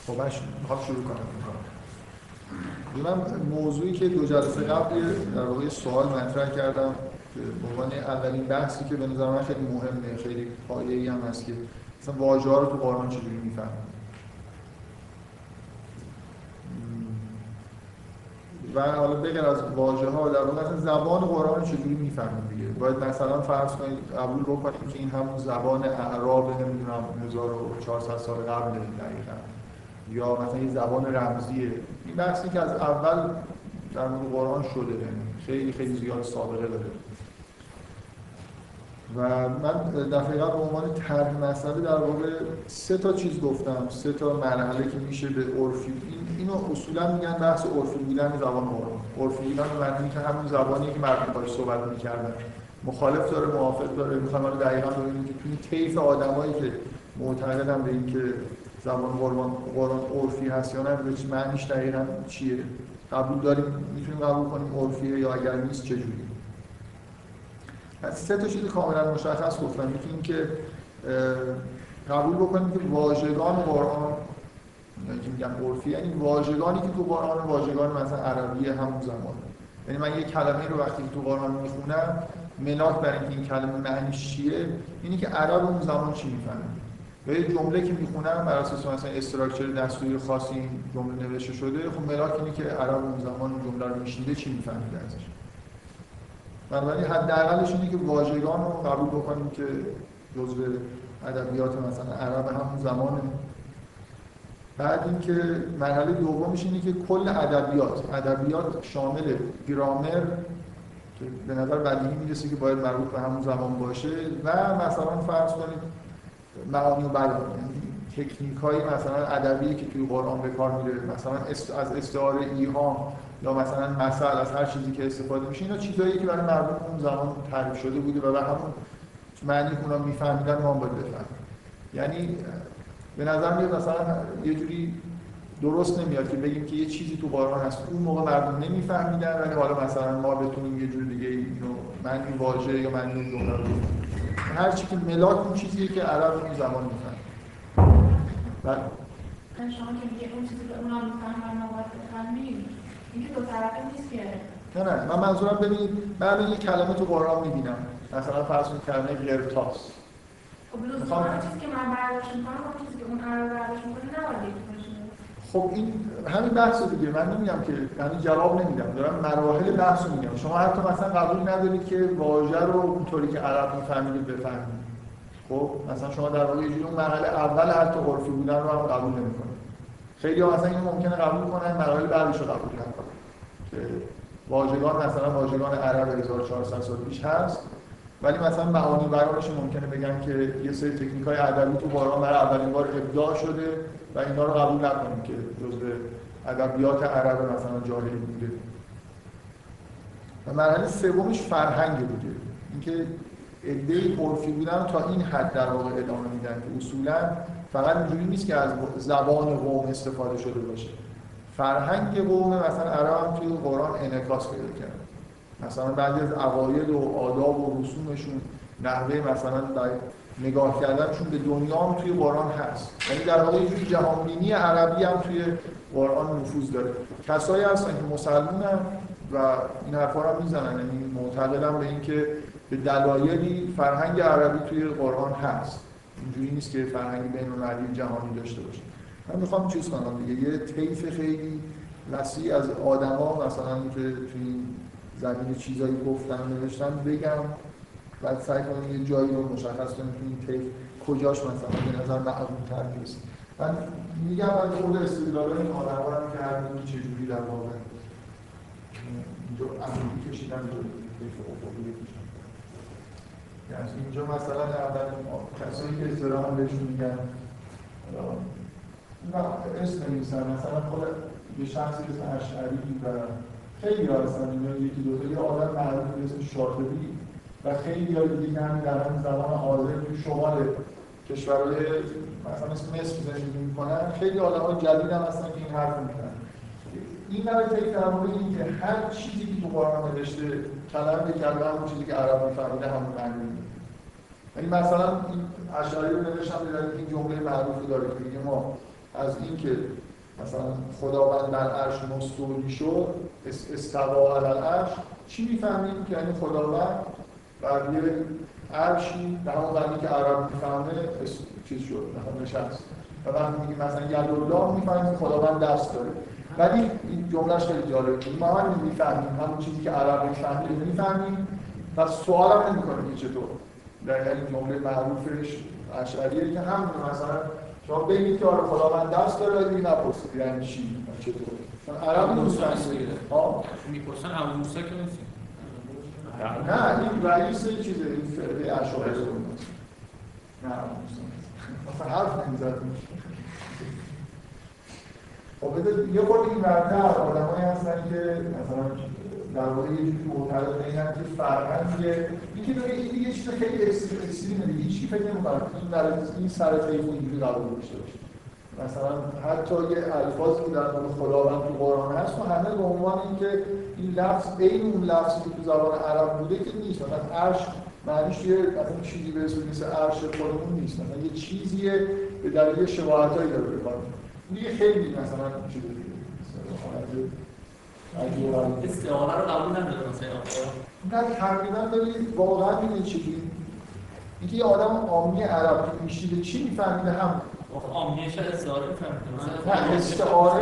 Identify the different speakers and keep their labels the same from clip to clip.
Speaker 1: خب من میخوام شروع کنم. من موضوعی که دو جلسه قبل در واقع سوال مطرح کردم به عنوان اولین بحثی که به نظر من خیلی مهمه، خیلی پایه‌ای هم هست که مثلا واژه‌ها رو تو قرآن چجوری میفهمیم و حالا بغیر از واژه‌ها در واقع مثلا زبان قرآن رو چجوری میفهمیم دیگه. باید مثلا فرض کنید قبول بکنیم که این همون زبان اعراب نمیدونم 1400 سال قبل دقیقاً، یا مثلا یه زبان رمزیه. این بحثی که از اول در مورد قرآن شده، خیلی خیلی زیاد سابقه داره و من دفعه قبل به عنوان طرح مسئله در واقع سه تا چیز گفتم، سه تا مرحله که میشه به عرفی. اینو اصولا میگن بحث عرفی بودن زبان قرآن. عرفی بودن معنی که همون زبانی که مردم باهاش صحبت میکردن. مخالف داره، موافق داره. میخوام حالا دقیقاً ببینیم که توی طیف آدمایی که معتقدن به این که زبان قرآن عرفی هست یا نه، به معنیش دقیقاً چیه؟ قبول داریم، میتونیم قبول کنیم عرفیه، یا اگر نیست چجوری؟ از سه تا چیز کاملا مشخص گفتم. میتونیم که قبول بکنیم که واژگان قرآن، یعنی که میگم عرفی، یعنی واژگانی که تو قرآن واژگان مثلا عربی همون زمانه. یعنی من یک کلمه رو وقتی تو قرآن میخونم، ملاک برای اینکه این کلمه معنیش چیه، اینی که عرب اون زمان چی میفهمه. یا یه جمله که میخونم بر اساس مثلا استراکچر دستوری خاصی این جمله نوشته شده، خب ملاک اینی که عرب اون زمان اون جمله رو میشنیده چی میفهمیده ازش. بنابراین حداقلش اینه که واژگان رو قبول بکنیم که جزء ادبیات مثلا عرب همون زمانه. بعد اینکه مرحله دومش اینه که کل ادبیات شامل گرامر که به نظر بدیهی میرسه که باید مربوط به همون زمان باشه، و مثلا فرض کنید معانی و بیان، یعنی تکنیک‌های مثلا ادبی که توی قرآن به کار میره، مثلا از استعاره ایهام یا مثلا مثل، از هر چیزی که استفاده میشه، اینا چیزایی که برای مردم اون زمان تعریف شده بوده و به همون معنی که اونا میفهمیدن ما هم باید بفهمیم. یعنی به نظر میاد مثلا یه جوری درست نمیاد که بگیم که یه چیزی تو قرآن هست اون موقع مردم نمیفهمیدن، ولی حالا مثلا ما بتونیم یه جور دیگه اینو معنی واژه یا معنی جمله رو بگیم. هر چی که ملاک اون چیزیه که عرب اون زمان میفهمه. بله.
Speaker 2: شما که میگه اون چیزی که اونا میفهمن ما باید بفهمیم، این که دو طرفه نیست که.
Speaker 1: نه من منظورم ببینید، من یه کلمه تو قرآن میبینم، مثلا فرض کنید کلمه قرطاس.
Speaker 2: خب لزوما چیزی که من برداشت میکنم اون چیزی که اون عرب برداشت میکنه نباید باشه.
Speaker 1: خب این همین بحث دیگه. من نمیگم که یعنی جواب نمیدم، دارم مراحل بحث رو میگم. شما حتی مثلا قبول ندارید که واژه رو اونطوری که عرب میفهمید بفهمید. خب مثلا شما در واقع یه جوری اون مرحله اول حتی عرفی بودن رو هم قبول نمی‌کنید. خیلی‌ها مثلا اینو ممکنه قبول کنن، مراحل بعدش رو قبول نکنن. که واژگان مثلا واژگان عرب 1400 سال پیش هست، ولی مثلا معانی بیانش ممکنه بگن که یه سری تکنیک‌های ادبی تو قرآن برای اولین بار ابداع شده و اینا رو قبول نکنیم که جزء ادبیات عرب مثلا جاهلی بوده. و مرحله سومش فرهنگ بوده. اینکه ایده عرفی بودن تا این حد در واقع ادامه میدن که اصولاً فقط اینجوری نیست که از زبان قوم استفاده شده باشه. فرهنگ قوم مثلا عرب هم توی قرآن انعکاس پیدا کرده. مثلا بعضی از عقاید و آداب و رسومشون، نحوه مثلا نگاه کردنشون به دنیا هم توی قرآن هست. یعنی در واقع یه جوری جهانبینی عربی هم توی قرآن نفوذ داره. کسایی هستن که مسلمانن و این حرفا رو میزنن، یعنی معتقدن به اینکه به دلایلی فرهنگ عربی توی قرآن هست. اینجوری نیست که فرهنگ بین‌المللی جهانی داشته باشه. من میخوام چیز کنم دیگه، یه طیف خیلی وسیع از آدما مثلا که توی زمین چیزایی گفتن نوشتن بگم، بعد سعی کنم یه جایی رو مشخص کنم که این طیف کجاش مثلا به نظر معقول‌تر نیست. من میگم از خود استدلال این آدما رو که هر کدوم چجوری در واقع اینجا عمودی کشیدن رو طیف افقی کشیدن. یعنی اینجا مثلا اول کسایی که اصطلاحاً بهشون میگن اسم نمی‌نویسن، مثلا خود یه شخصی اسم اشعری و خیلی ها هستن، اینا یکی دو تا یه آدم معروف به اسم شاطبی و خیلی ها دیگه هم در همین زمان حاضر توی شمال کشورهای مثلا اسم مصر زندگی می‌کنن. خیلی آدم‌ها جدید هم هستن که این حرف می‌زنن. این نوع در مورد این که هر چیزی که تو قرآن نوشته کلمه به کلمه همون چیزی که عرب می‌فهمیده همون معنی میده. یعنی مثلا این اشعری رو نوشتم به دلیل این جمله معروفی داره که میگه ما از اینکه مثلا خداوند بر عرش مستولی شد، استوا علی العرش، چی میفهمیم که یعنی خداوند بر یه عرشی به همون معنی که عرب میفهمه چیز شد، مثلا نشست. و وقتی میگیم مثلا یدالله میفهمیم که خداوند دست داره. ولی این جملهش خیلی جالبه. ما هم میفهمیم همون چیزی که عرب میفهمیم. پس سوال هم نمی‌کنیم که چطور. در این جمله معروفش اشعریه که هم مثلا شما بگید که آره خداوند دست داره ولی نپرسید یعنی چی چطور. چون عرب می‌فهمه. ها
Speaker 3: میپرسن ابو موسی که نیست.
Speaker 1: نه این رئیس چیزه این فرقه اشاعره نه مثلا حرف نمی‌زد. خب بذار یه خورده این برتر آدمایی هستن که مثلا در واقع یه جوری معترض اینن که فرهنگه اینکه داره این یه چیز خیلی اکستریمه دیگه هیچی فکر نمی‌کنم این سر طیف اینجوری قرار داشته باشه. مثلا حتی یه الفاظی که در مورد خداوند تو قرآن هست و همه به عنوان اینکه این لفظ عین اون لفظی که تو زبان عرب بوده که نیست. مثلا عرش معنیش یه مثلا چیزی به اسم مثل عرش خودمون نیست. مثلا یه چیزیه به دلیل شباهتایی داره به کار میاد. دیگه خیلی مثلا چیز دیگه
Speaker 3: استعاره رو قبول نداره مثلا
Speaker 1: نه تقریبا دارید واقعا می‌بینید چی اینکه یه آدم عامی عرب که میشیده چی میفهمیده هم
Speaker 3: عامیش استعاره میفهمه
Speaker 1: نه استعاره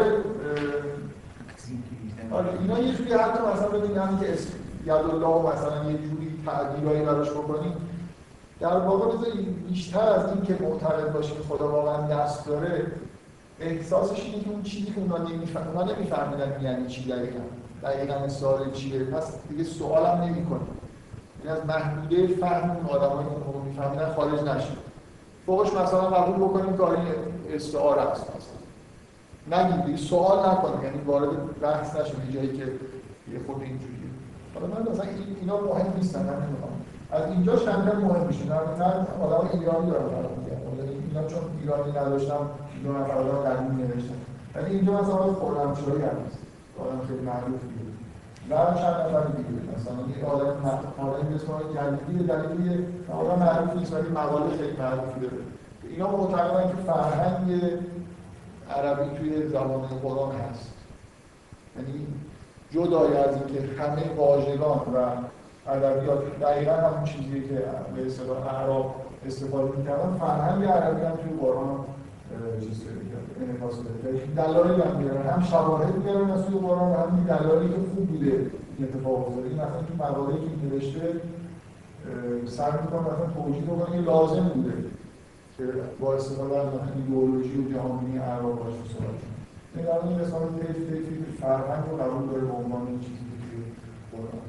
Speaker 1: آره اینا یه جوری حتی مثلا ببینید همین که یدالله مثلا یه جوری تعبیرایی براش بکنید در واقع بیشتر از این که معتقد باشه که خدا واقعا دست داره احساسش اینه که اون چیزی که اونا نمیفهمیدن یعنی چی دقیقاً استعاره چیه پس دیگه سوال هم نمی‌کنه. این از محدوده فهم اون آدمایی که اون میفهمیدن خارج نشه. فوقش مثلا قبول بکنیم که این استعاره است مثلا. نگید دیگه سوال نکنیم یعنی وارد بحث نشیم یه جایی که یه خود اینجوریه. حالا من مثلا اینا مهم نیستن من نمی‌خوام. از اینجا شنبه مهم میشه. من آدم ایرانی دارم میگم. اینا چون ایرانی نداشتم دو نفر آدم قدیمی نوشتن. ولی اینجا مثلا خرمشاهی هست. آدم خیلی معروفیه. و چند نفر دیگه مثلا یه آدم به اسم جلیلی دلیلی آدم معروف نیست ولی مقاله خیلی معروفی داره. اینا معتقدن که فرهنگ عربی توی زبان قرآن هست. یعنی جدای از اینکه همه واژگان و ادبیات دقیقاً همون چیزیه که به اصطلاح اعراب استفاده می‌کردن فرهنگ عربی هم توی قرآن چیز کرده انعکاس بده. دلایلی هم میارن هم شواهد میارن از توی قرآن و هم دلایلی که خوب بوده این اتفاق افتاده. این مثلا تو مقاله‌ای که نوشته سعی می‌کنه مثلا توجیه بکنه که لازم بوده که با استفاده از ایدئولوژی و جهانبینی اعراب باشه صحبت کنه. این الان این مثلا طیفی فرهنگ رو قبول داره به عنوان چیزی که توی قرآن.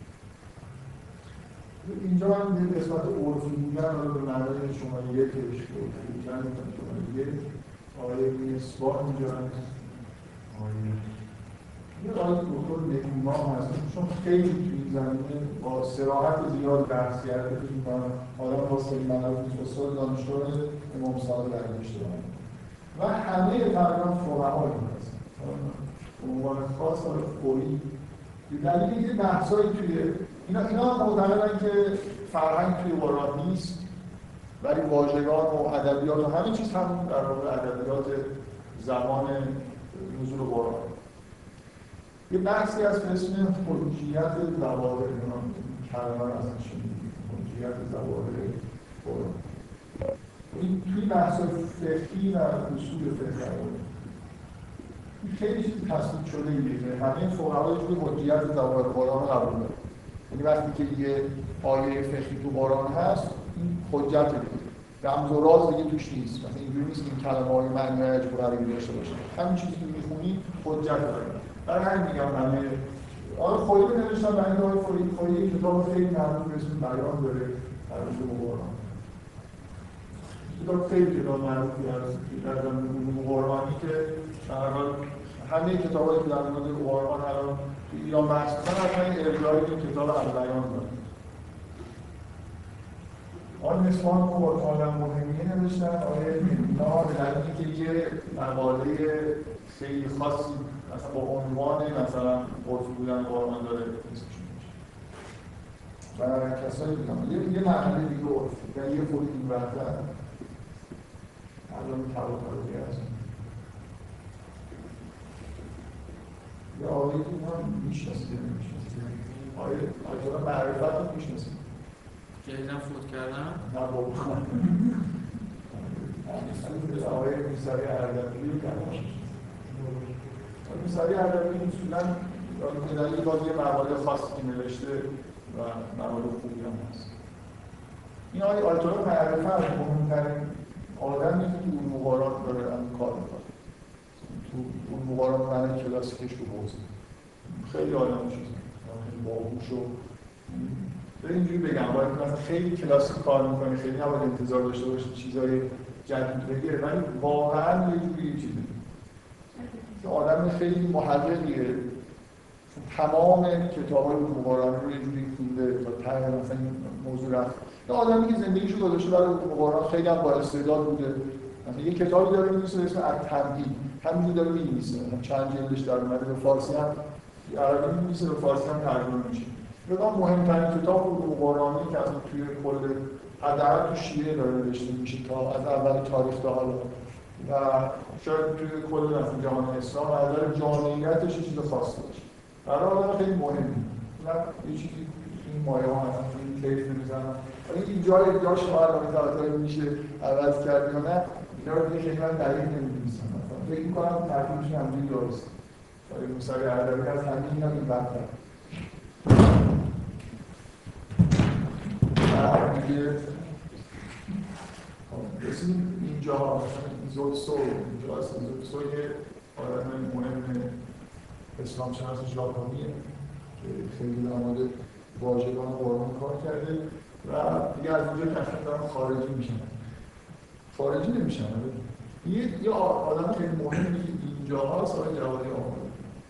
Speaker 1: اینجا من یه قسمت عرفی بودن رو به معنای شماره یک بودن شماره یک آیه مصباح اینجا هست یه آیه دکتر نگیمام هست چون خیلی توی این زمینه با صراحت زیاد بحث کرده که آدم با سری منابع استاد دانشگاه امام صادق برداشته و همه تقریبا فقهای هستن به عنوان خاص فوری به دلیل اینکه بحثایی توی اینا معتقدن که فرهنگ توی قرآن نیست ولی واژگان و ادبیات و همه چیز همون در واقع ادبیات زمان نزول قرآن. یه بحثی از اسم حجیت ظواهر کلمه رو اصلا شنیدید حجیت ظواهر قرآن. این توی بحث‌های فقهی و اصول فقه خیلی چیزی تصویب شده ایه همه فقها توی حجیت ظواهر قرآن قبول دارن. یعنی وقتی که یه آیه فقهی تو قرآن هست این حجت دیگه رمز و راز دیگه توش نیست. مثلا اینجوری نیست که این کلمه‌های معنی عجیب داشته باشه. همین چیزی که می‌خونی حجت داره. برای همین میگم همه آقای خویی نوشتن برای آقای خویی کتاب خیلی معروف به اسم بیان داره در مورد قرآن. کتاب خیلی کتاب معروفی هست در مورد قرآنی که همه کتابایی که در مورد قرآن الان تو ایران بحث می‌کنن حتما این ارجاعی این کتاب البیان داره. آن نسبان رو با آدم مهمیه نوشتن آیه اینا به دلیلی که یه مقاله خیلی خاصی مثلا با عنوان مثلا عرفی بودن قرآن داره اسمشون میشه و کسایی بودن یه مرحله دیگه عرفی یعنی یه خود این وقتا الان تواترکی هست یا آقایی که اینا میشناسید آقای معرفت رو میشناسید
Speaker 3: جدیدن فوت کردن؟
Speaker 1: نه بابا آقای موسوی اردبیلی رو کردن موسوی اردبیلی اصولاً یه باز یه مقاله خاصی که نوشته و مقاله خوبی هم هست. این آقای آیت‌الله معرفت مهمترین آدمی که تو علوم قرآن داره کار میکنه. تو علوم قرآن من کلاسیکش رو حوزه خیلی آدم چیزی خیلی باهوش و اینجوری بگم باید مثلا خیلی کلاسیک کار میکنه، خیلی نباید انتظار داشته باشید چیزای جدید بگیره، ولی واقعا یه جوری چیزی آدم خیلی محققیه، تمام کتاب‌های علوم قرآن رو یه جوری خونده تا ته مثلا این موضوع رفت. یه آدمی که زندگیشو گذاشته برای علوم قرآن، خیلی هم با استعداد بوده. مثلا یه کتابی داره می‌نویسه به اسم التمهید، همینجوری داره می‌نویسه، چند جلدش در اومده، به فارسی هم عربی می‌نویسه، به فارسی هم ترجمه میشه. بگم مهمترین کتاب علوم قرآنی که اصلا توی کل حداقل تو شیعه داره نوشته میشه تا از اول تاریخ تا حالا و شاید توی کل مثلا جهان اسلام از نظر جامعیتش یه چیز خاصی باشه. برای آدم خیلی مهمه. یه چیزی این مایه ها مثلا این کیف می‌زنن. این جاش شاید میشه عوض کرد یا نه، اینا رو دیگه خیلی من دلیل نمی‌دونستم. مثلا فکر می‌کنم ترتیبش همینجوری درست. برای موسوی اردبیلی از همین این بدتر. دیگه رسیدیم اینجا زوتسو یه آدم مهم اسلام شناس ژاپنیه که خیلی در مورد واژگان قرآن کار کرده و دیگه از اینجا تصمیم دارن خارجی میشن. خارجی نمیشن. یه آدم خیلی مهمی که اینجا هست آقای جوادی آمده.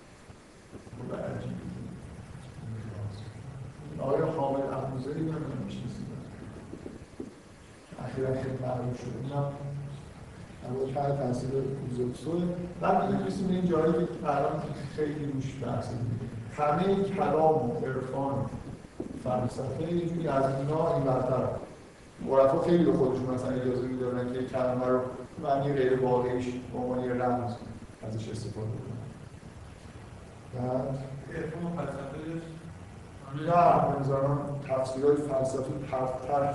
Speaker 1: آقای حامد افروزری رو میشناسید. اخیراً خیلی معروف شده. اینم اول تحت تاثیر زوتسوه. بعد دیگه رسیدیم به این جایی که الان خیلی روش بحث می‌کنیم. همه کلام و عرفان فلسفه یه جوری از اینا این برتر. عرفا خیلی به خودشون مثلا اجازه می‌دادن که کلمه رو معنی غیر واقعیش به عنوان یه رمز ازش استفاده کنن. بعد
Speaker 3: عرفان و فلسفه
Speaker 1: نه، بنظرم تفسیرهای فلسفی پرت‌تر.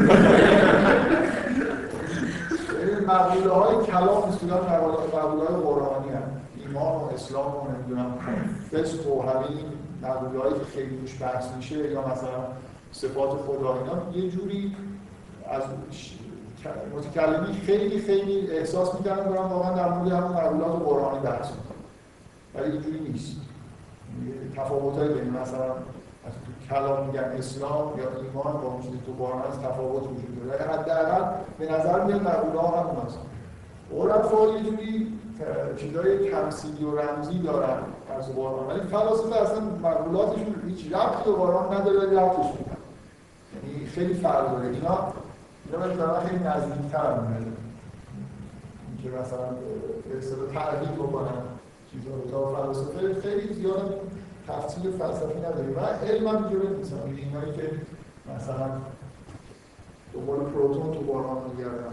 Speaker 1: مقوله‌های کلام اصولاً مقوله‌های قرآنی هستند. ایمان و اسلام و نمیدونم فسق و همین مقوله‌هایی که خیلی روش بحث میشه یا مثلا صفات خدا اینا یه جوری از متکلمین خیلی احساس می‌کنن دارن واقعا در مورد همون مقولات قرآنی بحث می‌کنن. ولی اینجوری نیست. تفاوت‌های بین مثلا تو کلام میگن اسلام یا ایمان با اون چیزی تو قرآن هست تفاوت وجود داره. حداقل به نظر میاد مقوله‌ها هم هست. عرفا یه جوری چیزای تمثیلی و رمزی دارن از قرآن، ولی فلاسفه اصلا مقولاتشون هیچ ربطی به قرآن نداره ولی ربطش میدن. یعنی خیلی فرق داره. اینا به نظر خیلی نزدیک‌تر میاد. اینکه مثلا به اصطلاح تعبیر بکنن چیزا رو تا فلسفه خیلی زیاد تفصیل فلسفی نداره و علم هم اینجوری نیست. اینایی که مثلا دنبال پروتون تو قرآن میگردن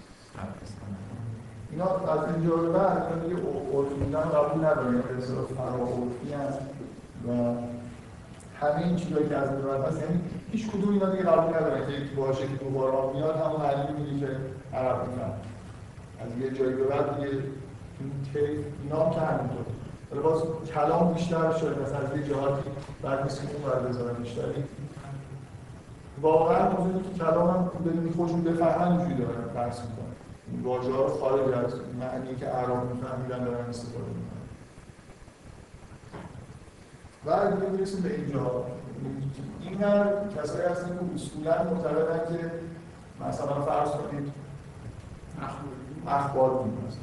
Speaker 1: اینا از اینجا به بعد اینا دیگه عرفی‌بودن قبول ندارن، به اصطلاح فراعرفی هست و همه این چیزایی که از این بعد هست، یعنی هیچ کدوم اینا دیگه قبول ندارن که یک واژه که تو قرآن میاد همون معنی میده که عرب میفهمن. از یه جایی به بعد دیگه این کیف اینا هم که همینطور. ولی باز کلام بیشتر شده مثلا از یه جهاتی بعد نیست که اون باید بذارن بیشتری. واقعا موضوعی که کلام هم بدونی خودشون بفهمن اینجوری دارن بحث میکنن. این واژه‌ها رو خارج از معنی که اعراب میفهمیدن دارن استفاده میکنن. و دیگه میرسیم به اینجا. این هر کسایی هستن که اصولاً معتقدن که مثلا فرض کنید اخبار می‌نویسن.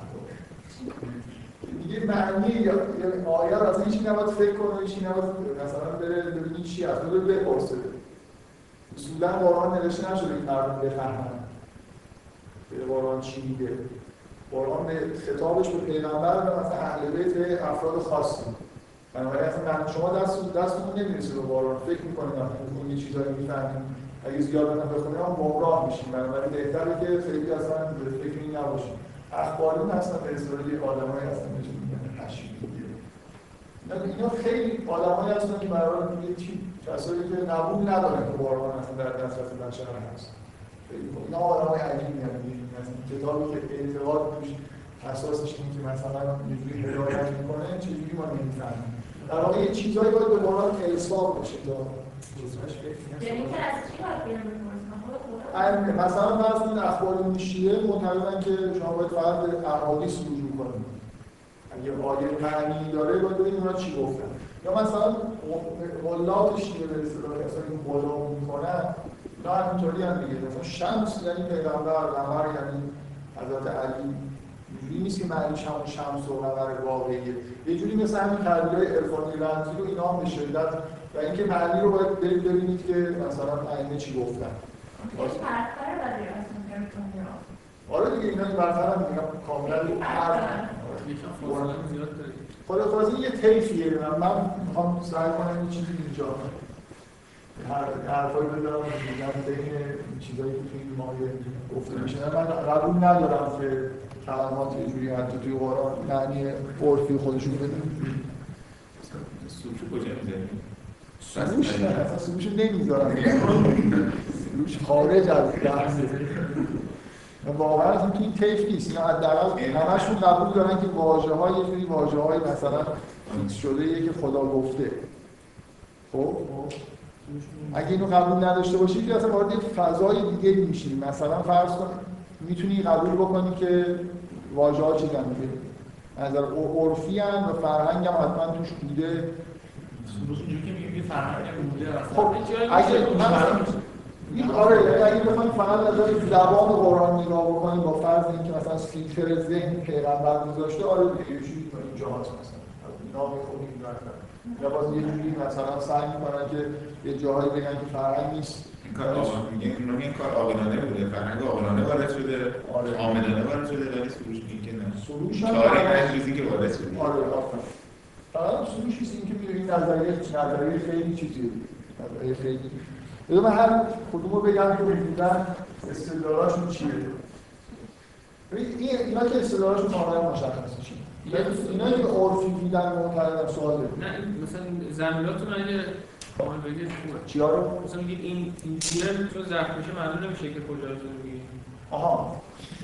Speaker 1: دیگه معنی یا آیه رو اصلا هیچی نباید فکر کنه، هیچی نباید مثلا بره ببینی چی هست، بره بپرسه. اصولاً قرآن نوشته نشده این مردم بفهمن که قرآن چی میگه. قرآن به خطابش به پیغمبر و مثلا اهل بیت افراد خاصی. بنابراین اصلا شما دستتون نمیرسه به قرآن، فکر میکنید اون یه چیزایی میفهمید. اگه زیاد هم بخونید هم گمراه میشین. بنابراین بهتره که خیلی اصلا به فکر این نباشید. اخبارون هستن به اصطلاح یه آدمایی هستن بهشون میگن تشبیهیه. اینا خیلی آدمایی هستن که برای کسایی که قبول ندارن که قرآن اصلا در دسترس بشر هست. اینا آدمای عجیبی هستن. مثلا کتابی که اعتقاد توش اساسش اینه که مثلا یه جوری هدایت میکنه چجوری ما نمی‌فهمیم. در واقع یه چیزایی باید به قرآن ارسال بشه تا
Speaker 2: یعنی که از چی باید بیان بکنیم؟
Speaker 1: مثلا فرض کنید اخبار شیعه معتقدن که شما باید فقط به احادیث رجوع کنید. اگه آیه معنی داره باید ببینید اونا چی گفتن. یا مثلا قلات شیعه به اصطلاح کسایی که قلا میکنن اینا همینطوری هم دیگه. مثلا شمس یعنی پیغمبر، قمر یعنی حضرت علی. اینجوری نیست که معنیش همون شمس و قمر واقعیه. یه جوری مثل همین تعبیرهای عرفانی رمزی رو اینا هم به شدت و اینکه معنی رو باید برید ببینید که مثلا ائمه چی گفتن. آره دیگه اینا این برتر هم میگم کاملا خلاصه یه طیفیه. من میخوام سعی کنم یه چیزی اینجا حرفایی بذارم بین چیزایی که توی این مایه گفته میشه. من قبول ندارم که کلمات یه جوری حتی توی قرآن معنی عرفی خودشون بدن.
Speaker 4: سوچو کجا میزنیم؟
Speaker 1: سروش نه، اصلا سروش نمیذارم. سروش خارج از بحثه. واقعا اصلا توی این طیف نیست. اینا حداقل همشون قبول دارن که واژه‌های یه جوری واژه‌های مثلا فیکس شده‌ایه که خدا گفته. خب اگه اینو قبول نداشته باشی که اصلا وارد یک فضای دیگه میشی. مثلا فرض کن میتونی قبول بکنی که واژه‌ها چیزن که نظر عرفی ان و فرهنگ هم حتما توش بوده.
Speaker 3: اینجوری که میگه فرهنگ بوده
Speaker 1: خب اگه بخوایم فقط نظر زبان قرآن نگاه بکنیم با فرض اینکه مثلا فیلتر ذهن پیغمبر گذاشته، آره دیگه یه چیزی تو اینجا هست مثلا نام خودی این رفتن یا باز یه جوری مثلا سعی میکنن که یه جاهایی بگن که فرهنگ نیست.
Speaker 4: این کار این کار عاقلانه بوده، فرهنگ عاقلانه وارد شده، عاملانه وارد شده، ولی سروش میگه نه.
Speaker 1: سروش
Speaker 4: چاره چیزی که وارد شده.
Speaker 1: آره آفرین. فقط سروش چیزی این که میگه نظریه خیلی چیزیه. نظریه خیلی من هر کدوم رو بگم که بودن استدلالاشون چیه. اینا که استدلالاشون کاملا مشخصه چیه. اینا که عرفی بودن معتقدن سوال داریم.
Speaker 3: نه مثلا زمیناتون اگه کامل بگید خوبه.
Speaker 1: چیا رو؟
Speaker 3: مثلا میگید این چیه چون ظرف میشه معلوم نمیشه که کجا رو میگید.
Speaker 1: آها.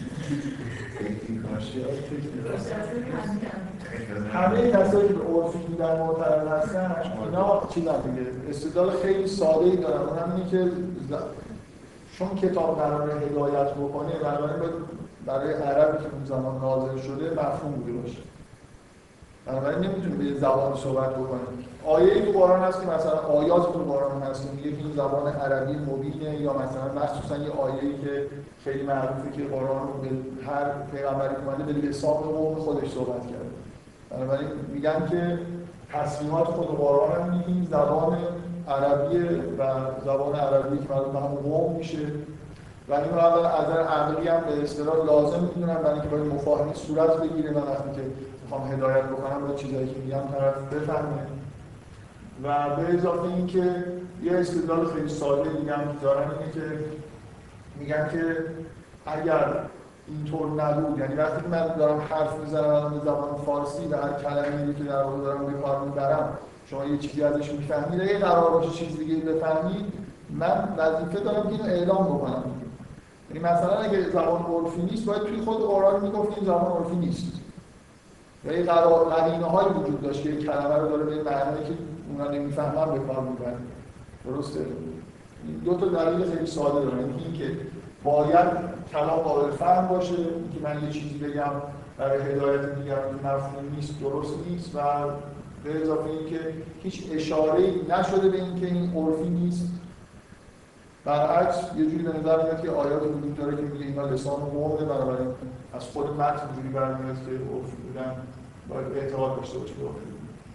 Speaker 1: همه کسایی که به عرفی بودن معتقد هستن اینا چیزن دیگه استدلال خیلی ساده‌ای دارن. اونم اینه که چون کتاب قراره هدایت بکنه بنابراین برای عربی که اون زمان نازل شده مفهوم بوده باشه. بنابراین نمیتونه به زبان صحبت بکنه. آیه‌ای تو قرآن هست که مثلا آیات تو قرآن هست که میگه که این زبان عربی مبینه، یا مثلا مخصوصا یه آیه‌ای که خیلی معروفه که قرآن رو به هر پیغمبری که اومده به لسان قوم خودش صحبت کرده. بنابراین میگن که تصمیمات خود قرآن هم میگیم زبان عربیه و زبان عربی که مربوط به همون قوم میشه و این رو از نظر عقلی هم به اصطلاح لازم میدونن برای اینکه باید مفاهمی صورت بگیره و وقتی که میخوام هدایت بکنم باید چیزایی که میگم طرف بفهمه. و به اضافه اینکه یه استدلال خیلی ساده دیگه هم دارن اینه که میگن که اگر اینطور نبود، یعنی وقتی که من دارم حرف میزنم به زبان فارسی و هر کلمه‌ای که در واقع دارم به کار میبرم شما یه چیزی ازش میفهمید، اگه قرار باشه چیز دیگه بفهمید من وظیفه دارم که اینو اعلام بکنم. یعنی مثلا اگه زبان عرفی نیست باید توی خود قرآن میگفت این زبان عرفی نیست. یا یه قرینه‌هایی وجود داشت که یک کلمه رو داره به معنی که اونا نمیفهمن به کار میبرن. درسته؟ دو تا دلیل خیلی ساده داره. اینکه باید کلام قابل فهم باشه، که من یه چیزی بگم برای هدایت دیگران مفهوم نیست، درست نیست، و به اضافه اینکه هیچ اشاره‌ای نشده به اینکه این عرفی نیست. برعکس یه جوری به نظر میاد که آیات وجود داره که میگه اینا لسان قومه، بنابراین از خود متن جوری برمیاد که عرفی بودن باید اعتقاد داشته باشه به عرفی.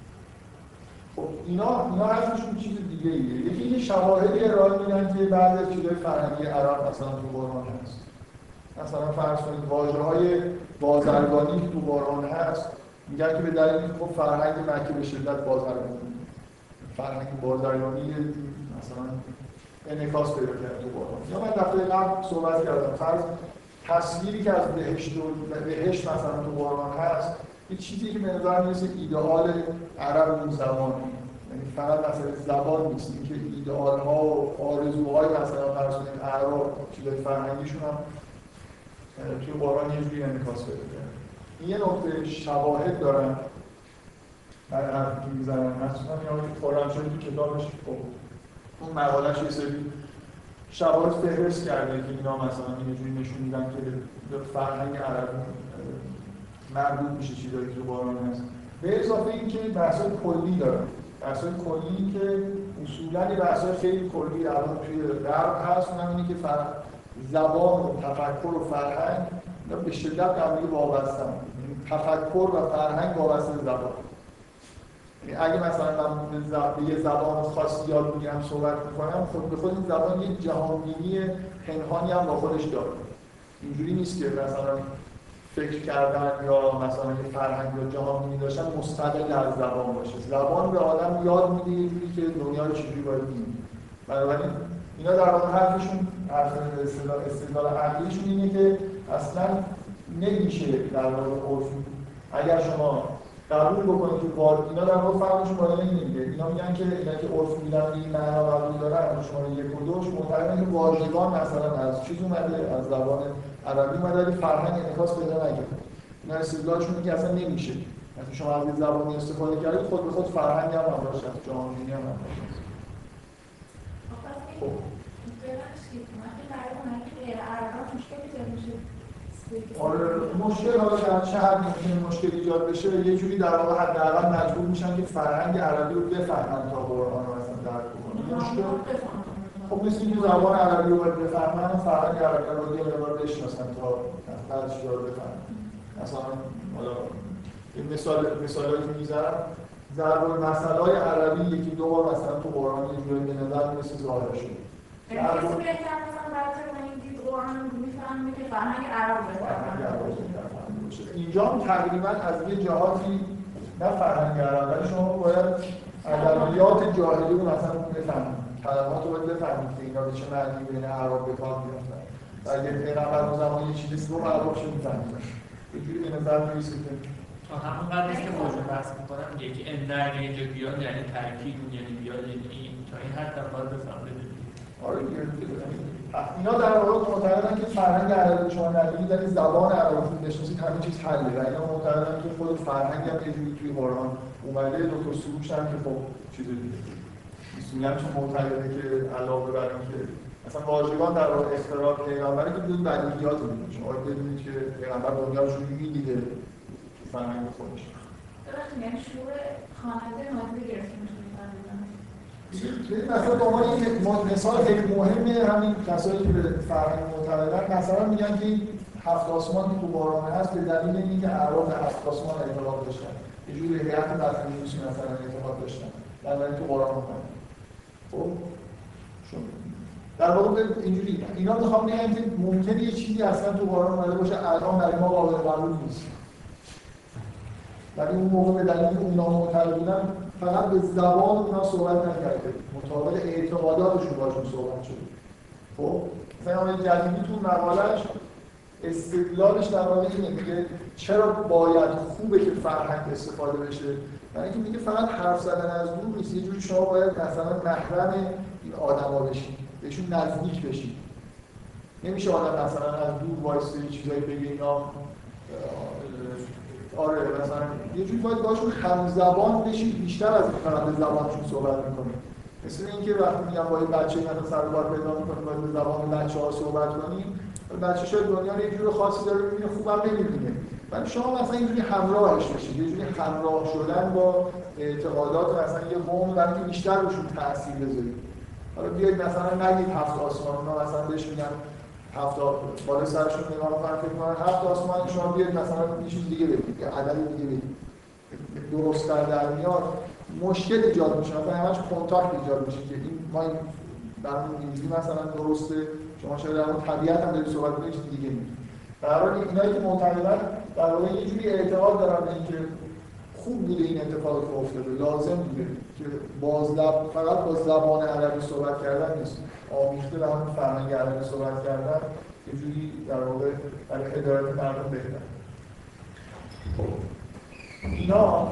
Speaker 1: خب اینا حرفشون چیز دیگه ایه. یکی شواهدی ارائه میدن که بعضی از چیزهای فرهنگی عرب مثلا تو قرآن هست. مثلا فرض کنید واژه‌های بازرگانی که تو قرآن هست میگن که به دلیل خب فرهنگ مکه به شدت بازرگانی، فرهنگ بازرگانی مثلا انعکاس پیدا کرده تو قرآن. یا من دفعه قبل صحبت کردم فرض تصویری که از بهشت مثلا تو قرآن هست یه چیزی که به نظر میرسه ایدئال عرب اون زمان، یعنی فقط مسئله زبان نیست، اینکه ایدئال‌ها و آرزوهای مثلا فرض کنید اعراب چیزای فرهنگیشون هم توی قرآن یه جوری انعکاس پیدا کرده. این یه نکته شواهد دارن برای حرفی که میزنن، مخصوصا این خرمشاهی تو کتابش اون مقاله‌اش یه سری شواهد فهرست کرده که اینا مثلا یه جوری نشون میدن که به فرهنگ عربی مربوط میشه چیزایی که قرآن هست. به اضافه اینکه بحث‌های کلی داره، بحث‌های کلی که اصولاً یه بحث‌های خیلی کلی الان توی غرب هست، اونم اینه که زبان و تفکر و فرهنگ اینا به شدت به هم وابسته‌اند. تفکر و فرهنگ وابسته به زبان. یعنی اگه مثلا من به یه زبان خاصی یاد میگیرم صحبت میکنم، خود به خود این زبان یه جهانبینی پنهانی هم با خودش داره. اینجوری نیست که مثلا فکر کردن یا مثلا یه فرهنگ یا جهانبینی داشتن مستقل از زبان باشه. زبان به آدم یاد میده یه جوری که دنیا رو چجوری باید ببینه. بنابراین اینا در واقع حرفشون استدلال عقلیشون اینه که اصلا نمیشه در واقع عرفی. اگر شما قبول بکنید که اینا در واقع فرقشون با اینه دیگه. اینا میگن که اینا که عرف میدن این معنا قبول دارن، شما یک و دوش معتقدن که واژگان مثلا از چیز اومده، از زبان عربی اومده، ولی فرهنگ انعکاس پیدا نکرده. اینا استدلالشون اینه که اصلا نمیشه. مثلا شما از این زبانی استفاده کردید، خود به خود فرهنگ هم همراهش هست، جهانبینی هم همراهش هست. خب آره، مشکل حالا در چه حد ممکنه مشکل ایجاد بشه، یه جوری در واقع حداقل مجبور میشن که فرهنگ عربی رو بفهمن تا قرآن رو مثلا درک کنن. مشکل خب مثل اینکه زبان عربی رو باید بفهمن، فرهنگ عربی رو یه مقدار بشناسن تا بعدش رو بفهمن. مثلا حالا این مثالایی که میذارم ضرب المثل‌های عربی یکی دو بار مثلا تو قرآن یه جوری به نظر میرسه ظاهر شده.
Speaker 2: کسی بهتر مثلا برای این قرآن رو میفهمه که فرهنگ عرب باشه.
Speaker 1: اینجا هم تقریبا از یه جهاتی نه فرهنگ عرب، ولی شما باید ادبیات جاهلی رو مثلا بفهمید، کلمات رو باید بفهمید که اینا به چه معنی بین اعراب به کار میافتن. و اگه پیغمبر اون زمان یه چیزی رو عرب شو میفهمید. یه جوری به نظر میرسه که
Speaker 3: همون قدری که موضوع بحث میکنم یکی اندرگ اینجا بیاد، یعنی ترکیب، یعنی بیاد این تا این حد هم باید بفهمید.
Speaker 1: آره اینا در واقع معتقدن که فرهنگ عربی شما ندیدید، ولی زبان عربی بشناسید همه چیز حله. و اینا معتقدن که خود فرهنگ هم یه جوری توی قرآن اومده. دکتر سروش هم که خب چیز دیگه اصولاً چون معتقده که علاوه بر اینکه مثلا واژگان در واقع اختراع پیغمبره که بدون بدیهیات میگه. شما بدونید که پیغمبر دنیا رو جوری می‌دیده فرهنگ خودش.
Speaker 2: یعنی شعور خواننده ماده گرفته میشه.
Speaker 1: مثلا با ما مثال خیلی مهمه همین کسایی که به فرهنگ معتقدن، مثلا میگن که هفت آسمان که تو قرآن هست به دلیل اینکه اعراب به هفت آسمان اعتقاد داشتن، یه جوری هیئت بطریموسی مثلا اعتقاد داشتن، بنابراین تو قرآن اومده. خب در واقع اینجوری اینا میخوام بگم که ممکنه یه چیزی اصلا تو قرآن اومده باشه الان برای ما قابل قبول نیست، ولی اون موقع به دلیل اونا معتقد بودن فقط به زبان اونا صحبت نکرده، مطابق اعتقاداتشون باشون صحبت شده. خب مثلا آقای جلیلی تو مقاله‌اش استدلالش در واقع اینه، میگه چرا باید خوبه که فرهنگ استفاده بشه، یعنی که میگه فقط حرف زدن از دور نیست، یه جوری شما باید مثلا محرم این آدما بشید، بهشون نزدیک بشید. نمیشه آدم مثلا از دور وایسه یه چیزایی بگه اینا آره مثلا یه جوری باید باشون همزبان بشید، بیشتر از فقط به زبانشون صحبت میکنید. مثل اینکه وقتی میگم با یه بچه مثلا سر کار پیدا میکنید باید به زبان بچه‌ها صحبت کنید، بچه شاید دنیا رو یه جور خاصی داره میبینه، خوبم نمیبینه، ولی شما مثلا اینجوری همراهش بشید، یه جوری همراه شدن با اعتقادات مثلا یه قوم برای اینکه بیشتر روشون تاثیر بذارید. حالا بیاید مثلا نگید هفت آسمان، اونا مثلا بهش میگن هفت بالا سرشون نگاه می‌کنن فکر می‌کنن هفت آسمان، شما بیاید مثلا یه چیز دیگه بگید، یه عدد دیگه بگید، درست‌تر در میاد، مشکل ایجاد میشه، مثلا همش کنتاکت ایجاد میشه که این ما برامون اینجوری مثلا درسته، شما شاید در مورد طبیعت هم دارید صحبت می‌کنید، چیز دیگه میگید. در حالی اینایی که معتقدن در واقع یه جوری اعتقاد دارن به اینکه خوب بوده این اتفاق که افتاده، لازم بوده که فقط با زبان عربی صحبت کردن نیست، آمیخته به همون فرهنگ عربی صحبت کردن یه جوری در واقع برای هدایت مردم بهتر. اینا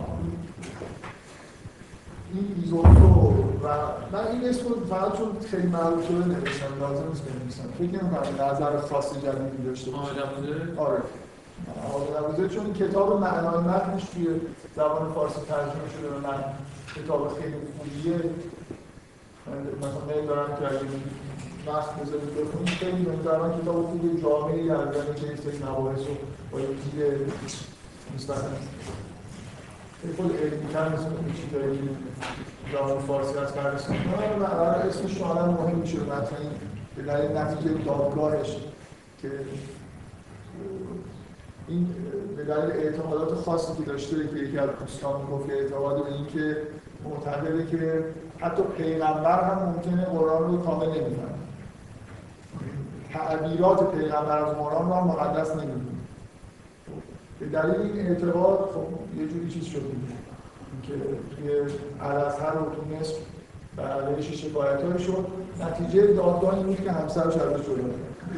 Speaker 1: این ایزوتو و من این اسم رو فقط چون خیلی معروف شده نوشتم، لازم نیست بنویسم. فکر نمی‌کنم نظر خاص جدیدی داشته باشه. آره. آره چون کتاب معنای متنش توی زبان فارسی ترجمه شده و من کتاب خیلی خوبیه. مثلا میل دارم که اگه وقت بذارید بخونید خیلی بهتران کتاب خوبی جامعی از که این سری مباحث رو با یک دید مستقیم خود علمی‌تر مثل اون چیزایی که زبان فارسی از بررسی می‌کنن و اسمش شامل مهم میشه مثلا به دلیل نتیجه دادگاهش که این به دلیل اعتقادات خاصی که داشته که یکی از دوستان میگفت که اعتقاد به این که معتقده که حتی پیغمبر هم ممکنه قرآن رو کامل نمی‌فهمه. تعبیرات پیغمبر از قرآن رو هم مقدس نمی‌دونه. به دلیل این اعتقاد خب یه جوری چیز شد که توی الازهر و تو مصر به علیهش شکایت‌هایی شد. نتیجه دادگاه این بود که همسرش ازش جدا کرد.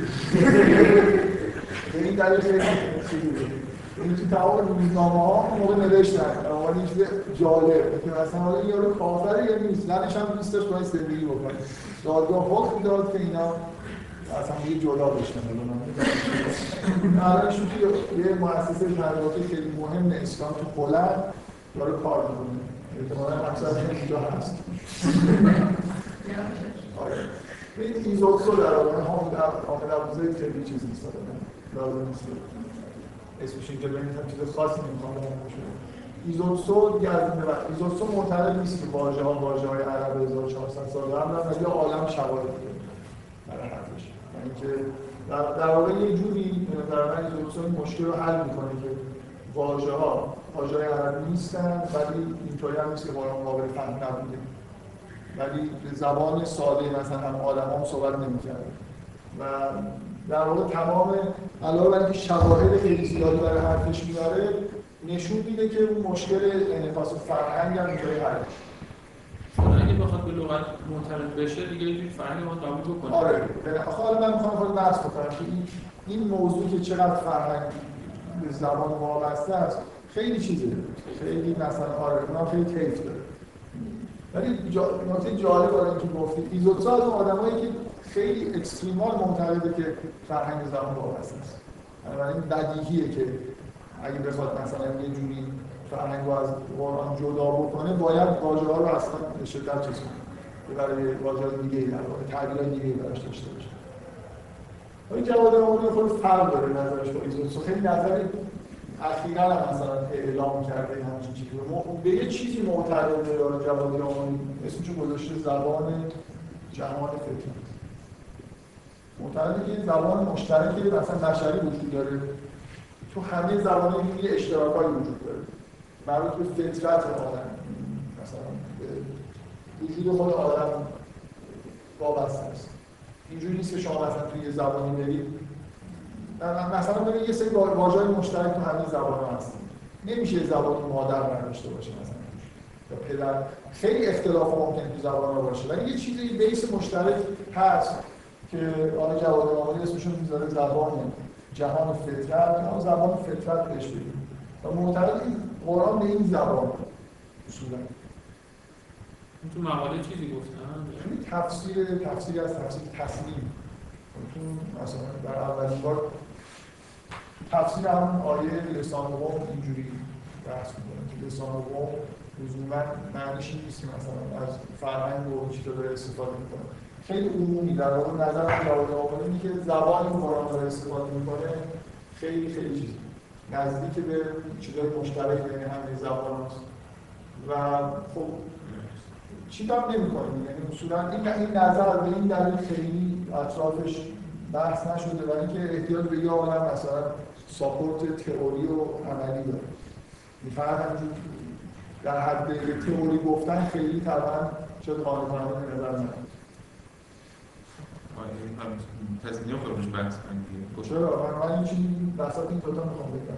Speaker 1: به این دلیل خیلی چیزی بود. این تو تمام روزنامه‌ها اون موقع نوشتن اما این چیز جالب که مثلا حالا این یارو کافره یا نیست زنش هم نیستش باید زندگی بکنه دادگاه حکم داد که اینا اصلا یه جدا بشن الان شو یه مؤسسه تحقیقاتی خیلی مهم اسلام تو هلند داره کار می‌کنه احتمالاً اکثر اینجا هست آره این ایزوتسو در واقع حامل ابوزید خیلی چیز نیست لازم نیست اسمش اینجا ببینید هم چیز خاصی نمی‌خوام بگم ایزوتسو ایزوتسو معتقد نیست که واژه‌های عرب 1400 سال قبل ولی عالم شواهد داره برای حرفش یعنی که در واقع یه جوری در من ایزوتسو این مشکل رو حل می‌کنه که واژه‌های عربی نیستن ولی اینطوری هم نیست که قرآن قابل فهم نبوده ولی به زبان ساده مثلا هم آدم‌ها صحبت نمی‌کردن و در واقع تمام علاوه بر اینکه شواهد خیلی زیادی برای حرفش میاره نشون میده که اون مشکل انعکاس فرهنگ هم اینجوری حل
Speaker 3: میشه. اگه بخواد به لغت معترض بشه دیگه یه جوری فرهنگ ما قبول بکنه.
Speaker 1: آره. حالا من می‌خوام خود بحث کنم که این موضوع که چقدر فرهنگ به زبان وابسته است خیلی چیزه. خیلی مثلا آره اونم خیلی کیف داره. ولی نکته جالب برای اینکه گفتید ایزوتسو از آدمایی که خیلی اکستریمال معتقده که فرهنگ زبان وابسته است. بنابراین بدیهیه که اگه بخواد مثلا یه جوری فرهنگ رو از قرآن جدا بکنه باید واژه‌ها رو اصلا به شدت چیز کنه برای واژه‌های دیگه‌ای در واقع تعبیرهای دیگه‌ای براش داشته باشه. ولی جواد امامی خود فرق داره نظرش با ایزوتسو خیلی نظری اخیراً هم مثلا اعلام کرده همچین چیزی به یه چیزی معتقده یا جواد امامی اسمش رو گذاشته زبان جهان فکر معتقده که زبان مشترکی مثلا بشری وجود داره تو همه زبان‌ها یه اشتراکایی وجود داره مربوط به فطرت آدم مثلا به وجود خود آدم وابسته است اینجوری نیست که شما مثلا توی یه زبانی برید مثلا ببینید یه سری واژه‌های مشترک تو همه زبان‌ها هست نمیشه زبان مادر نداشته باشه مثلا یا پدر خیلی اختلاف ممکنه تو زبان‌ها باشه ولی یه چیزی بیس مشترک هست که آقای جواد امامی اسمشون میذاره زبان جهان فطرت یا زبان فطرت بهش بگیم و معتقد قرآن به این زبان اصولا
Speaker 3: تو مقاله چیزی گفتن
Speaker 1: این تفسیری از تفسیر تسلیم تو مثلا در اولین بار تفسیر هم آیه لسان قوم اینجوری بحث می‌کنه که لسان قوم لزوما معنیش این نیست مثلا از فرهنگ و چیزا داره استفاده می‌کنه خیلی عمومی در واقع نظر جواد امامی اینه که زبانی که قرآن داره استفاده می‌کنه خیلی چیز نزدیک به چیزای مشترک بین همه زبان‌هاست و خب چی هم نمی‌کنیم یعنی اصولاً این نظر به این دلیل خیلی اطرافش بحث نشده و اینکه احتیاج به یه عالم مثلا ساپورت تئوری و عملی داره فقط همینجور در حد تئوری گفتن خیلی طبعاً شاید قانع کننده به نظر نمیاد
Speaker 4: پس اینجا خودمش بحث کنیم
Speaker 1: چرا؟ من این چیزی بساط این دوتا میخوام بگم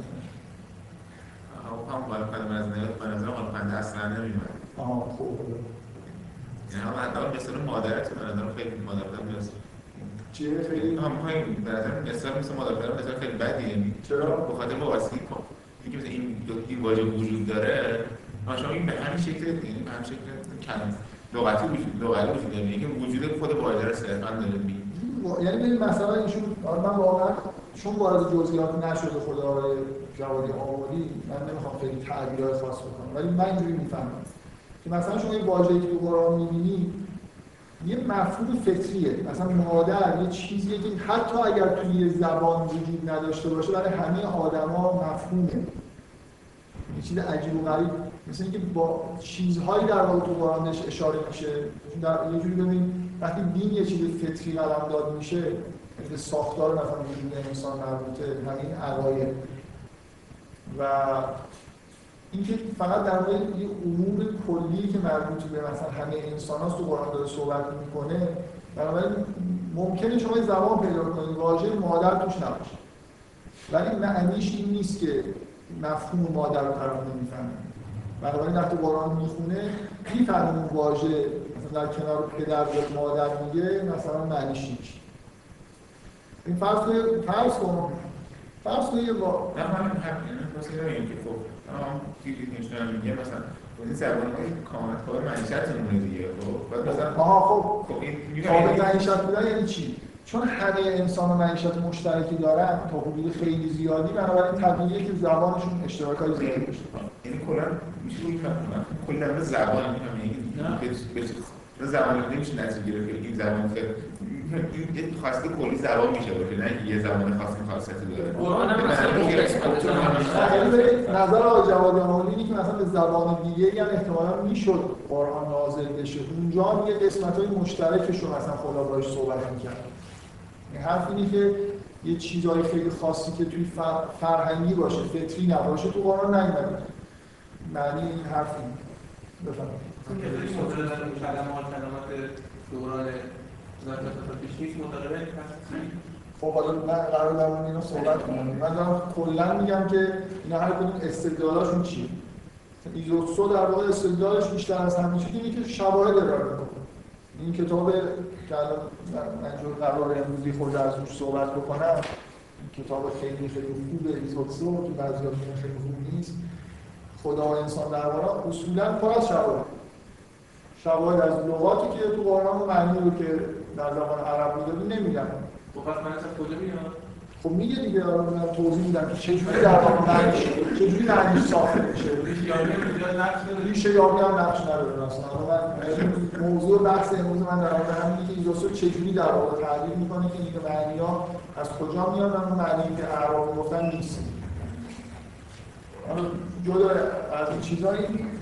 Speaker 4: هم باید قدم از نیاد به نظرم آلپنده اصلا نمیمد
Speaker 1: خوب
Speaker 4: یعنی هم حتی مثل مادرت به نظرم خیلی مادرتم میرسه
Speaker 1: چیه خیلی؟
Speaker 4: هم پایین به نظرم مثل مادرتم مثل خیلی بدیه
Speaker 1: چرا؟
Speaker 4: بخاطر وابستگی کن اینکه مثل این این واژه وجود داره، شما این به همین شکل، یعنی به همین شکل لغتی وجود داره، یعنی که وجود خود واژه رو صرفاً داره
Speaker 1: یعنی ببین مثلا ایشون، من واقعا چون وارد جزئیات نشده خود آقای جوادی آملی، من نمیخوام خیلی تعبیرات خاص بکنم، ولی من اینجوری میفهمم که مثلا شما این واژه‌ای که تو قرآن می‌بینی یه مفهوم فطریه، مثلا مادر یه چیزیه که حتی اگر توی یه زبان وجود نداشته باشه برای همه آدما مفهومه. یه چیز عجیب و غریب، مثل اینکه با چیزهایی در واقع تو قرآن بهش اشاره میشه. در یه جوری ببین وقتی دین یه چیز فطری قلمداد میشه، به ساختار مثلا وجود انسان مربوطه، همین عقاید و اینکه فقط در مورد یه امور کلی که مربوط به مثلا همه انسان‌هاست تو قرآن داره صحبت میکنه، بنابراین ممکنه شما زبان پیدا کنید واژه مادر توش نباشه، ولی معنیش این نیست که مفهوم مادر رو طرف نمیفهمه. بنابراین وقتی قرآن میخونه میفهمه اون واژه مثلا در کنار پدر یا مادر میگه مثلا معنیش چیه. این فرض کنید یه
Speaker 4: نه من مثلا اینکه خب تمام چیزی که نشون میگه مثلا این زبان‌های کامل‌های معیشتمون دیگه، خب بعد مثلا
Speaker 1: خب این کامل معیشت بودن یعنی چی؟ چون همه انسان و معیشت مشترکی دارن تا حدود خیلی زیادی، بنابراین طبیعیه که زبانشون اشتراکای زیادی داشته باشه.
Speaker 4: یعنی کلا میشه بگیم کلا زبان به زبان نمیشه نتیجه گرفت که این زبان این خاصیت کلی زبان میشه باشه، نه یه زبان خاصیتی داره.
Speaker 3: قرآن هم
Speaker 1: مثلا نظر آقای جوادی آملی اینه که مثلا به زبان دیگه‌ای هم احتمالاً میشد قرآن نازل بشه، اونجا هم یه قسمت‌های مشترکش رو مثلا خدا باهاش صحبت می‌کرد. این حرف اینه که یه چیزای خیلی خاصی که توی فرهنگی باشه، فطری نباشه تو قرآن نیومده. معنی این حرف اینه. بفرمایید.
Speaker 5: که کلمات دوران ذات پیش نیست مطالبه هست.
Speaker 1: خب حالا من قرار دارم اینو صحبت کنم. من دارم کلا میگم که اینا هر کدوم استدلالاشون چیه. ایزوتسو در واقع استدلالش بیشتر از همین چیزی اینه که شواهد ارائه میکنه. این کتاب که الان من جور قراره امروزی خود از روش صحبت بکنم، کتاب خیلی خوبه ایزوتسو که بعضی‌ها میگن خیلی خوب نیست. خدا و انسان درباره اصولاً پر از شواهد از لغاتی که تو قرآن و معنی رو که در زبان عرب می‌دونی نمیدن.
Speaker 5: خب پس من اصلا کجا میاد؟
Speaker 1: خب میگه دیگه، من توضیح میدم که چجوری در واقع معنیش چجوری معنیش ساخته میشه. ریشه یابی هم نقش نداره اصلا. من موضوع بحث امروز من در واقع همینه که ایزوتسو چجوری در واقع تعبیر میکنه که این معنی‌ها از کجا میاد و اون معنی که عرب گفتن نیست. جدا از این چیزایی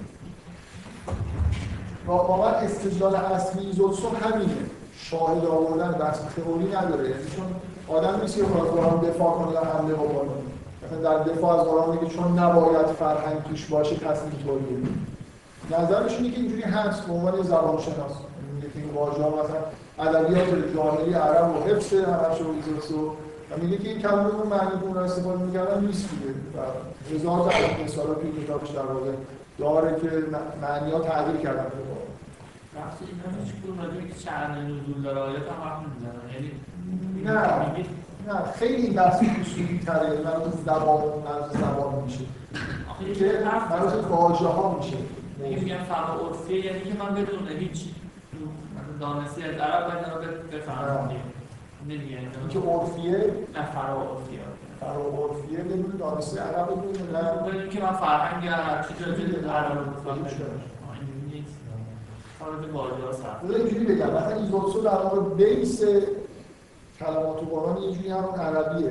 Speaker 1: واقعا استدلال اصلی ایزوتسو همینه، شاهد آوردن بحث تئوری نداره، یعنی چون آدم نیست که از قرآن دفاع کنه یا حمله بکنه. مثلا در دفاع از قرآن میگه چون نباید فرهنگ توش باشه پس اینطوریه. نظرش اینه که اینجوری هست به عنوان زبانشناس، میگه که این واژه‌ها مثلا ادبیات جاهلی عرب و حفظ همش رو ایزوتسو و میگه که این کلمه اون معنی که اون استفاده می‌کردن نیست دیگه. و هزار تا مثالا توی کتابش در واقع داره که معنی‌ها تغییر کردن.
Speaker 3: وقتی این هیچ کدوم راجعه که چند نزول داره آیات هم حرف نمی‌زنن، یعنی
Speaker 1: نه خیلی بحث اصولی تره، مربوط زبان میشه.
Speaker 3: آخه
Speaker 1: که مربوط واژه‌ها میشه.
Speaker 3: میگم فرق عرفیه، یعنی که من بدون هیچ دانستی از عرب باید اینا رو بفهمم دیگه. نمیگه
Speaker 1: اینکه عرفیه
Speaker 3: نه فرق عرفیه.
Speaker 1: فرق عرفیه بدون دانستی عرب بدون نه
Speaker 3: بدون که من فرهنگ هر چیزی عرب رو بفهمم. حالت واژه‌ها سخت.
Speaker 1: اینجوری بگم مثلا ایزوتسو در واقع بیس کلمات قرآن یه جوری همون عربیه.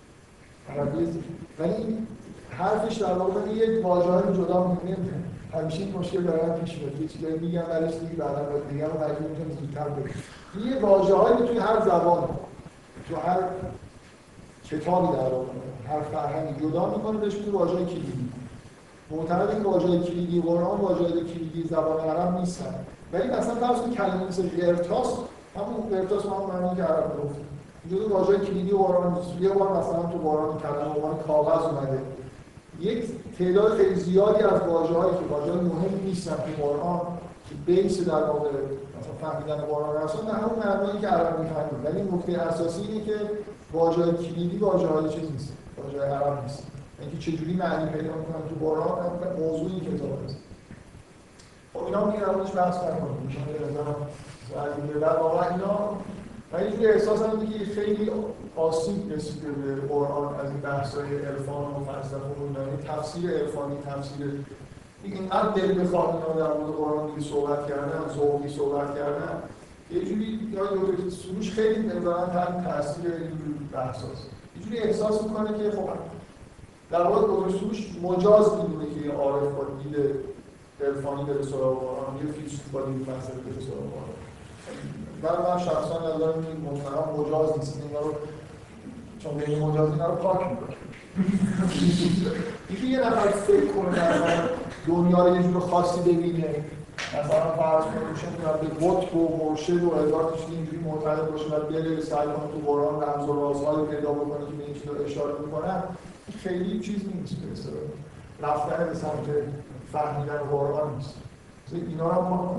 Speaker 1: ولی این حرفش در واقع یک واژه‌ای جدا می‌کنه. همیشه این مشکل دارن پیش میاد. یه چیزایی میگن ولیش دیگه بعدا باید دیگه رو مجبور می‌کنه زودتر بگم. این واژه‌هایی توی هر زبان تو هر کتابی در واقع هر فرهنگی جدا می‌کنه بهش میگه واژه‌های کلیدی. معتقد این واژه‌های کلیدی قرآن واژه‌های کلیدی زبان عرب نیستن. ولی مثلا فرض کنید کلمه مثل ارتاس، همون ارتاس ما هم معنی که عرب گفت. اینجوری واژه کلیدی قرآن نیست. یه بار مثلا تو قرآن کلمه عنوان کاغذ اومده. یک تعداد خیلی زیادی از واژه‌هایی که واژه‌های مهم نیستن تو قرآن که بیس در واقع مثلا فهمیدن قرآن هستن، نه همون معنی که عرب می‌فهمن. ولی نکته اساسی اینه که واژه‌های کلیدی واژه‌های چیز نیست. واژه‌های عرب نیست. اینکه چجوری معنی پیدا می‌کنم تو قرآن موضوع این کتاب است. خب اینا میگه روش بحث نکنیم میشه به نظرم و واقعا اینا من یه جوری احساس هم که خیلی آسیب رسیده به قرآن از این بحث‌های عرفان و فلسفه و اینا، تفسیر عرفانی، تفسیر اینقدر دل بخواه اینا در مورد قرآن دیگه صحبت کردن، ذوقی صحبت کردن، یه جوری یا دکتر سروش خیلی نظرا تاثیر این بحثاست. یه جوری احساس میکنه که خب در واقع دکتر سروش مجاز میدونه که یه عارف با دید عرفانی بره سراغ قرآن، یه فیلسوف با دید فلسفی بره سراغ قرآن. من شخصا نظرم این مطلقا مجاز نیست، اینا رو چون به این مجاز اینا رو پاک میکنه. اینکه یه نفر فکر کنه مثلا دنیا رو یه جور خاصی ببینه، مثلا فرض کنیم چون به قطب و مرشد و هزار چیز اینجوری معتقد باشه و بره سعی کنه تو قرآن رمز و رازهایی پیدا بکنه که به این چیزا اشاره میکنن، خیلی چیز نیست به اصطلاح رفتن به سمت فهمیدن قرآن نیست. اینا رو ما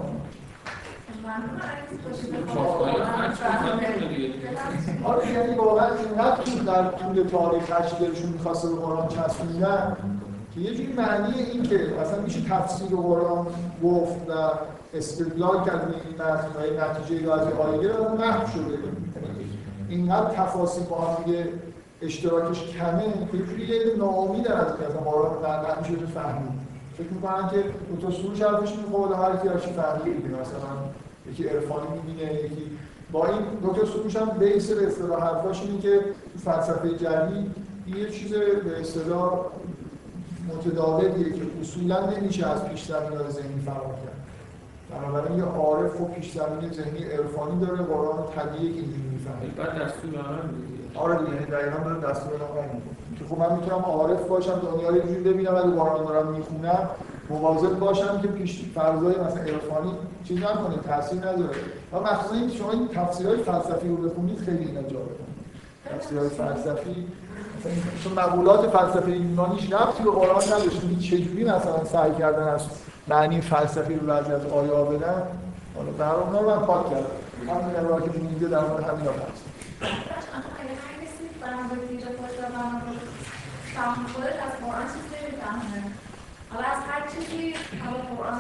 Speaker 1: آره یعنی واقعا اینقدر در طول تاریخ دلشون می‌خواسته به قرآن چسبوندن که یه جوری معنی این که اصلا میشه تفسیر قرآن گفت و استدلال کرد این متن و نتیجه از آیه رو محو شده. اینقدر تفاصیل با هم دیگه اشتراکش کمه که یه جوری یه ناامیدن از اینکه اصلا قرآن در نمیشه فهمید. فکر می‌کنن که دو تا سروش حرفش می‌خوره هر کی هرچی فهمید مثلا یکی عرفانی می‌بینه یکی با این دکتر سروش هم بیس به اصطلاح حرفاش اینه که فلسفه جدید یه چیز به اصطلاح متداولیه که اصولا نمیشه از پیش زمینه‌های ذهنی فرار کرد. بنابراین یه عارف و پیش زمینه ذهنی عرفانی داره قرآن طبیعیه که اینجوری می‌فهمه.
Speaker 5: بعد دستور عمل می‌دی.
Speaker 1: آره دیگه دقیقاً داره دستور عمل می‌کنه. که خب من میتونم عارف باشم دنیا رو اینجوری ببینم ولی قرآن دارم میخونم مواظب باشم که پیش فرضای مثلا عرفانی چیز نکنه تاثیر نداره و مخصوصا این شما این تفسیرهای فلسفی رو بخونید خیلی اینا جالبه تفسیرهای فلسفی مثلا چون مقولات فلسفه یونانیش ربطی به قرآن نداشت که چجوری مثلا سعی کردن از معنی فلسفی رو بعضی از آیه‌ها بدن حالا برای اونا رو من پاک کردم همین رو که میگه در مورد همینا هست
Speaker 2: خودش از قرآن چیزی نمی‌فهمه. حالا از هر چیزی حالا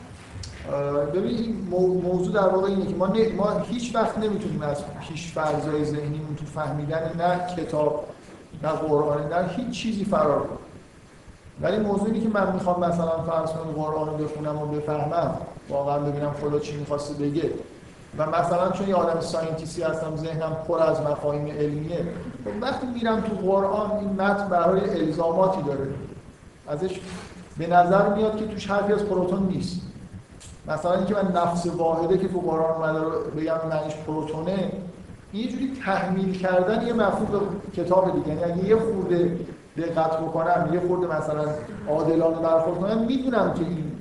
Speaker 2: قرآن
Speaker 1: ببین این موضوع در واقع اینه که ما هیچ وقت نمیتونیم از پیش فرضای ذهنیمون تو فهمیدن نه کتاب نه قرآن نه هیچ چیزی فرار کنیم. ولی موضوع اینه که من میخوام مثلا فرض کنم قرآن رو بخونم و بفهمم واقعا ببینم خدا چی می‌خواسته بگه و مثلا چون یه آدم ساینتیستی هستم ذهنم پر از مفاهیم علمیه وقتی میرم تو قرآن این متن برای الزاماتی داره ازش به نظر میاد که توش حرفی از پروتون نیست مثلا اینکه من نفس واحده که تو قرآن اومده رو بگم معنیش پروتونه یه جوری تحمیل کردن یه مفهوم به کتاب دیگه یعنی اگه یه خورده دقت بکنم یه خورده مثلا عادلانه برخورد کنم میدونم که این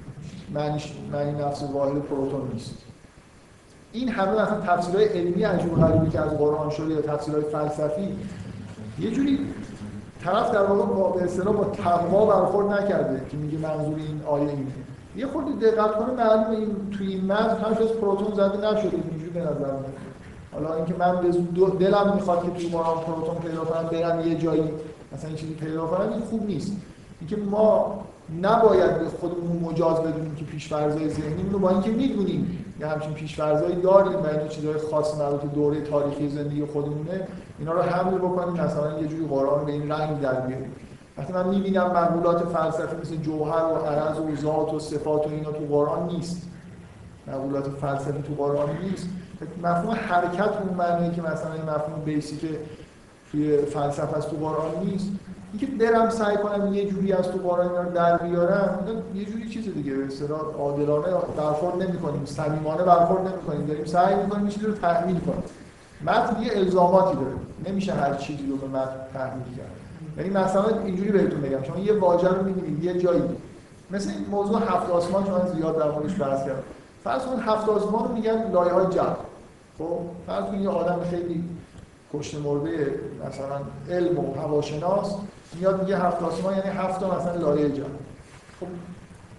Speaker 1: معنی نفس واحد پروتون نیست این همه مثلا تفسیرهای علمی عجیب و غریبی که از قرآن شده یا تفسیرهای فلسفی یه جوری طرف در واقع به اصطلاح با تقوا برخورد نکرده که میگه منظور این آیه اینه یه خورده دقت کنه معلومه این توی این متن همش از پروتون زده نشده اینجوری به نظر میاد حالا اینکه من به دلم میخواد که توی قرآن پروتون پیدا کنم برم یه جایی مثلا این چیزی پیدا کنم این خوب نیست اینکه ما نباید به خودمون مجاز بدونیم که پیش‌فرض‌های ذهنیمون رو با اینکه میدونیم یه همچین پیش‌فرض‌هایی داریم و این چیزهای خاص مربوط به دوره تاریخی زندگی خودمونه اینا رو حمل بکنیم مثلا یه جوری قرآن به این رنگ در بیاریم وقتی من میبینم مقولات فلسفی مثل جوهر و عرض و ذات و صفات و اینا تو قرآن نیست مقولات فلسفی تو قرآن نیست مفهوم حرکت اون معنی که مثلا این مفهوم بیسیک توی فلسفه از تو قرآن نیست اینکه برم سعی کنم یه جوری از تو قرآن اینا رو در بیارم یه جوری چیز دیگه به اصطلاح عادلانه برخورد نمی‌کنیم صمیمانه برخورد نمی‌کنیم داریم سعی می‌کنیم چیزی رو تحمیل کنیم متن یه الزاماتی داره نمیشه هر چیزی رو به متن تحمیل کرد یعنی مثلا اینجوری بهتون بگم شما یه واژه رو می‌بینید یه جایی مثل این موضوع هفت آسمان شما زیاد در موردش بحث کردم فرض کن هفت آسمان رو میگن لایه‌های جبر خب فرض کن یه آدم خیلی کشته مرده مثلا علم و هواشناس میاد میگه هفت آسمان یعنی هفت تا مثلا لایه جبر خب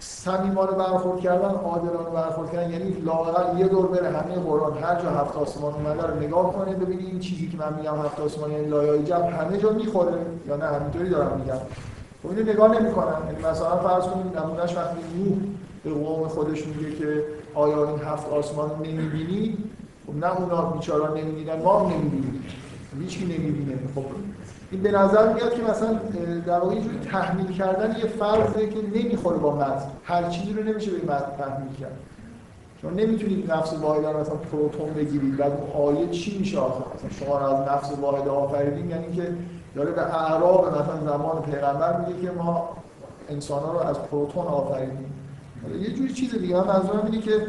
Speaker 1: صمیمانه برخورد کردن، عادلانه برخورد کردن، یعنی لااقل یه دور بره همه قرآن هر جا هفت آسمان اومده رو نگاه کنه ببینید این چیزی که من میگم هفت آسمان یعنی لایه‌های جبر همه جا میخوره یا نه همینطوری دارم میگم. خب اینو نگاه نمی‌کنن. یعنی مثلا فرض کنید نمونهش وقتی نوح به قوم خودش میگه که آیا این هفت آسمان رو نمی‌بینی؟ خب نه اونا بیچاره‌ها نمی‌بینن، ما هم نمی‌بینیم. هیچکی نمی‌بینه. خب این به نظر میاد که مثلا در واقع یه جوری تحمیل کردن یه فرضه که نمیخوره با متن. هر چیزی رو نمیشه به متن تحمیل کرد. چون نمیتونید نفس واحد رو مثلا پروتون بگیرید و اون آیه چی میشه آخر؟ مثلا شما رو از نفس واحد آفریدیم، یعنی که داره به اعراب مثلا زمان پیغمبر میگه که ما انسان‌ها رو از پروتون آفریدیم. یه جوری چیز دیگه. من منظورم اینه که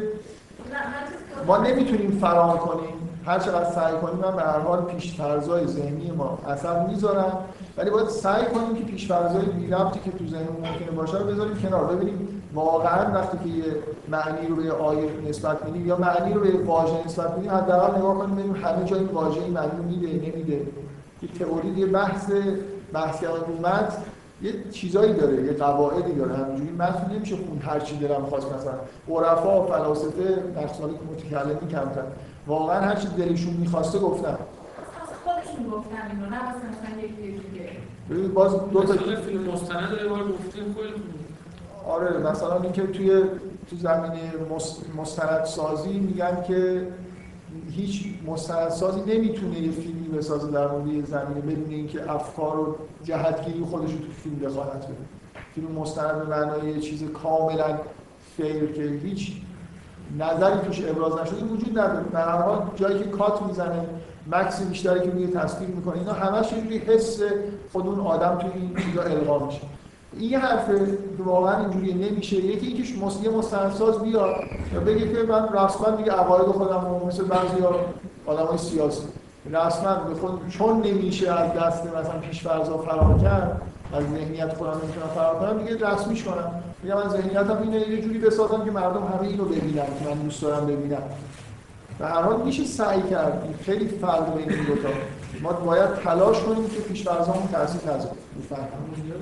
Speaker 1: ما نمیتونیم فرار کنیم. هر چقدر سعی کنیم من به هر حال پیش‌فرض‌های ذهنی ما اثر میذارم، ولی باید سعی کنیم که پیش‌فرض‌های بی‌ربطی که تو ذهنمون ممکنه باشه رو بذاریم کنار، ببینیم واقعاً وقتی که یه معنی رو به یه آیه نسبت میدیم یا معنی رو به واژه نسبت میدیم حداقل نگاه کنیم ببینیم همه جای این واژه این معنی رو میده نمیده. یه تئوری، یه بحث کردن رو متن یه چیزایی داره، یه قواعدی داره. همینجوری متن نمیشه خون هر چی دلم خواست. مثلا عرفا و فلاسفه نقصالی که متکلمی کمتر واقعا هر چی دلشون می‌خواسته گفتن.
Speaker 2: خودشون گفتن اینو، نه مثلا یکی دیگه.
Speaker 1: ببینید باز دو تا
Speaker 3: فیلم مستند رو یه بار گفتیم خیلی
Speaker 1: آره مثلا اینکه تو زمینه مستندسازی میگن که هیچ مستندسازی نمیتونه یه فیلمی بسازه در مورد یه زمینه بدون اینکه افکار و جهتگیری خودش رو تو فیلم دخالت بده. فیلم مستند به معنای یه چیز کاملا فیر که هیچ نظری توش ابراز نشده وجود نداره. در هر حال جایی که کات میزنه، مکس بیشتری که روی تصویر میکنه، اینا همش یه جوری حس خود اون آدم تو این چیزا القا میشه. این حرفه که واقعا اینجوری نمیشه. یکی اینکه یه مستندساز بیاد یا بگه که من رسما دیگه عقاید خودم رو مثل بعضیا آدمای سیاسی رسما به خود چون نمیشه از دست مثلا پیش‌فرض‌ها فرار کرد، از ذهنیت خودم نمیتونم فرار کنم دیگه رسمیش کنم. میگم من ذهنیتم اینه یه جوری بسازم که مردم همه اینو ببینن که من دوست دارم ببینم. به هر حال میشه سعی کرد. خیلی فرق بین این دو تا. ما باید تلاش کنیم که پیش‌فرض‌هامون تاثیر نذاره. می‌فهمید؟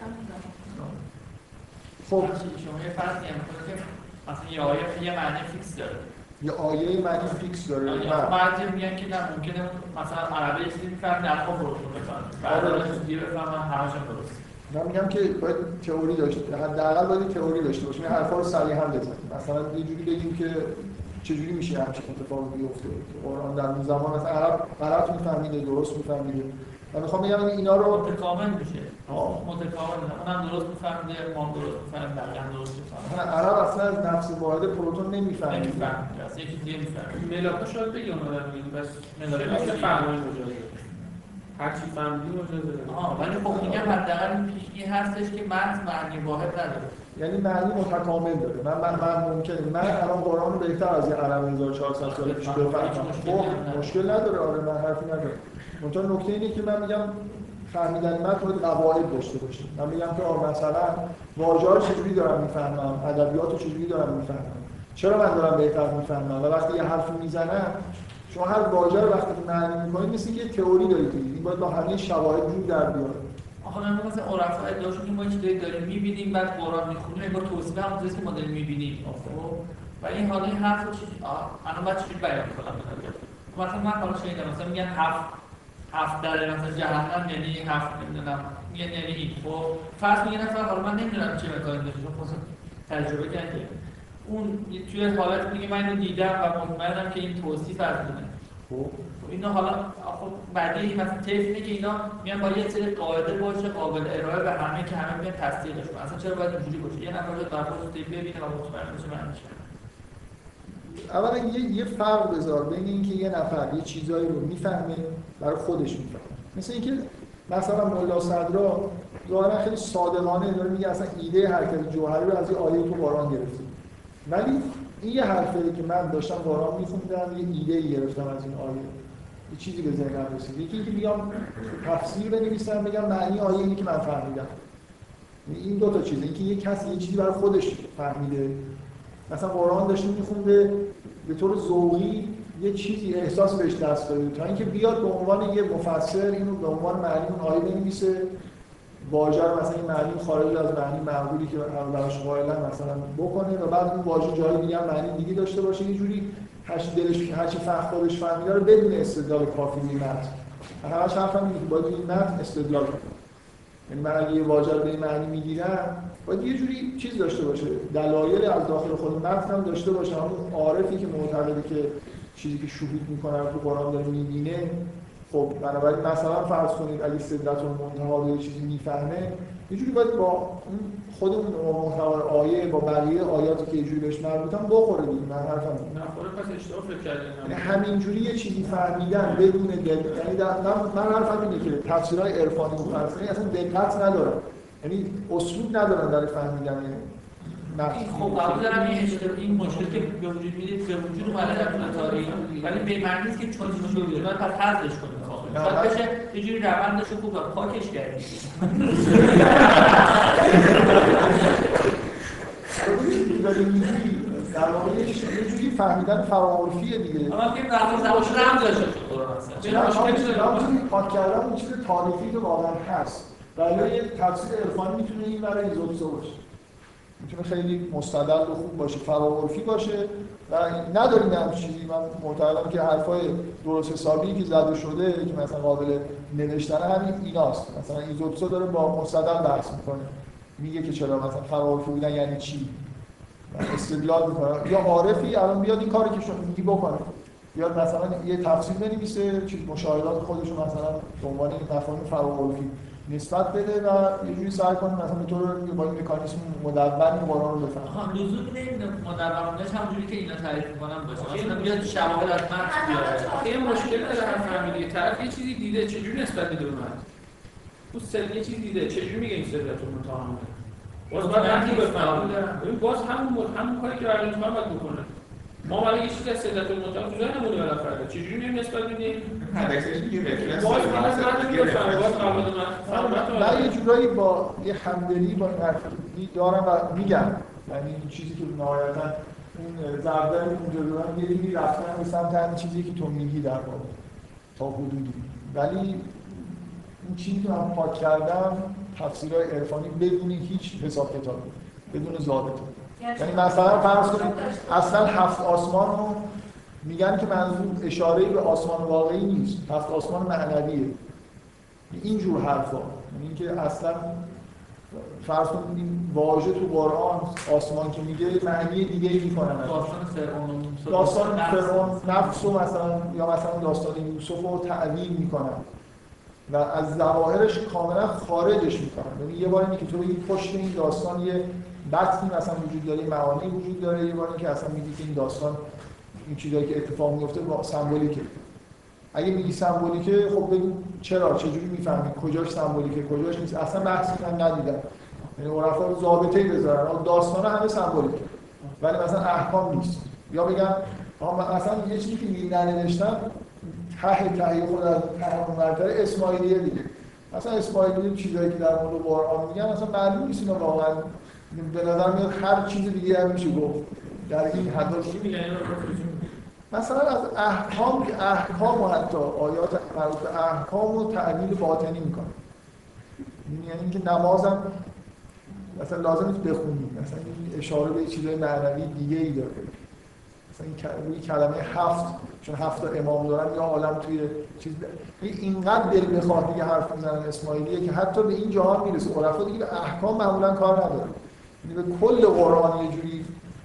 Speaker 3: خب شما یه فرضی هم کنید که مثلا یه آیه یه معنی فیکس داره.
Speaker 1: یه آیه معنی فیکس داره.
Speaker 3: بعضی میگن که نه ممکنه مثلا عربی چیزی می‌فهمن در خود درست بفهمن. بعد چیزی بفهمن همش درست.
Speaker 1: من میگم که باید تئوری داشته باشه. حداقل باید تئوری داشته باشیم. این حرفا رو صریحا بزنیم. مثلا یه جوری بگیم که چجوری میشه همچین اتفاقی بیفته. قرآن در اون زمان مثلا عرب غلط می‌فهمیده، درست می‌فهمیده. من میخوام بگم اینا رو
Speaker 3: متکامل میشه. متکامل اونم درست میفهمه، ما درست میفهمیم، بقیه درست میفهمن.
Speaker 1: عرب اصلا از نفس واحد پروتون نمیفهمه.
Speaker 3: اصلا یکی دیگه میفهمه.
Speaker 5: ملاکا شاید بگه اونا رو میگه بس ملاکا که فهمای مجاز هر چی فهمیدی مجاز داره.
Speaker 3: ولی خب میگم حداقل این هستش که متن معنی واحد نداره.
Speaker 1: یعنی معنی متکامل داره. من ممکنه من الان قرآن رو بهتر از این عرب 1400 سال پیش بفهمم. خب مشکل نداره. آره من حرفی ندارم. منتها نکته اینه که من میگم فهمیدن متن باید قواعد داشته باشه. من میگم که مثلا واژه‌ها رو چجوری دارم میفهمم، ادبیات رو چجوری دارم میفهمم، چرا من دارم بهتر میفهمم و وقتی یه حرفی میزنم شما هر واژه رو وقتی که معنی میکنید مثل که تئوری دارید. این باید با همه شواهد رو در بیاره.
Speaker 3: آخه من مثلا عرفا ادعاشون که ما چیزایی داریم میبینیم بعد قرآن میخونیم انگار توصیف هم چیزی که ما داریم میبینیم. و این حالا این حرف رو الان باید چجوری بیان کنم؟ مثلا من حالا شنیدم مثلا میگن هفت در مثلا جهنم یعنی هفت نمیدونم یعنی این. خب فرض میگه نفر حالا من نمیدونم چه مکانی داشته چون تجربه کردم اون توی حالت میگه من اینو دیدم و مطمئنم که این توصیف از دونه. خب اینا حالا خب بعدی مثلا طیف اینه که اینا میان با یه سری قاعده باشه قابل ارائه به همه که همه بیان تصدیقش کنن. اصلا چرا باید اینجوری باشه؟ یه نفر در خودش طیف ببینه و مطمئن بشه معنیش.
Speaker 1: اولا یه فرق بذار بین اینکه یه نفر یه چیزایی رو میفهمه برای خودش میفهمه. مثل اینکه مثلا ملا صدرا ظاهرا خیلی صادقانه داره میگه اصلا ایده حرکت جوهری رو از یه آیه تو قرآن گرفتیم. ولی این یه حرفی که من داشتم قرآن میخوندم یه ایده‌ای گرفتم از این آیه. یه چیزی به ذهنم رسید. یکی اینکه بیام تفسیر بنویسم بگم معنی آیه اینه که من فهمیدم. این دو تا چیزه. اینکه یه کسی یه چیزی برای خودش فهمیده. مثلا قرآن داشته میخونده به طور ذوقی یه چیزی احساس بهش دست داده تا اینکه بیاد به عنوان یه مفسر اینو به عنوان معنی اون آیه بنویسه واژه رو مثلا این معنی خارج از معنی معقولی که براش قائلن مثلا بکنه و بعد اون واژه جای دیگه هم معنی دیگه داشته باشه، یه جوری هرچی خودش فهمیده رو بدون استدلال کافی روی متن. همش حرفم اینه که باید این متن استدلال کنه. یعنی من اگه یه واژه رو به این معنی میگیرم باید یه جوری چیز داشته باشه، دلایل از داخل خود متن هم داشته باشه. اون عارفی که معتقده که چیزی که شهود میکنه رو تو قرآن داره میبینه، خب بنابراین مثلا فرض کنید اگه سدرةالمنتهی رو چیزی میفهمه، یه جوری باید با اون خود اون محتوای آیه با بقیه آیاتی که یه جوری بهش مربوطن بخوره دیگه. من حرفم
Speaker 5: نخوره پس اشتباه فکر کردن.
Speaker 1: یعنی همینجوری یه چیزی فهمیدن بدون دقت، یعنی من حرفم اینه که تفسیرهای عرفانی و فلسفی اصلا دقت ندارن، یعنی اسلوب ندارن در فهمیدن
Speaker 3: خب قبول دارم این مشکل که به وجود میاد به وجود اومده در طول تاریخ، ولی به معنی نیست که چون مشکل بوده باید پس حذفش کنیم کامل. باید بشه یه جوری روندش رو خوب پاکش کردیم.
Speaker 1: در واقع یه جوری فهمیدن فراعرفیه دیگه.
Speaker 3: اما که زبانش رم داشته
Speaker 1: پاک کردن اون چیز تاریخی که واقعا هست. ولی یه تفسیر عرفانی میتونه این برای ایزوتسو باشه. میتونه خیلی مستدل و خوب باشه، فراعرفی باشه و نداریم همچین چیزی. من معتقدم که حرفای درست حسابی که زده شده که مثلا قابل نوشتن همین ایناست. مثلا ایزوتسو داره با مستدل بحث میکنه، میگه که چرا مثلا فراعرفی بودن یعنی چی، استدلال میکنه. یا عارفی الان بیاد این کاری که شما میگی بکنه، بیاد مثلا یه تفسیر بنویسه، چیز مشاهدات خودش رو مثلا به عنوان مفاهیم فراعرفی نسبت بده و یه جوری سعی کنه مثلا به طور با این مکانیزم مدون قرآن رو بفهمه.
Speaker 3: لزوم نمیده مدونش همونجوری که اینا تعریف می‌کنن باشه. مثلا بیاد شواهد از متن بیاره.
Speaker 5: این مشکل داره هم فهمیدی طرف یه چیزی دیده چجوری نسبت میده به متن. اون سر یه چیزی دیده چجوری میگه این سدرةالمنتهی باز باید همین بفهمه. ببین باز همون کاری که برای شما باید بکنه. ما ولی یه چیزی از سدرةالمنتهی تو ذهنمون بالاخره چجوری می‌ریم نسبت میدیم؟
Speaker 4: حداکثرش میگه رفرنس
Speaker 5: باز
Speaker 1: من یه جورایی با یه همدلی با این حرفی دارم و میگم، یعنی این چیزی که نهایتاً اون ضربه اونجا دارم یه جوری رفتن به سمت همین چیزی که تو میگی در واقع تا حدودی، ولی این چیزی که من پاک کردم تفسیرهای عرفانی بدون هیچ حساب کتاب، بدون ضابطه. یعنی مثلا فرض کنید اصلا 7 آسمان رو میگن که منظور اشاره‌ای به آسمان واقعی نیست، 7 آسمان معنویه. اینجور حرفا، یعنی اینکه اصلا فرض کنید این واژه تو قرآن آسمان که میگه معنی دیگه‌ای میکنه. داستان فرعون نفس و مثلا یا مثلا داستان یوسف رو تعویل میکنن و از ظواهرش کاملا خارجش میکنن. یعنی یه بار اینه که تو بگی پشت این داستان یه بطنی مثلا وجود داره، معانی وجود داره، یه بار اینه که اصلا میگی که این داستان این چیزایی که اتفاق میفته با سمبولیکه. اگه میگی سمبولیکه خب بگو چرا، چجوری میفهمی کجاش سمبولیکه کجاش نیست، اصلا بحثی هم ندیدن. یعنی عرفا ضابطه‌ای بذارن داستانا همه سمبولیکه ولی مثلا احکام نیست. یا بگن مثلا یه چیزی که میگن ننوشتن ته خود از ته مرتبه اسماعیلیه دیگه. مثلا اسماعیلیه چیزایی که در مورد قرآن میگن مثلا معلوم نیست اینا واقعا، به نظر میاد هر چیز دیگه هم میشه گفت در این حد.
Speaker 5: چی میگن
Speaker 1: مثلا از احکام و حتی آیات مربوط به احکام و تعبیر باطنی میکنه. یعنی اینکه نمازم مثلا لازم نیست بخونی، مثلا این اشاره به چیزای معنوی دیگه ای داره. مثلا این کلمه 7 چون 7 تا امام دارن یا عالم توی چیز اینقدر دل بخواد دیگه حرف میزنن اسماعیلیه که حتی به این جهان میرسه. عرفا دیگه به احکام معمولا کار نداره، یعنی به کل قرآن یه جوری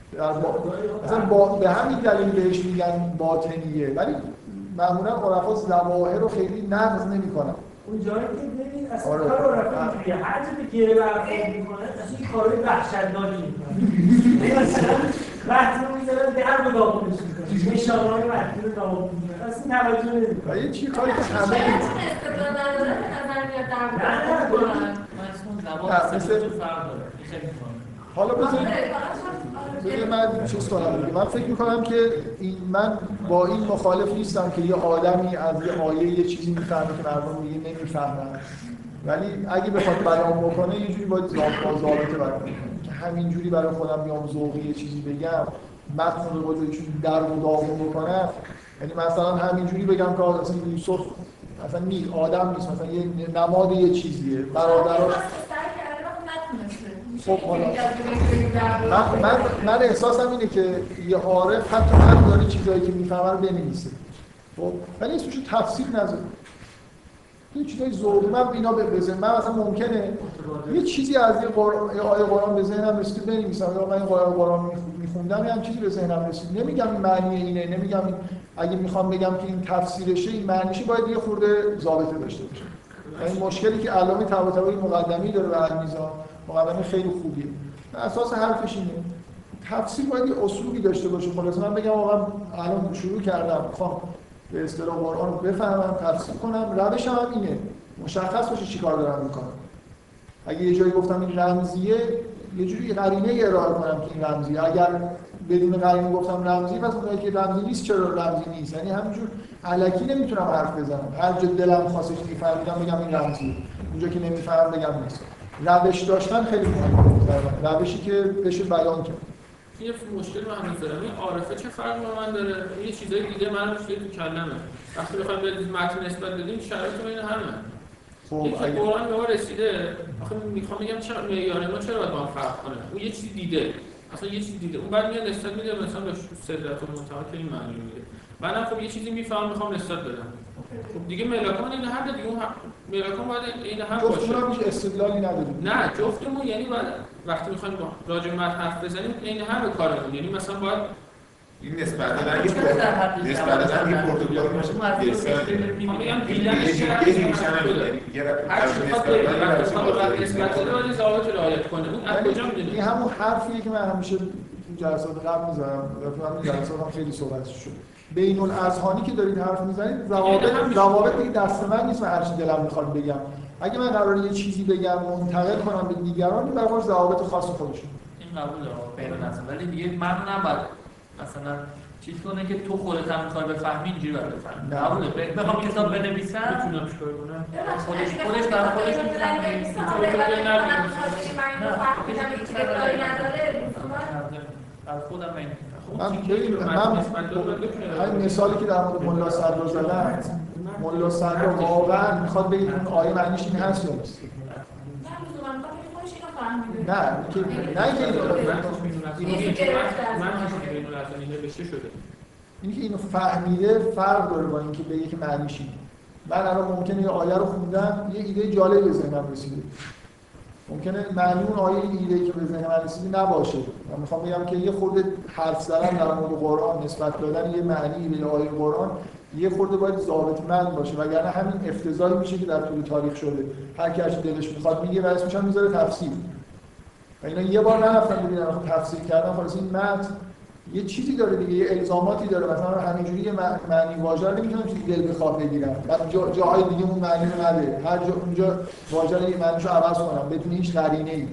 Speaker 1: مثلا به همین دلیل بهش میگن باطنیه، ولی معمولا عرفا ظواهر رو خیلی نقض نمیکنن.
Speaker 6: اون جایی که ببین اصلا کار عرفا اینجوریه، هر چی به گره برخورد میکنه اصلا این کارهای وحشتناکی میکنه. مثلا وقتی رو میذارن در رو داغونش میکنه، نشانه‌های وقتی رو داغون میکنه، اصلا توجه نمیکنه.
Speaker 1: و یه چی کاری که همه
Speaker 2: استدلال نداره به نظر میاد در
Speaker 3: مورد زبان فرق داره.
Speaker 1: حالا بذارید من چیز کنم دیگه. من فکر میکنم که من با این مخالف نیستم که یه آدمی از یه آیه یه چیزی میفهمه که مردم دیگه نمیفهمن، ولی اگه بخواد بیان بکنه یه جوری باید ضابطه بیان کنه که همینجوری برای خودم بیام ذوقی یه چیزی بگم متن رو باید چون در و داغون بکنم. یعنی مثلا همینجوری بگم که اصلا یوسف مثلا آدم نیست، مثلا یه نماد یه چیزیه، برادراش. خب من احساسم اینه که یه عارف حتی هر داره چیزایی که میفهمه رو بنویسه، خب ولی اسمشو تفسیر نذاره. یه چیزای ذوقی من اینا بزنم، من مثلا ممکنه یه چیزی از یه آیه قرآن به ذهنم رسید بنویسم، یا من این قرآن میخوندم یه چیزی به ذهنم رسید، نمیگم این معنی اینه، نمیگم اگه میخوام بگم که این تفسیرشه، این معنیشه باید یه خورده ضابطه داشته باشه. این مشکلی که علامه طباطبایی مقدمی داره به المیزان، مقدمه خیلی خوبیه. اساس حرفش اینه تفسیر باید یه اصولی داشته باشه. خلاص من بگم آقا الان شروع کردم میخوام به اصطلاح قرآن رو بفهمم، تفسیر کنم، روشم هم اینه، مشخص باشه چیکار دارم میکنم. اگه یه جایی گفتم این رمزیه، یه جوری قرینه ارائه کنم که این رمزیه. اگر بدون قرینه گفتم رمزی، پس اونایی که رمزی نیست چرا رمزی نیست؟ یعنی همینجور الکی نمیتونم حرف بزنم. هر جا دلم خواستش میفهمیدم بگم این رمزیه، اونجا که نمیفهمم بگم نیست. روش داشتن خیلی مهمه، روشی که بشه بیان کرد.
Speaker 5: یه مشکل من میذارم، این عارفه چه فرق با من داره؟ یه چیزای دیگه من رو تو کلمه. وقتی بخوام به متن نسبت بدیم شرایط این همه. خب اگه قرآن به ما رسیده، آخه میخوام بگم چرا معیار ما چرا باید با هم فرق کنه؟ اون یه چیزی دیده. اصلا یه چیزی دیده. اون بعد میاد نسبت میده مثلا به سدرت المنتهی که این معنی میده. منم خب یه چیزی میفهمم میخوام نسبت بدم. خب دیگه ملاکان این هم دیگه اون ملاکان باید این هم باشه.
Speaker 1: جفتمون هیچ استدلالی نداریم.
Speaker 5: نه جفتمون یعنی باید وقتی میخوایم راجع به متن حرف بزنیم این همه کارمون، یعنی مثلا باید
Speaker 4: این نسبت دادن یه پروتکل باشه.
Speaker 5: میگم دیدنش نسبت داده باید ضابط رعایت کنه. اون از کجا میدونی؟
Speaker 1: این همون حرفیه که من همیشه تو جلسات قبل می‌زدم، تو همین جلسات هم خیلی صحبت شد. بین الاذهانی که دارید حرف میزنید، ضوابط دیگه دست من نیست. من هر چی دلم میخواد بگم. اگه من قراره یه چیزی بگم منتقل کنم به دیگران، این برای ضوابط خاص خودشه.
Speaker 3: این قبول دارم بین الاذهان، ولی دیگه من نباید مثلا چیز کنه که تو خودت هم می‌خوای بفهمی اینجوری باید بفهمی. قبوله. بخوام کتاب بنویسم
Speaker 5: میتونم چیکار کنم؟
Speaker 3: خودش برای خودش
Speaker 1: همین مثالی که در مورد ملا صدرا زدن، ملا صدرا واقعا میخواد بگه اون آیه معنیش این هست یا نیست؟ نه اینی که اینو فهمیده فرق داره با اینکه بگه که معنیش اینه. من الان ممکنه یه آیه رو خوندم، یه ایده جالبی به ذهنم رسیده، ممکنه معنی اون آیه ایده‌ای که به ذهن من رسیده نباشه. من میخوام بگم که یه خورده حرف زدن در مورد قرآن، نسبت دادن یه معنی به آیه قرآن یه خورده باید ضابطه‌مند باشه، وگرنه همین افتضاحی میشه که در طول تاریخ شده. هر کی هر دلش میخواد میگه و اسمش هم میذاره تفسیر. و اینا یه بار نرفتن ببینن تفسیر کردن، خلاص این متن یه چیزی داره دیگه، یه الزاماتی داره. مثلا همینجوری یه معنی واژه رو نمیتونم چیزی دل بخواد بگیرم، بعد جاهای دیگه اون معنی رو نده، هر جا اونجا واژه رو یه معنیشو عوض کنم بدون هیچ قرینه‌ای.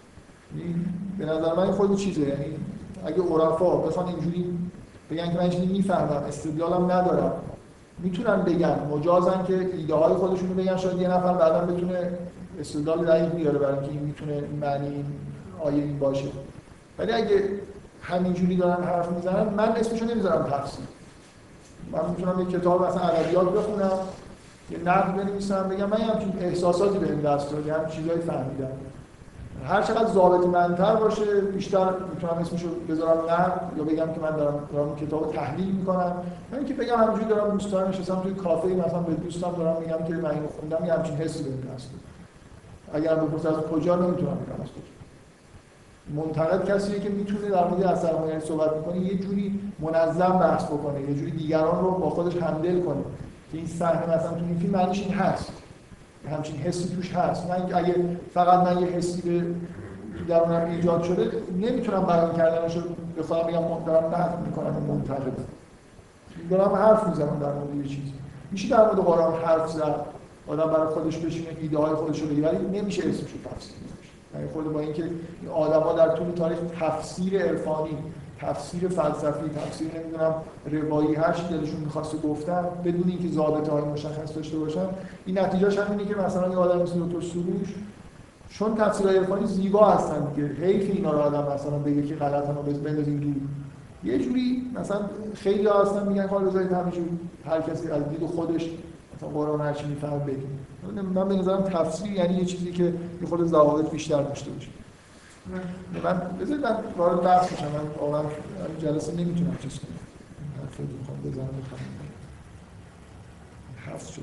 Speaker 1: به نظر من خود چیزه، یعنی اگه عرفا بخوان اینجوری بگن که من چیزی میفهمم، استدلالم ندارم، میتونن بگن، مجازن که ایده های خودشون رو بگن، شاید یه نفر بعداً بتونه استدلال دقیق بیاره برای اینکه این میتونه معنی آیه این باشه. ولی اگه همینجوری دارن حرف میزنن، من اسمشو نمیذارم تفسیر. من میتونم یه کتاب مثلا ادبیات بخونم، یه نقد بنویسم، بگم من همچین احساساتی بهم دست داد، همین چیزایی فهمیدم. هر چقدر ضابطه‌مندتر باشه، بیشتر میتونم اسمشو بذارم نقد، یا بگم که من دارم کتابو تحلیل میکنم. من اینکه بگم همینجوری دارم دوستان نشستم توی کافه مثلا به دوستم دارم میگم که من اینو خوندم، یه همچین حسی بهم دست داد. اگر بپرسید از کجا، نمیتونم بگم از کجا. منتقد کسیه که میتونه در مورد اثرمایه‌ای صحبت میکنه، یه جوری منظم بحث بکنه، یه جوری دیگران رو با خودش همدل کنه که این صحنه مثلا تو این فیلم معنیش این هست، همچین حسی توش هست. من اگه فقط من یه حسی به درونم ایجاد شده، نمیتونم بیان کردنشو به خودم بگم دارم نقد میکنم، منتقد دارم حرف میزنم در مورد یه چیزی. میشه در مورد قرآن حرف زد، آدم برای خودش بشینه ایده های خودش رو بگه، ولی نمیشه اسمشو تفسیر. یعنی خود با اینکه این آدم‌ها در طول تاریخ تفسیر عرفانی، تفسیر فلسفی، تفسیر نمیدونم روایی، هر چی دلشون می‌خواسته گفتن بدون اینکه ضابطه‌های مشخص داشته باشن، این نتیجهش همینه که مثلا یه آدم مثل دکتر سروش، چون تفسیرهای عرفانی زیبا هستن دیگه، حیف اینا رو آدم مثلا بگه که غلطن و بندازیم دور. یه جوری مثلا خیلی هستن میگن حالا بذارید همینجوری هر کسی از دید خودش مثلا قرآن هر چی میفهمه بگیم. من به نظرم تفسیر یعنی یه چیزی که یه خورده ضوابط بیشتر داشته باشه. من بذارید من وارد بحث بشم. من واقعا جلسه نمیتونم چیز کنم. حرف میخوام بزنم بخوام. حفظ شد.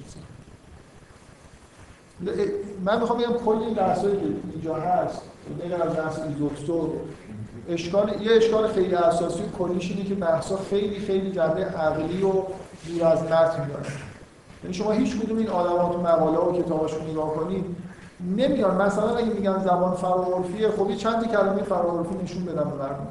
Speaker 1: من میخوام بگم کل این بحثایی که اینجا هست، غیر از بحث ایزوتسو، یه اشکال خیلی اساسی و کلیش اینه که بحثا خیلی جنبه عقلی و دور از متن داره. یعنی شما هیچ کدوم این آدم‌ها تو مقاله و کتاباشون نگاه کنید نمیان مثلا اگه میگن زبان فراعرفیه، خب یه چند کلمه فراعرفی نشون بدن به مردم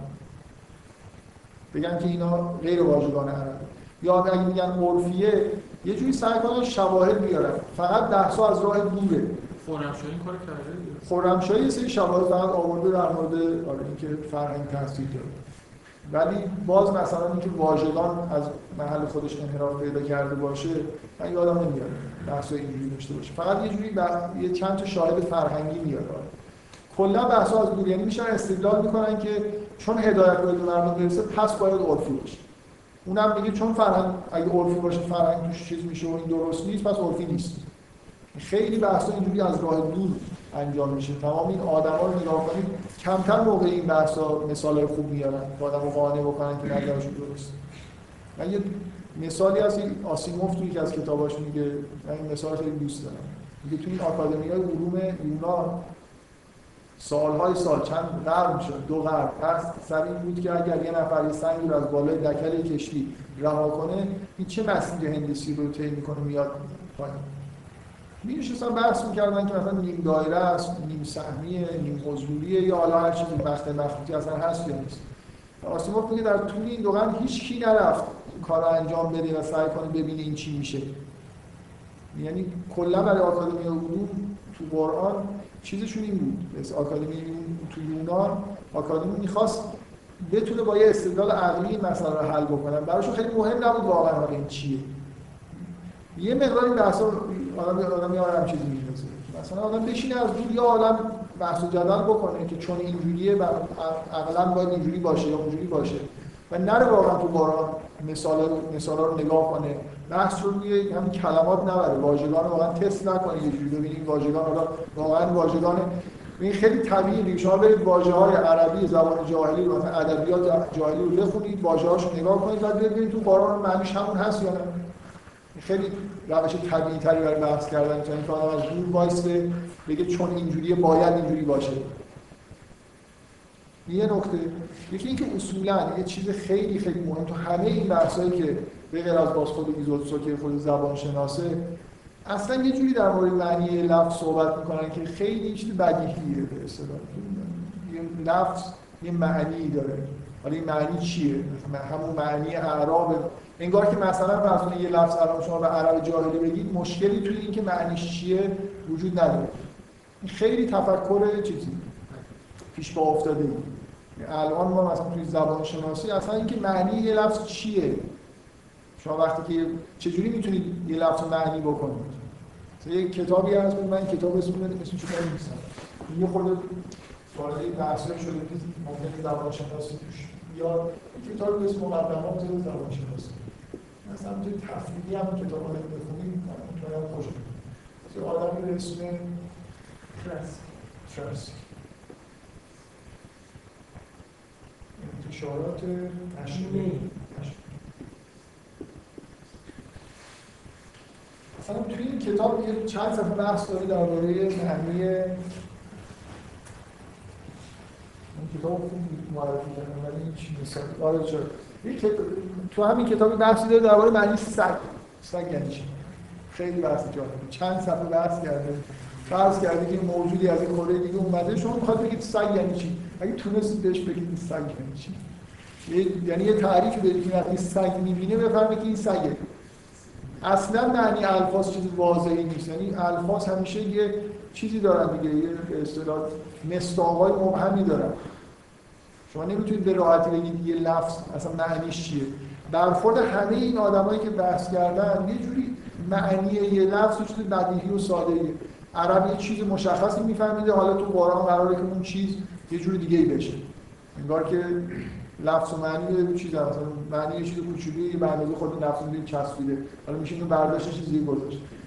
Speaker 1: بگن که اینا غیر واژگان عربی، یا اگه میگن عرفیه یه جوری سعی کنن شواهد بیارن. فقط بحثا از راه دوره.
Speaker 5: خرمشاهی این کارو کرده دیگه.
Speaker 1: خرمشاهی یه سری شواهد فقط آورده در مورد اینکه فرهنگ تاثیر داره، ولی باز مثلا اینکه واژگان از محل خودش انحراف پیدا کرده باشه من یادم نمیاد بحث اینجوری داشته باشه. فقط یه جوری یه چند تا شاهد فرهنگی میاره. کلا بحثا از دور، یعنی میشن استدلال میکنن که چون هدایت به مردم برسه پس باید عرفی باشه. اونم میگه چون فرهنگ اگه عرفی باشه فرهنگ توش چیز میشه و این درست نیست پس عرفی نیست. خیلی بحثا اینجوری از راه دور انجام میشه. تمام این آدما رو نگاه کنید کمتر موقع این بحثا مثالای خوب میارن که آدمو قانع بکنن که نظرشون درسته. من یه مثالی از آسیموف توی یکی از کتاباش میگه، من این مثال خیلی دوست دارم. میگه توی این آکادمیای علوم یونان سالهای سال چند قرن شد، 2 قرن پس سر این بود که اگر یه نفر یه سنگی رو از بالای دکل کشتی رها کنه این چه مسیر هندسی رو طی میکنه میاد پایین. می‌نشستن بحث می‌کردن که مثلا نیم دایره است، نیم سهمیه، نیم حضوریه یا حالا هر چیزی مخط مخروطی اصلا هست یا نیست. آسیموف میگه در طول این 2 قرن هیچ کی نرفت کارو انجام بده و سعی کنه ببینه این چی میشه. یعنی کلا برای آکادمی علوم تو قرآن چیزشون این بود. مثل آکادمی تو یونان آکادمی می‌خواست بتونه با یه استدلال عقلی مسئله رو حل بکنه. براشون خیلی مهم نبود واقعا این چیه. یه مقدار این بحثا آدم یه عالم چیزی می‌رسه. مثلا آدم بشینه از دور یه عالم بحث و جدل بکنه که چون اینجوریه و عقلاً باید اینجوری باشه یا اونجوری باشه و نره واقعا تو قرآن مثالا رو نگاه کنه، بحث رو روی همین کلمات نبره، واژگان رو واقعا تست نکنه، یه جوری ببینید واژگان واقعا واژگان این خیلی طبیعیه. شما برید واژه‌های عربی زبان جاهلی رو مثلا ادبیات جاهلی رو بخونید، واژه‌هاشو نگاه کنید بعد ببینید تو قرآن معنیش همون هست یا نه. خیلی روش طبیعی تری برای بحث کردن تا اینکه آدم از دور وایسه بگه چون اینجوریه باید اینجوری باشه. یه نکته یکی اینکه اصولاً یه چیز خیلی مهم تو همه این بحثایی که به غیر از باز خود ایزوتسو که خود زبان شناسه اصلا یه جوری در مورد معنی لفظ صحبت میکنن که خیلی چیز بدیهیه به اصطلاح. یه لفظ یه معنی داره، حالا این معنی چیه؟ همون معنی اعراب. انگار که مثلا فرض یه لفظ الان شما به عرب جاهلی بگید مشکلی توی این که معنیش چیه وجود نداره. این خیلی تفکر چیزی پیش پا افتاده ای. الان ما مثلا توی زبان شناسی اصلا اینکه معنی یه لفظ چیه، شما وقتی که چجوری میتونید یه لفظ معنی بکنید. مثلا یه کتابی هست من کتاب اسمش نمی‌نویسم. یه خورده وارد بحثی شده که ممکنه زبان شناسی توش یا کتاب به اسم مقدمات زبان شناسی. مثلا توی تفریحی هم کتابا رو بخونید مطمئناً خوشم میاد. یه آدمی به اسم تراسک انتشارات تشریعی مثلا توی این کتاب یه چند صفحه بحث داره درباره معنی این کتاب خوب معرفی کردم ولی این چی مثال آره چرا تو همین کتابی بحثی داره درباره معنی سگ یعنی چی. خیلی بحث جالبه، چند صفحه بحث کرده. فرض کرده که موجودی از این کره دیگه اومده، شما می‌خواید بگید سگ یعنی چی؟ اگه تونستید بهش بگید سگ یعنی چی؟ یعنی یه تعریفی بدید که وقتی سگ می‌بینه بفهمه که این سگه. اصلا معنی الفاظ چیز واضحی نیست. یعنی الفاظ همیشه یه چیزی دارن دیگه، یه به اصطلاح مصداق‌های مبهمی دارن. شما نمیتونید به راحتی بگید یه لفظ اصلا معنیش چیه. برخورد همه این آدمایی که بحث کردن یه جوری معنی یه لفظ چیز بدیهی و ساده‌ایه. عرب یه چیز مشخصی میفهمیده، حالا تو قرآن قراره که اون چیز یه جوری دیگه‌ای بشه. انگار که لفظ و معنی چیز مثلا معنی یه چیز کوچولی به اندازه خود لفظ دیگه چسبیده. حالا میشه اینو برداشتش چیز دیگه گذاشت.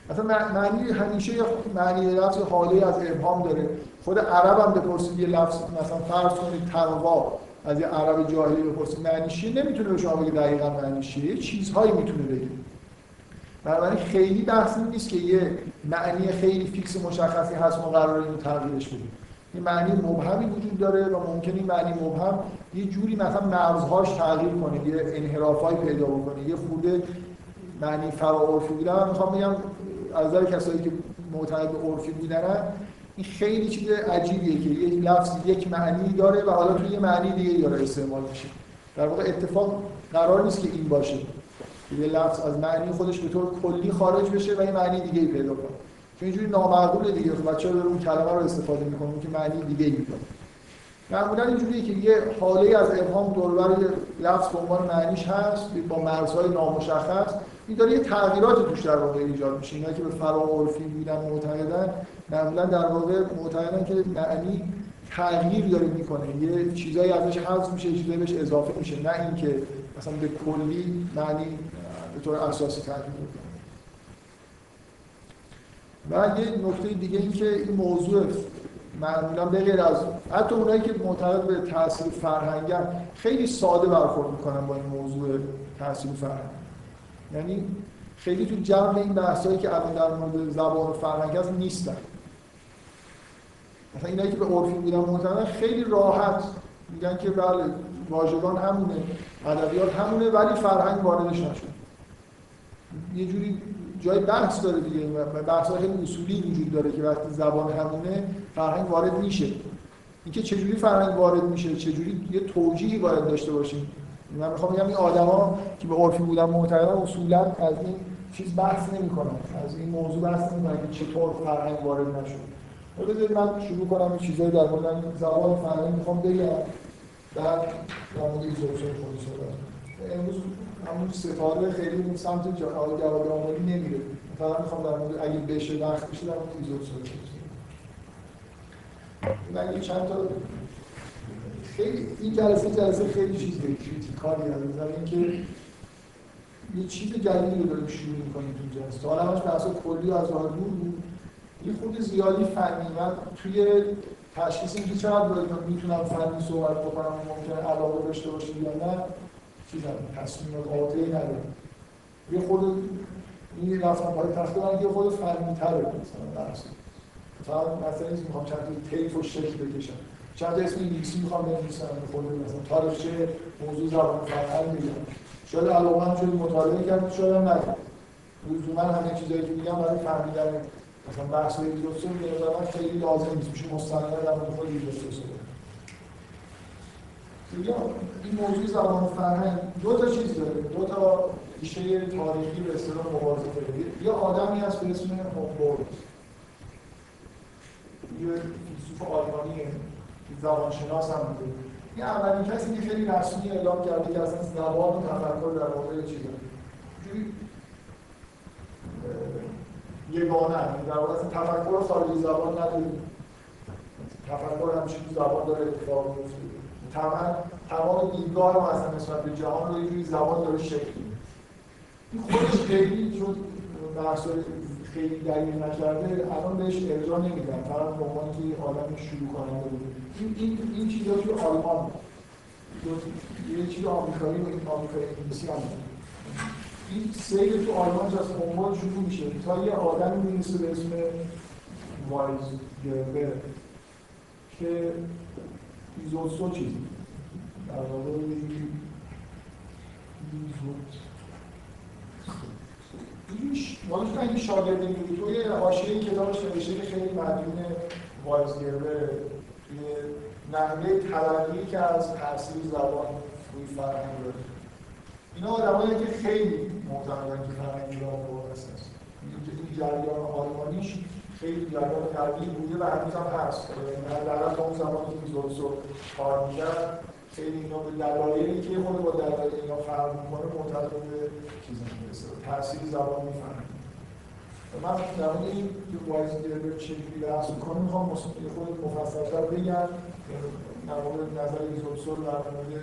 Speaker 1: مثلا معنی همیشه معنی لفظ حاله از ابهام داره. خود عرب هم بپرسید یه لفظ مثلا فرض کنید تقوا از یه عرب جاهلی بپرسید معنیش چیه، نمیتونه به شما بگه دقیقاً معنیش چیه، یه چیزهایی میتونه بگه. بنابراین خیلی بحث نیست که یه معنی خیلی فیکس مشخصی هست ما قراره اینو تغییرش بدیم. یه معنی مبهمی وجود داره و ممکنه این معنی مبهم یه جوری مثلا مرزهاش تغییر کنه، یه انحرافایی پیدا بکنه، یه خورده معنی فراعرفی بودن. من میخوام بگم از نظر کسایی که معتقد به عرفی بودن، این خیلی چیز عجیبیه که یک لفظ یک معنی داره و حالا توی یه معنی دیگه داره استعمال میشه. در واقع اتفاق قرار نیست که این باشه که یه لفظ از معنی خودش به طور کلی خارج بشه و یه معنی دیگه‌ای پیدا کنه. چون اینجوری نامعقوله دیگه. بچه‌ها داره اون کلمه رو استفاده می‌کنن که معنی دیگه‌ای می‌کنه. معمولاً اینجوریه که یه حاله از ابهام دور و بر لفظ به عنوان معنیش هست با مرزهای نامشخص. این داره یه تغییرات توش در واقع ایجاد میشه. اینا که به فراعرفی بودن معتقدن، معمولاً در واقع معتقدن که معنی تغییر داره میکنه، یه چیزایی ازش حذف میشه، یه چیزایی بهش اضافه میشه، نه اینکه مثلا به کلی معنی به طور اساسی تغییر میکنه. و یه نکته دیگه این که این موضوع معمولا به غیر از حتی اونایی که معتقد به تاثیر فرهنگن خیلی ساده برخورد میکنن با این موضوع تاثیر فرهنگ. یعنی خیلی تو جمع این بحثایی که الان در مورد زبان و فرهنگ هست نیستن. مثلا اینایی که به عرفی بودن معتقدن خیلی راحت میگن که بله واژگان همونه، ادبیات همونه، ولی فرهنگ واردش نشد. یه جوری جای بحث داره دیگه، بحث‌های خیلی اصولی وجود داره که وقتی زبان همونه فرهنگ وارد میشه. اینکه چجوری فرهنگ وارد میشه، چجوری یه توجیهی باید داشته باشیم. من میخوام بگم این آدما که به عرفی بودن معتقدن اصولا از این چیز بحث نمی‌کنن، از این موضوع بحث نمی‌کنن که چطور فرهنگ وارد نشد. بذارید من شروع کنم این چیزایی در مورد زبان و فرهنگ میخوام بگم، بعد در مورد ایزوپشن خودی صحبت. امروز همون ستاره خیلی اون سمت جواب آماری نمیره. فقط میخوام در مورد اگه بشه وقت بشه در مورد ایزوپشن صحبت. من یه چند تا خیلی این جلسه خیلی چیز کریتیکالی هست. اینکه یه چیز جدیدی رو داریم شروع می‌کنیم تو جلسه. حالا همش بحث کلی از راه دور بود. یه خود زیادی فنی. من توی تشخیص اینکه چقدر باید میتونم فنی صحبت بکنم و ممکنه علاقه داشته باشه یا نه تصمیمات قاطعی ندارم. یه خود این رفتم باید تخته من که خود فنی تره مثلا درست. فقط مثلا اینکه میخوام چند تا طیف و شکل بکشم. چند تا اسم انگلیسی میخوام بنویسم به خود مثلا تاریخچه موضوع زبان فرهنگ میگم. شاید علاقه‌ام شده مطالعه کردم، شاید هم نکنم. لزوما همه چیزایی که میگم برای فهمیدن مثلا بحث ایزوپشن به نظر من خیلی لازم نیست، میشه مستقلا در مورد خود ایزوپشن صحبت. این موضوع زبان و فرهنگ دو تا چیز داره، دو تا ریشه تاریخی به اصطلاح مبارزه داره. یه آدمی هست به اسم هومبولت، یه فیلسوف آلمانیه، زبانشناس هم بوده. این اولین کسی که خیلی رسمی اعلام کرده که اصلا زبان و تفکر در واقع چیزه. یگانه در واقع اصلا تفکر خارج زبان نداریم. تفکر همیشه تو زبان داره اتفاق میفته. تمام دیدگاه ما اصلا نسبت به جهان رو یه جوری زبان داره شکل میده. این خودش خیلی چون بحث‌های خیلی دقیق نکرده الان بهش ارجاع نمیدن، فقط به عنوان که آدم شروع کننده بود. این چیزا تو آلمان یه چیز آمریکایی و آمریکایی انگلیسی هم این سیر تو آلمان از هومبولت شروع میشه تا یه آدمی میرسه به اسم وایزگربر که ایزوتسو چیزی در واقع این شاگردی میگه توی حاشیه کتابش نوشته که خیلی مدیون وایزگربر توی نحوه تلقی که از تاثیر زبان روی فرهنگ داره. اینا آدمایی که خیلی معتقدن که فرهنگ ایران هست. این جریان آلمانیش خیلی جریان قوی بوده و هنوز هم هست. در تا اون زمانی که ایزوتسو کار می‌کرد خیلی اینا به دلایلی که خود با دلایل اینا فرق می‌کنه معتقد به چیزا میرسه. تاثیر زبان می‌فهمه. من در مورد این که وایزگربر چجوری بحث می‌کنه می‌خوام خود مفصل‌تر بگم. در مورد نظر ایزوتسو در مورد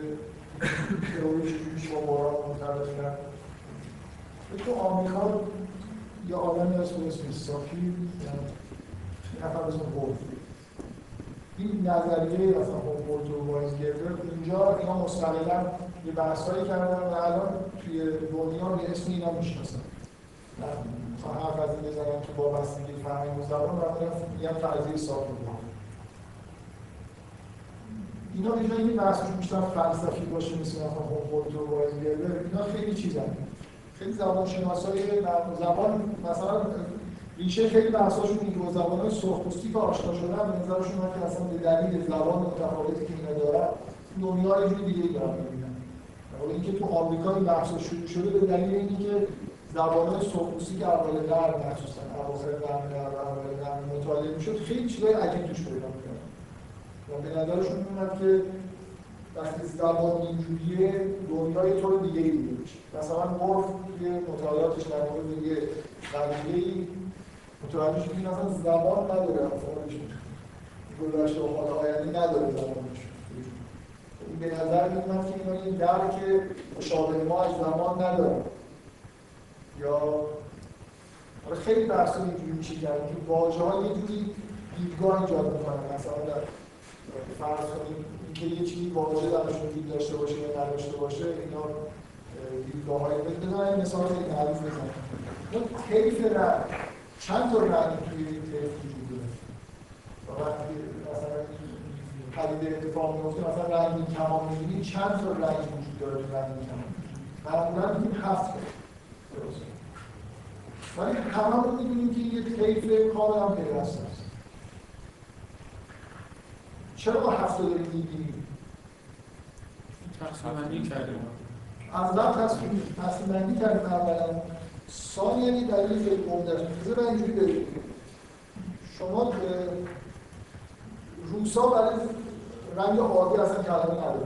Speaker 1: تئوری چجوری با باران مرتبط کرد. تو آمریکا یه آدمی هست به اسم صافی، نفر اسم هولف. این نظریه مثلا هولف و وایزگردر اینجا اینا مستقلاً یه بحثایی کردن و الان توی دنیا به اسم اینا میشناسن. من حرف از این بزنم که وابستگی فرهنگ و زبان و میگم فرضیه صافی بود. اینا به جای این بحثشون بیشتر فلسفی باشه مثل مثلا هولف و وایزگردر، اینا خیلی چیزن. خیلی زبانشناسای زبان مثلا ریشه خیلی بحثاشون این دو زبان‌های سرخپوستی که آشنا شدن به نظرشون که اصلا به دلیل زبان متفاوتی که اینا دارن دنیا یه جور دیگه‌ای دارن می‌بینن. ولی اینکه تو آمریکا این بحثا شروع شده به دلیل اینکه زبان‌های سرخپوستی که اول قرن مخصوصاً اواخر قرن مطالعه می‌شد خیلی چیزای عجیب توش پیدا می‌کردن. و به نظرشون میاد که وقتی زبان اینجوریه دنیای طور دیگه‌ای دیده میشه. مثلا مورف توی مطالعاتش در مورد یه قضیه‌ای متوجه شد که مثلا زبان نداره افعالش گذشته و حال آینده نداره زبانش. این به نظر میاد که اینا یه درک مشابه ما از زمان نداره. یا خیلی بحثا اینجوری میشه کرد که واژه‌ها یه جوری دیدگاه ایجاد می‌کنن. مثلا در فرض کنیم که یه چیزی واژه درشون وجود داشته باشه یا نداشته باشه، اینا دیدگاه‌های بزنن مثلا یک تعریف بزنن. اون طیف رنگ چند تا رنگ توی این طیف وجود داره. وقتی مثلا پدیده اتفاق میفته مثلا رنگین کمان می‌بینید چند تا رنگ وجود داره توی رنگین کمان. معمولاً می‌گیم 7 تا. درسته. ولی هممون می‌دونیم که یه طیف کاملاً پیوسته است. چرا با 7 تا داریم می‌بینیم؟
Speaker 5: تقسیم بندی کردیم.
Speaker 1: اول تصمیم بندی کردیم اولا. ثانیاً دلیل خیلی عمده است. بذار اینجوری بگیم. شما روسا برای رنگ آبی اصلا کلمه نداره.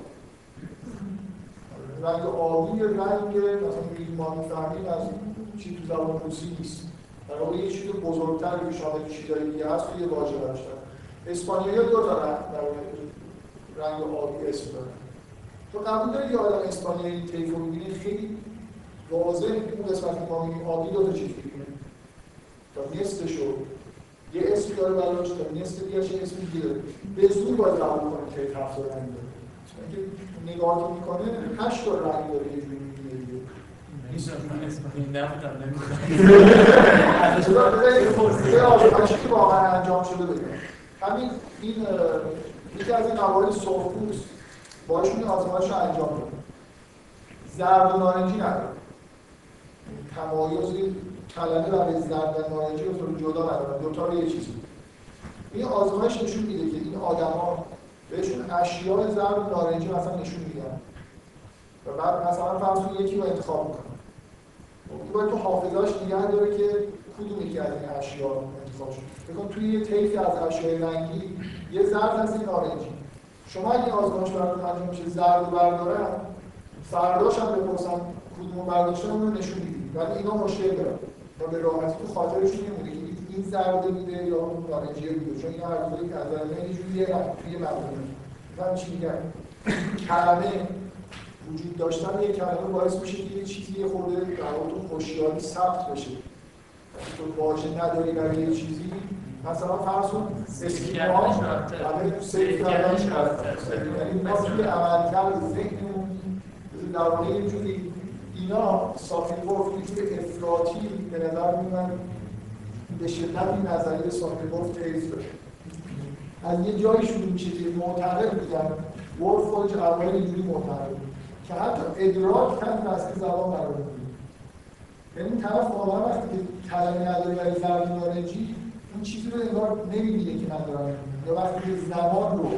Speaker 1: رنگ آبی یه رنگ مثلا ما می‌فهمیم از چیزی تو زبان روسی نیست. در واقع یه چیز بزرگتر که شامل چیزای دیگه هست و یه واژه داشتن. اسپانیایی‌ها دو تا رنگ آبی اسم دارن. تو قبول داری که آدم اسپانیایی طیف رو می‌بینی خیلی واضحه که اون قسمتی که ما می‌بینیم آبی دو تا چیز می‌بینه. تا نصفشو یه اسمی داره براش، تا نصف دیگه‌اش یه اسم دیگه داره. به زور باید قبول کنه که طیف 7 رنگ داره. چون که نگاه که می‌کنه 8 تا رنگ داره یه جوری می‌بینه دیگه.
Speaker 3: این نفت هم نمی‌کنه.
Speaker 1: یه آزمایشی که واقعا انجام شده بگم. همین این یکی از این قواعد سرخپوست باشون این آزمایش رو انجام داد. زرد و نارنجی نداره. تمایز کلمه برای زرد و نارنجی رو طور جدا نداره. دوتا رو یه چیزی. این آزمایش نشون میده که این آدما بهشون اشیاء زرد و نارنجی مثلا نشون میدن. و بعد مثلا فرض کن یکی رو انتخاب میکنه. این باید تو حافظه‌اش نگه داره که کدوم یکی از این اشیاء انتخاب شد. ببین توی یه طیفی از اشیاء رنگی یه زرد هست یه نارنجی. شما اگه آزمایش براتون انجام بشه زرد رو بردارن، فرداش هم بپرسن کدوم برداشتن اون رو نشون میدید. ولی اینا مشکل دارن. و به راحتی تو خاطرشون نمیمونه که این زرد میده یا اون نارنجی میده. چون اینا هر دوی که از نظر یه جوریه توی مفهومه. من چی میگم؟ کلمه وجود داشتن یک کلمه باعث میشه که یه چیزی یه خورده براتون خوشیالی ثبت بشه. تو واژه نداری برای یه چیزی مثلا فرض کن اسکیما برای سیف کردن یعنی ما توی عملکرد ذهنمون در واقع یه جوری اینا صافی‌گفت یه جوری افراطی به نظر میاد به شدت این نظریه صافی‌گفت تیز داره. از یه جایی شروع میشه که معتقد بودن ورف خودش اول اینجوری معتقد بود که حتی ادراک تحت تاثیر زبان قرار می‌گیره. یعنی این طرف واقعا وقتی که کلمه نداره برای زرد و نارنجی اون چیزی رو انگار نمی‌بینه که من دارم می‌بینم. یا وقتی که زبان رو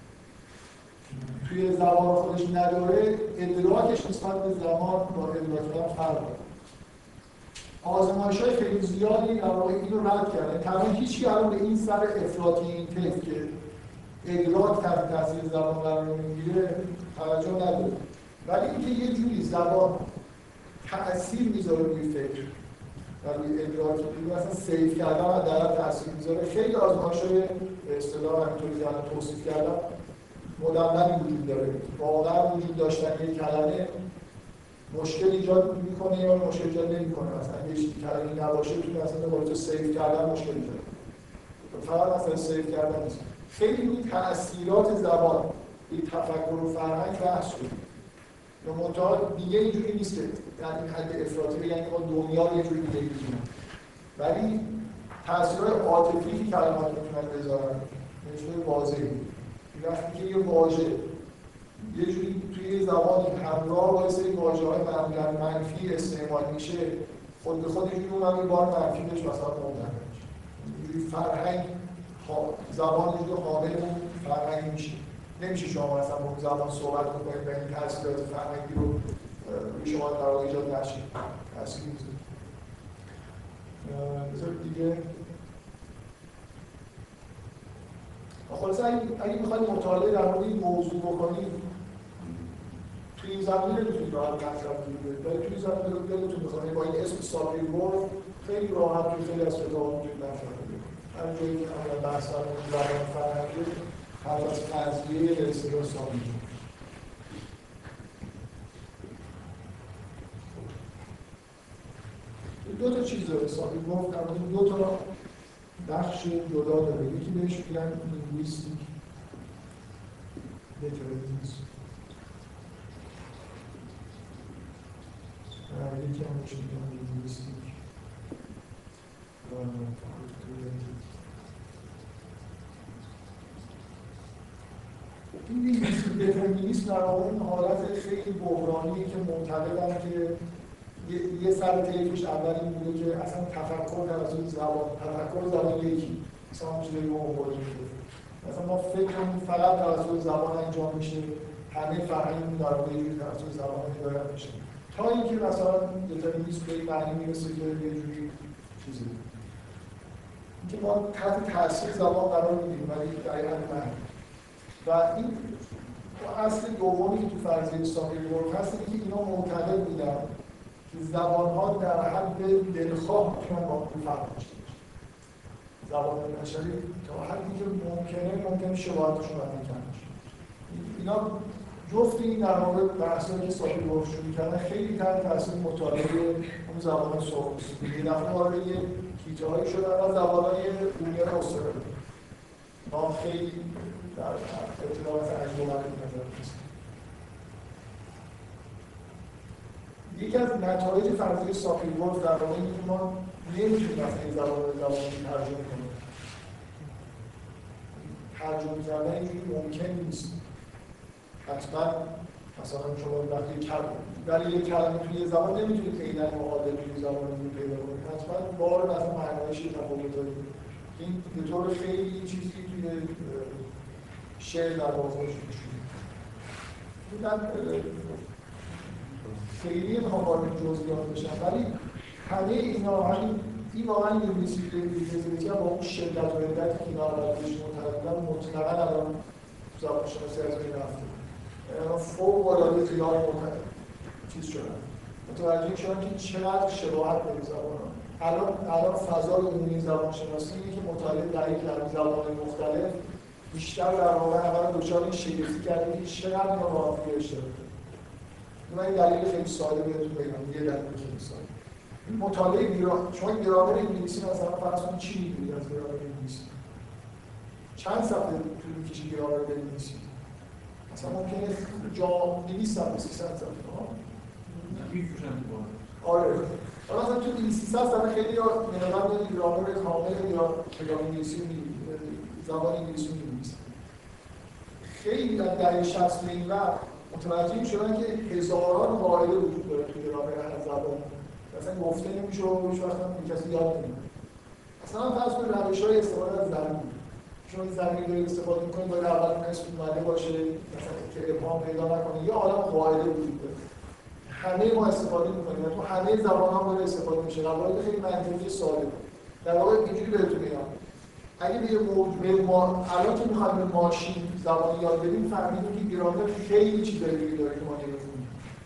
Speaker 1: توی زبان خودش نداره ادراکش نسبت به زمان با ادراک فرق داره. آزمایش‌های خیلی زیادی در واقع اینو رد کردن. تقریبا هیچکی الان به این سر افراطی این طیف که ادراک تحت تاثیر زبان قرار می‌گیره توجه نداره. ولی اینکه یه جوری زبان تأثیر میذاره روی فکر و روی ادراک مثلا سیف کردن و در تأثیر میذاره خیلی آزمایش‌های به اصطلاح همینطوری که الان توصیف کردم مدونی وجود داره. واقعا وجود داشتن یک کلمه مشکل ایجاد میکنه یا مشکل ایجاد نمیکنه. مثلا اگه کلمه نباشه تو مثلا باید سیو کردن مشکل ایجاد کنه. فقط مثلا سیو کردن نیست. خیلی روی تأثیرات زبان، این تفکر و فرهنگ بحث شده. یا منتها دیگه اینجوری نیست که در این حد افراطی یعنی ما دنیا رو یه جوری دیگه می‌بینیم. ولی تأثیرات عاطفی که کلمات میتونن بذارن نشون واضحه. وقتی که یه واژه یه جوری توی زبانی همراه با یه سری واژه‌های معمولاً منفی استعمال میشه، خود به خود اینجوری اونم یه بار منفی بهش مثلا مبتلا میشه. اینجوری فرهنگ زبان اینجوری حامل اون فرهنگ میشه. نمیشه شما مثلا با زبان صحبت بکنید و این تأثیرات فرهنگی رو روی شما قرار ایجاد نشه. تأثیر میذاره. بذار دیگه خلاصه اگه میخواید مطالعه در مورد این موضوع بکنید توی این زمینه نمیتونید راحت مطرح بگیرید، ولی توی زمینه رو دلتون بخواید با این اسم ساپیر-وولف خیلی راحت توی خیلی از کتاب‌ها میتونید مطرح بگیرید. هر جایی که عملا بحث در مورد زبان فرهنگی حرف از فرضیه به اصطلاح ساپیر. دو تا چیز داره ساپیر-وولف، در مورد دو تا بخش جدا داره. یکی بهش میگن لینگویستیک دیترمینیسم، یکی هم بهش میگن لینگویستیک این لینگویستیک دیترمینیسم در واقع این حالت خیلی بحرانیه که معتقدن که یه سر طیفش اول این بوده که اصلا تفکر توسط زبان یکی مثلا اون چیزی رو مبارزه شده. مثلا ما فکرمون فقط توسط زبان انجام میشه، همه فرهنگمون در واقع یه جوری توسط زبان هدایت میشه، تا اینکه مثلا دیترمینیسم به این معنی میرسه که یه جوری چیزی اینکه ما تحت تاثیر زبان قرار میگیریم ولی در حد معنی. و این اصل دومی که تو فرضیه ساپیر-وولف هست اینه که اینا معتقد بودن که زبان‌ها در حد دلخواه میتونن با هم فرق داشته باشن. زبان بشری تا حدی که ممکنه شباهتشون رو کم بشه. اینا جفت این در واقع بحثایی که ساپیر-وولف شروع کردن خیلی تحت تاثیر مطالعه اون زبان‌های سوئیسی. یه دفعه وارد یه کیته‌هایی شدن و زبان‌های اونیون استرالیا. ما خیلی در ابتدا مثلا اجنبی نظر می‌رسیم. یکی از نتایج فرضیه ساپیر-وولف در واقع اینه که ما نمیتونیم مثلا این زبان رو زبانی ترجمه کنیم. ترجمه کردن اینجوری ممکن نیست. حتما مثلا شما وقتی یک کلمه توی یه زبان نمیتونید عیناً معادل توی زبان دیگه پیدا کنید. حتما بار مثلا معنایش تفاوت داره. این به طور خیلی چیزی توی شعر در واقع شده. خیلی میخوام وارد جزئیات بشم ولی همه اینا این واقعا لینگویستیک دیترمینیسم با اون شدت و عدتی که اینا رو ازش معتقدن مطلقاً الان زبانشناسی از بین رفته. یعنی فوق‌العاده زیاد چیز شدن. متوجه شدن که چقدر شباهت داره زبان‌ها. الان فضای عمومی زبانشناسی اینه که مطالعه دقیق در زبان‌های مختلف بیشتر در واقع اول دچار این شگفتی کرده که چقدر اینا با هم اشتراک دارن. من این دلیل خیلی ساده بهتون بگم، یه دلیل خیلی ساده. این مطالعه شما گرامر انگلیسی مثلا فرض کنید چی می‌دونید از گرامر انگلیسی؟ چند صفحه طول می‌کشه گرامر بنویسید؟ مثلا ممکنه 200 صفحه 300 صفحه ها. آره. مثلا تو 300 صفحه خیلی یا نمی‌دونم گرامر کامل یا کلام انگلیسی زبان انگلیسی می‌نویسید. خیلی در دهه 60 به این وقت متوجه شدن که هزاران قاعده وجود داره توی گرامر هر زبان. مثلا گفته نمیشه و هیچ وقت هم کسی یاد نمیگیره. مثلا فرض کنید روش‌های استفاده از ضمیر. شما این ضمیر رو استفاده می‌کنید باید اول اسم اومده باشه مثلا که ابهام پیدا نکنه یا عالم قاعده وجود داره. همه ما استفاده می‌کنیم تو همه زبان‌ها داره استفاده میشه. قواعد خیلی منطقی ساده. در واقع اینجوری بهتون میگم. اگه به ما الان که می‌خوایم به ماشین زبان یاد بدیم فهمیدیم که گرامر خیلی چیزایی داره که ما نمی‌فهمیم.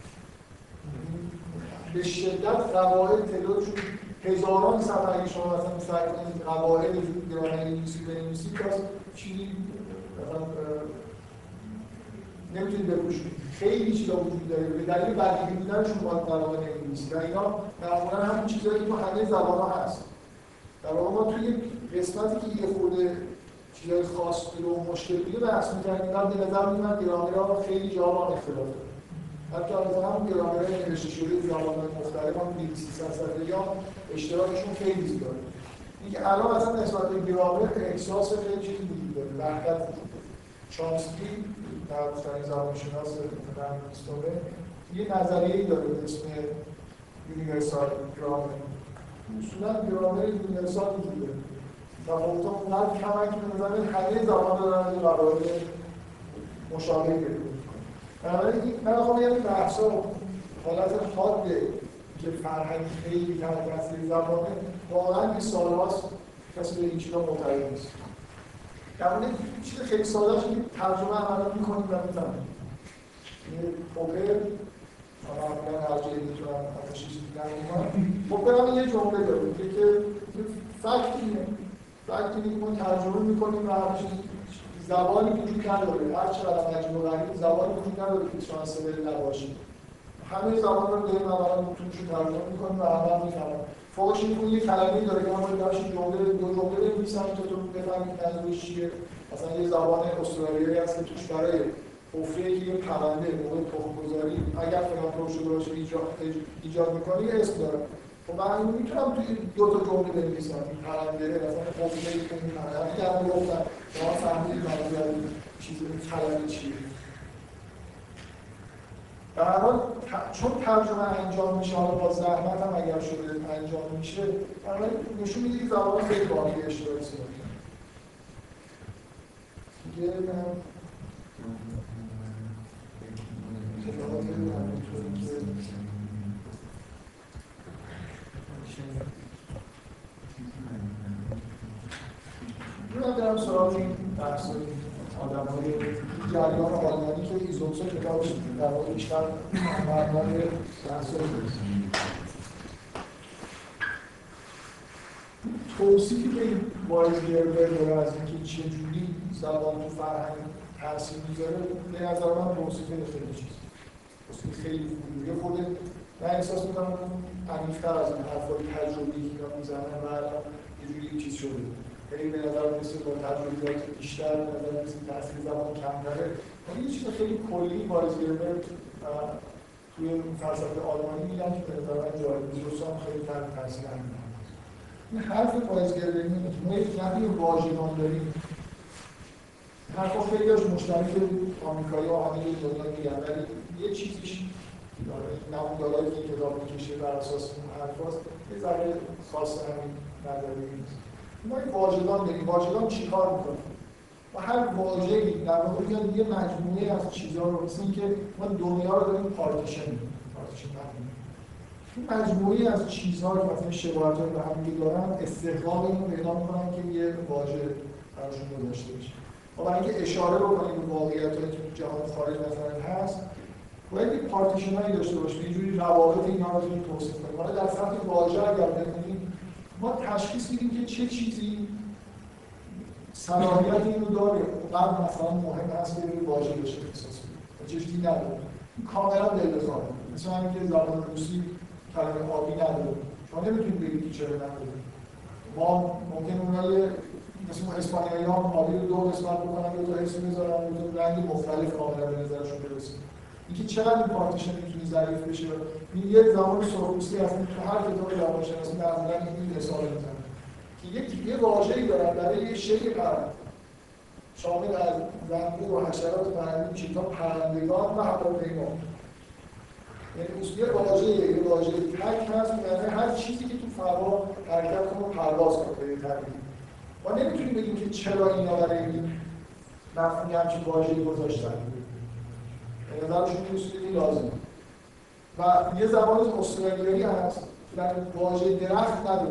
Speaker 1: به شدت قواعد تعدادشون هزاران صفحه اگه شما مثلا سعی کنید قواعد گرامر انگلیسی بنویسید باز چیزی مثلا نمیتونید بپوشونید. خیلی چیزا وجود داره به دلیل برگی بودنشون باید در واقع نمی‌نویسید و اینا معمولا همون چیزایی که تو همه زبان‌ها هست. در واقع ما توی قسمتی که یه خورده چیزای خاص و مشکل دیگه بحث می‌کنیم، اینا به نظر میاد گرامرها خیلی جاها اختلاف داره. حتی از هم گرامرهای نوشته شده زبان‌های مختلف هم 2300 صفحه یا اشتراکشون خیلی زیاده. اینکه الان مثلا نسبت به گرامر احساس خیلی چیزی وجود داره. وحدت چامسکی در زبانشناس فرانسوی یه نظریه‌ای داره به اسم یونیورسال گرامر. اصولاً گرامر یونیورسال وجود داره. تفاوت‌ها اونقدر کمه که به نظر همه زبان‌ها دارن این قواعد مشابهی پیدا می‌کنن. بنابراین من می‌خوام بگم بحث‌ها حالت حاده که فرهنگ خیلی تحت تاثیر زبانه واقعاً این سال‌هاست کسی به این چیزا معتقد نیست. در مورد چیز خیلی ساده‌اش که ترجمه عملا می‌کنیم و می‌فهمیم. پوپر معمولاً هر جایی می‌تونم ازش چیزی نگم. پوپر هم یه جمله داره که فکتی که ما ترجمه می‌کنیم و هر چیز زبانی وجود نداره. هر چقدر مجموع غریب زبانی وجود نداره که ترانسلیتر نباشه. همه زبان رو داریم اولا متونشون ترجمه می‌کنیم و همه می‌فهمن. فوقش این یه کلمه‌ای داره که ما باید داشت دو جمله بنویسیم تا تو بفهمید منظورش چیه. مثلا یه زبان استرالیایی هست که توش برای حفره‌ای که یه پرنده موقع تخم‌گذاری اگر فلان طور شده باشه ایجاد می‌کنه یه اسم داره. خب من میتونم توی دو تا جمله بنویسم این پرنده مثلا حفره‌ای که می‌پرنده همین گفتم شما فهمیدید منظور چیز کلمه چیه. در هر حال چون ترجمه انجام میشه حالا با زحمت هم اگر شده انجام میشه بنابراین نشون میده که زبان خیلی باقی اشتراک زیاد دیگه من دارم سراغ این بحث‌های آدم‌های جریان آلمانی که ایزوتسو کتابش در واقع بیشتر مبنای بحث‌های توصیفی که وایزگربر داره از اینکه چجوری زبان تو فرهنگ تاثیر میذاره به نظر من توصیف خیلی چیز توصیف خیلی خوبیه. یه خورده من احساس می‌کنم عمیق‌تر از این حرفای تجربی که می‌زنن و الان یه جوری چیز شده. خیلی به نظر میسه با تجربیات بیشتر به نظر میسه تاثیر زبان کمتره. ولی یه چیز خیلی کلی وایزگربر توی فلسفه آلمانی میگن که به نظر من جالبه. روسا هم خیلی تاثیر همین داره. این حرف وایزگربر اینه که ما یک نحوی واژگان داریم. حرفا خیلی هاش مشترک آمریکایی و همه دنیا میگن ولی یه چیزیش نمودارهایی که این کتاب میکشه بر اساس اون حرفاست یه ذره خاص همین نظریه نیست. ما این واژگان داریم. واژگان چی کار میکنه؟ و هر واژه‌ای در واقع یه مجموعه از چیزها رو مثل اینکه ما دنیا رو داریم پارتیشن می‌کنیم. این مجموعه از چیزها که مثلا شباهت‌های به هم دیگه دارن استحقاق اینو پیدا می‌کنن که یه واژه براشون گذاشته بشه. ما برای اینکه اشاره بکنیم به واقعیتایی که جهان خارج مثلا هست باید یه پارتیشنایی داشته باشیم. یه جوری روابط اینا رو بتونیم توصیف کنیم. حالا در سطح واژه اگر ببینیم ما تشخیص میدیم که چه چیزی صلاحیت اینو داره اونقدر مثلا مهم هست که روی واژه بشه احساس کنیم و چه چیزی نداره. این کاملا دلخواه. مثلا همین که زبان روسی کلمه آبی نداره. شما نمیتونید بگید که چرا نداره. ما ممکن اونایی مثل اسپانیایی ها آبی رو دو قسمت بکنن دو تا اسم بذارن دو تا رنگ مختلف کاملا به نظرشون برسه. اینکه چقدر این پارتیشن میتونه ضعیف بشه. این یه زبان سرخپوستی هست تو هر کتاب زبانشناسی معمولا این مثال میزنه که یه واژه‌ای دارن برای یه شی پرنده شامل از زنبور و حشرات پرنده میشه تا پرندگان و هواپیما. یعنی یه واژه تک هست یعنی هر چیزی که تو فضا حرکت کنه و پرواز کنه به تعبیر. ما نمیتونیم بگیم که چرا اینا برای این مفهومی همچین واژه‌ای گذاشتن. به نظرشون این لازمه. و یه زبان استرالیایی هست که در واژه درخت نداره.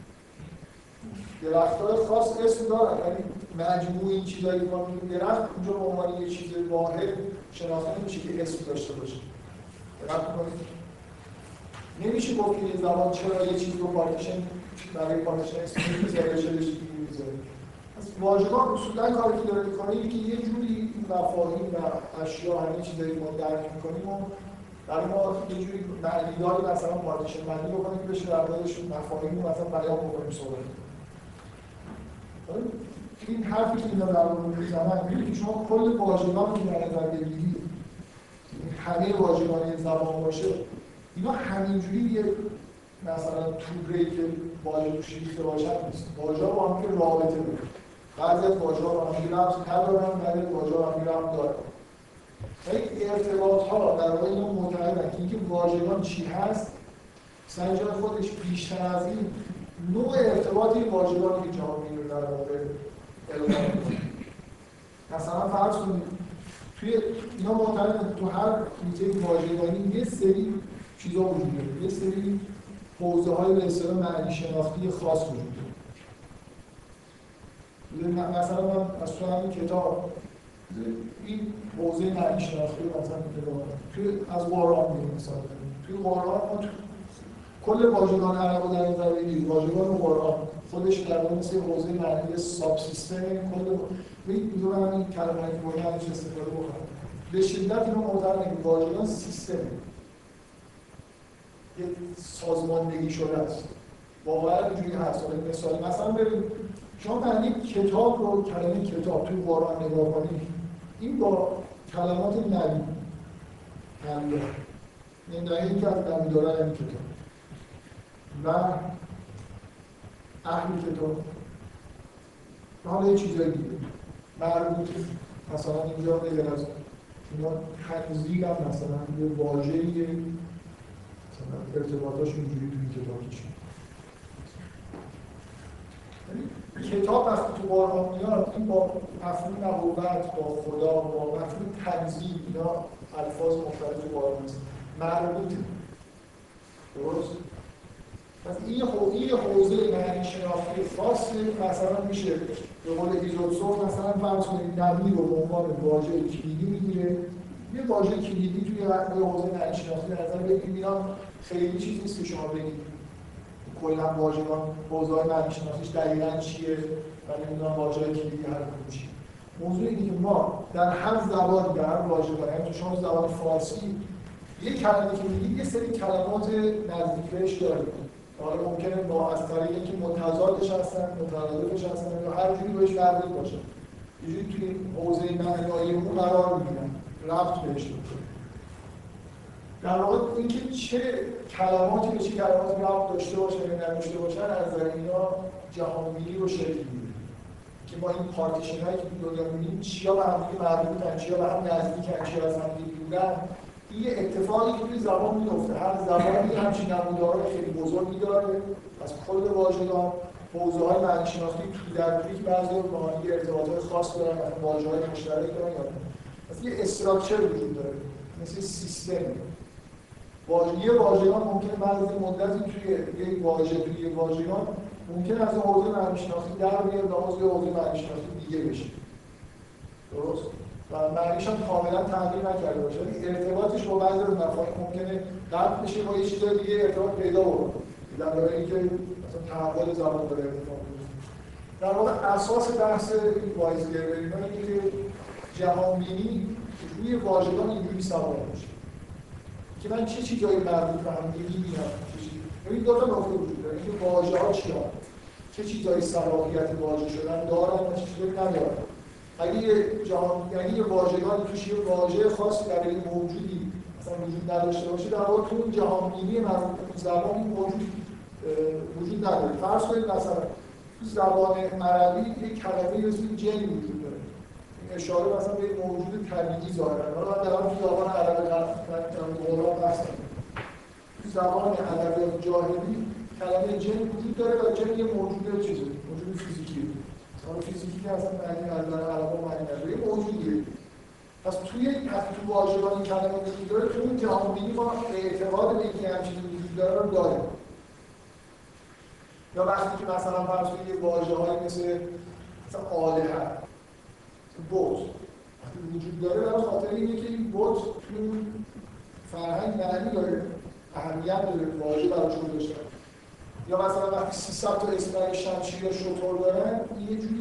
Speaker 1: درخت‌های خاص اسم دارن ولی مجموع این چیزایی که ما میگیم درخت اونجا به عنوان یه چیز واحد شناخته نمیشه که اسم داشته باشه. دقت کنید. نمیشه گفت که یه زبان چرا یه چیز رو پارتیشن برای پارتیشن اسم میذاره چه چیزی میذاره. پس واژگان اصولا کاری که داره میکنه اینه که یه جوری این مفاهیم و اشیا همه چیزایی که ما درک میکنیم و برای ما یه جوری معنیداری مثلا پارتیشن بندی بکنه که بشه در موردش مفاهیم رو مثلا بیان بکنیم صحبت. این حرفی که اینا در مورد میزنن اینه که شما کل واژگان که در نظر بگیرید همه واژگان زبان باشه اینا همینجوری یه مثلا توبری که واژه توش ریخته باشن نیست. واژه‌ها با هم که رابطه دارن. بعضی از واژه‌ها با هم ربط ندارن، بعضی از واژه‌ها با هم ربط دارن. این ارتباط‌ها در واقع اینا معتقدن که اینکه واژگان چی هست سر جای خودش بیشتر از این نوع ارتباطی واژگانی که جهانی رو در واقع اعلام می‌کنه. مثلا فرض کنید توی اینا معتقدن تو هر هیته واژگانی یه سری چیزا وجود داره، یه سری حوزه‌های به اصطلاح معنی شناختی خاص وجود داره. مثلا من از تو همین کتاب این حوزه معنی شناختی رو مثلا توی از قرآن میگم مثلا توی قرآن ما کل واژگان عرب رو در نظر بگیرید، واژگان قرآن خودش در واقع مثل حوزه معنی ساب سیستم کل می‌دونم این کلمه‌ای که باید ازش استفاده بکنم. به شدت اینو معتقدن که واژگان سیستمه. یه سازماندهی شده است. واقعا اینجوری هست. مثلا ببین شما معنی کتاب رو کلمه کتاب توی قرآن نگاه کنید این با کلمات نبی همراه یعنی در این که از نبی دارن این کتاب و اهل کتاب و حالا یه چیزایی دیگه مربوط مثلا اینجا بگر از اینا تنظیر هم مثلا یه واژه‌ایه مثلا ارتباطاش اینجوری توی کتاب کشید کتاب وقتی تو قرآن میاد این با مفهوم نبوت با خدا با مفهوم تنزیل اینا الفاظ مختلف تو قرآن هست مربوطه درست؟ پس این حوزه معنی شناختی خاصی مثلا میشه به قول ایزوتسوف مثلا فرض کنید نبی رو به عنوان واژه کلیدی میگیره یه واژه کلیدی توی حوزه معنی شناختی نظر بگیرید اینا خیلی چیز نیست که شما بگید کلا واژگان حوزه‌های معنی شناختیش دقیقاً چیه و نمیدونم واژه‌های کلیدی هر کدوم چیه. موضوع اینه که ما در هر زبان در هر واژگان یعنی تو شما زبان فارسی یک کلمه که میگید یه سری کلمات نزدیک بهش دارید. حالا ممکنه ما از طریق اینکه متضادش هستن، مترادفش هستن یا هر جوری بهش مربوط باشه. یه جوری توی حوزه معنایی اون قرار میگیرن، ربط بهش می‌کنن. در واقع اینکه چه کلماتی به چه کلماتی ربط داشته باشه یا نداشته باشن از نظر اینا جهانبینی رو شکل میده که ما این پارتیشن‌هایی که تو دنیا می‌بینیم چیا به هم دیگه مربوطن چیا به هم نزدیکن چیا از هم دیگه دورن این یه اتفاقی که توی زبان میفته هر زبانی همچین نمودارهای خیلی بزرگی داره از کل واژگان حوزه‌های معنی شناختی تو در توی بعضی با هم دیگه ارتباطات خاص دارن مثلا واژه‌های مشترک دارن مثلا یه استراکچر وجود داره مثل سیستم یه واژگان ممکنه بعد از مدتی توی یک واژه توی یک واژگان ممکنه از حوزه معنی شناختی در بیاد و از یه حوزه معنی شناختی دیگه بشه درست و معنیش هم کاملا تغییر نکرده باشه ارتباطش با بعضی از مفاهیم ممکنه قطع بشه با یه چیز دیگه ارتباط پیدا بکنه در واقع اینکه مثلا تحول زبان داره اتفاق میفته در واقع اساس بحث وایزگربرینا اینه که جهانبینی روی واژگان اینجوری سوار میشه که من چه چیزایی مربوط به هم دیگه می‌بینم ببین دو تا نکته وجود داره اینکه واژه‌ها چیه چه چیزایی صلاحیت واژه شدن دارن و چه چیزایی ندارن اگه یه واژگانی توش یه واژه خاصی در این موجودی مثلا وجود نداشته باشه در واقع تو اون جهانبینی مربوط به زبان این موجود وجود نداره فرض کنید مثلا تو زبان عربی یک کلمه اسم جن وجود داره اشاره مثلا به موجود طبیعی ظاهرا حالا من دارم تو زبان عربی قرآن بحث می‌کنم تو زبان ادبیات جاهلی کلمه جن وجود داره و جن یه موجود چیزه موجود فیزیکی مثلا فیزیکی که اصلا معنی از نظر عربا معنی نداره یه موجودیه پس توی تو واژگان این کلمه وجود داره تو اون جهانبینی ما اعتقاد به اینکه همچین وجود داره رو داریم یا وقتی که مثلا فرض کنید یه واژه‌هایی مثل الهه بت وجود داره برای خاطر اینه که این بت تو فرهنگ معنی داره اهمیت داره واژه براش گذاشتن یا مثلا وقتی 300 تا اسم شمشیر یا شتر دارن یه جوری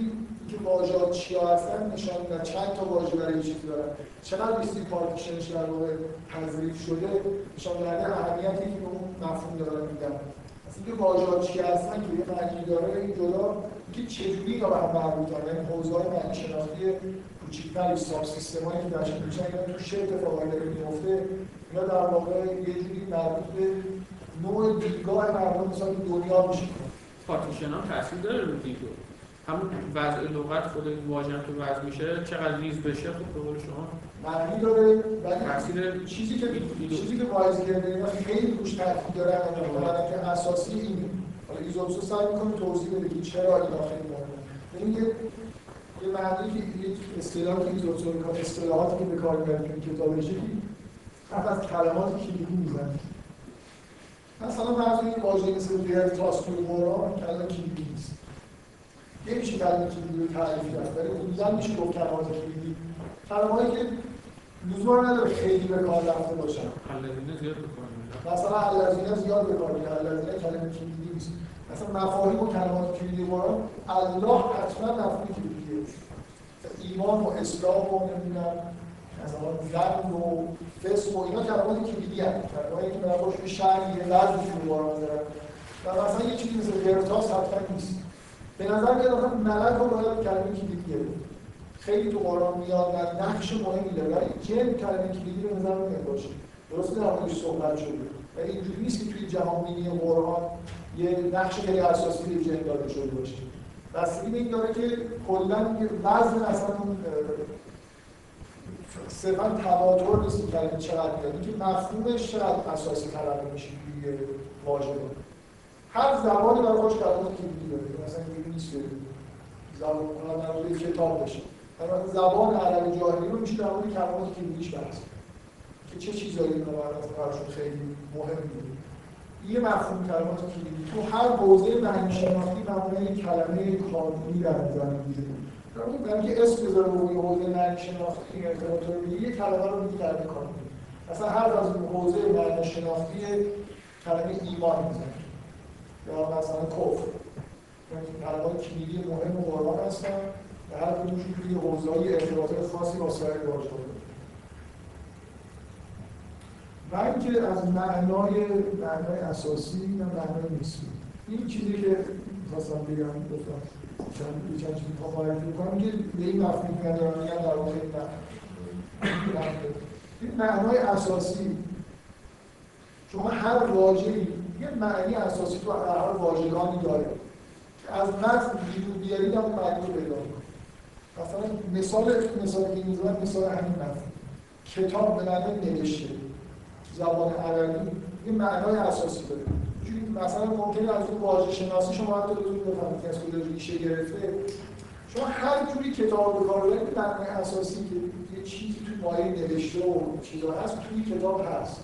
Speaker 1: که واژه‌ها چیا هستن نشان میدن، چند تا واژه برای چیزی دارن، چقدر لیستینگ پارتیشنش در واقع تضریف شده، نشان دهنده اهمیتی که به اون مفهوم دارن میدن. اصلا که واژه‌ها چی هستن که یه معنی داره، این جدا که چجوری اینا به هم مربوطن، یعنی حوزه‌های معنی شناختی کوچیک‌تر ساب سیستمایی که درش میشن اینا تو چه اتفاقایی داره میفته، اینا در واقع یه جوری مربوط به نوع دیدگاه مردم مثلا دنیا میشه.
Speaker 5: پارتیشن هم تاثیر داره رو دیدگاه. همون وضع لغت خود واژه که وضع میشه چقدر ریز بشه خب به قول شما
Speaker 1: معنی داره، ولی
Speaker 5: تاثیر
Speaker 1: چیزی که وایزگرد اینا خیلی روش تاثیر داره مثلا که اساسی اینه. حالا ایزوپسو سعی می‌کنه توضیح بده که چرا اینا خیلی مهمه. ببین یه معنی که یک اصطلاحی که ایزوپسو می‌کنه، اصطلاحاتی که به کار می‌بره تو کتابش که از کلمات کلیدی میزنه. مثلا بعضی واژه‌ای مثل ریاضیات توی قرآن کلمه کلیدی نیست. نمیشه کلمه کلیدی رو تعریف کرد، ولی حدوداً میشه گفت کلمات کلیدی. کلمه‌ای که لزوم نداره خیلی به کار رفته باشن.
Speaker 5: الذین زیاد به کار میبرن.
Speaker 1: مثلا الذین زیاد به کار میبرن، الذین کلمه کلیدی نیست. مثلا مفاهیم و کلمات کلیدی قرآن الله حتما مفهوم کلیدیه. ایمان و اسلام و نمیدونم مثلا زن و فسق و اینا کلمات کلیدی هستند. کلماتی که برای خودشون شرعیه، لفظی تو قرآن دارن. و مثلا یه چیزی مثل قرطاس حتما نیست. به نظر میاد مثلا ملک رو باید کلمه کلیدیه. خیلی تو قرآن میاد و نقش مهمی داره. ولی جن کلمه کلیدی به نظر نمیاد باشه. درسته در موردش صحبت شده. ولی اینجوری نیست که توی جهانبینی قرآن یه نقش خیلی اساسی به جن داده شده باشه. بستگی به این داره که کلاً وزن اصلا صرفاً تواتر نیست که کلمه چقدر میاد، اینکه مفهومش چقدر اساسی تلقی میشه توی واژه. هر زبانی برای خودش کلمات کلیدی داره. مثلا اینجوری نیست که زبان در مورد کتاب بشه. مثلا زبان عربی جاهلی رو میشه در مورد کلمات کلیدیش بحث که چه چیزایی رو براشون خیلی مهمه. یه مفهوم کلمات کلیدی تو هر حوزه معنی شناختی معمولا یک کلمه کاربردی در نظر میگیره. برای اینکه اسم بذاره روی حوزه معنی شناختی این ارتباط رو بگیره، یه کلمه رو میگه کلمه کاربردی. مثلا هر از حوزه معنی شناختی کلمه ایمان میزنه یا مثلا کفر. یعنی کلمات کلیدی مهم قرآن هستن و هر کدومشون توی حوزه‌های ارتباطات خاصی با سایر واژه‌ها داره. و اینکه از معنای اساسی و معنای نسبی. این چیزی که خواستم بگم گفتم چند چیزی معرفی می‌کنم که به این مفهوم ندارم میگم در واقع این معنای اساسی. شما هر واژه‌ای یه معنی اساسی تو هر واژگانی داره که از متن بیرون بیارید هم معنی رو پیدا می‌کنه. مثلا مثالی که می‌زنم مثال همین مفهوم. کتاب به معنی نوشته زبان عربی این معنای اساسی داره. چون مثلا ممکنه از اون واژه شناسی شما حتی بتونید بفهمید که از کجا ریشه گرفته. شما هر جوری کتاب رو کار ببرید معنای اساسی که یه چیزی تو مایه نوشته و چیزا هست توی کتاب هست.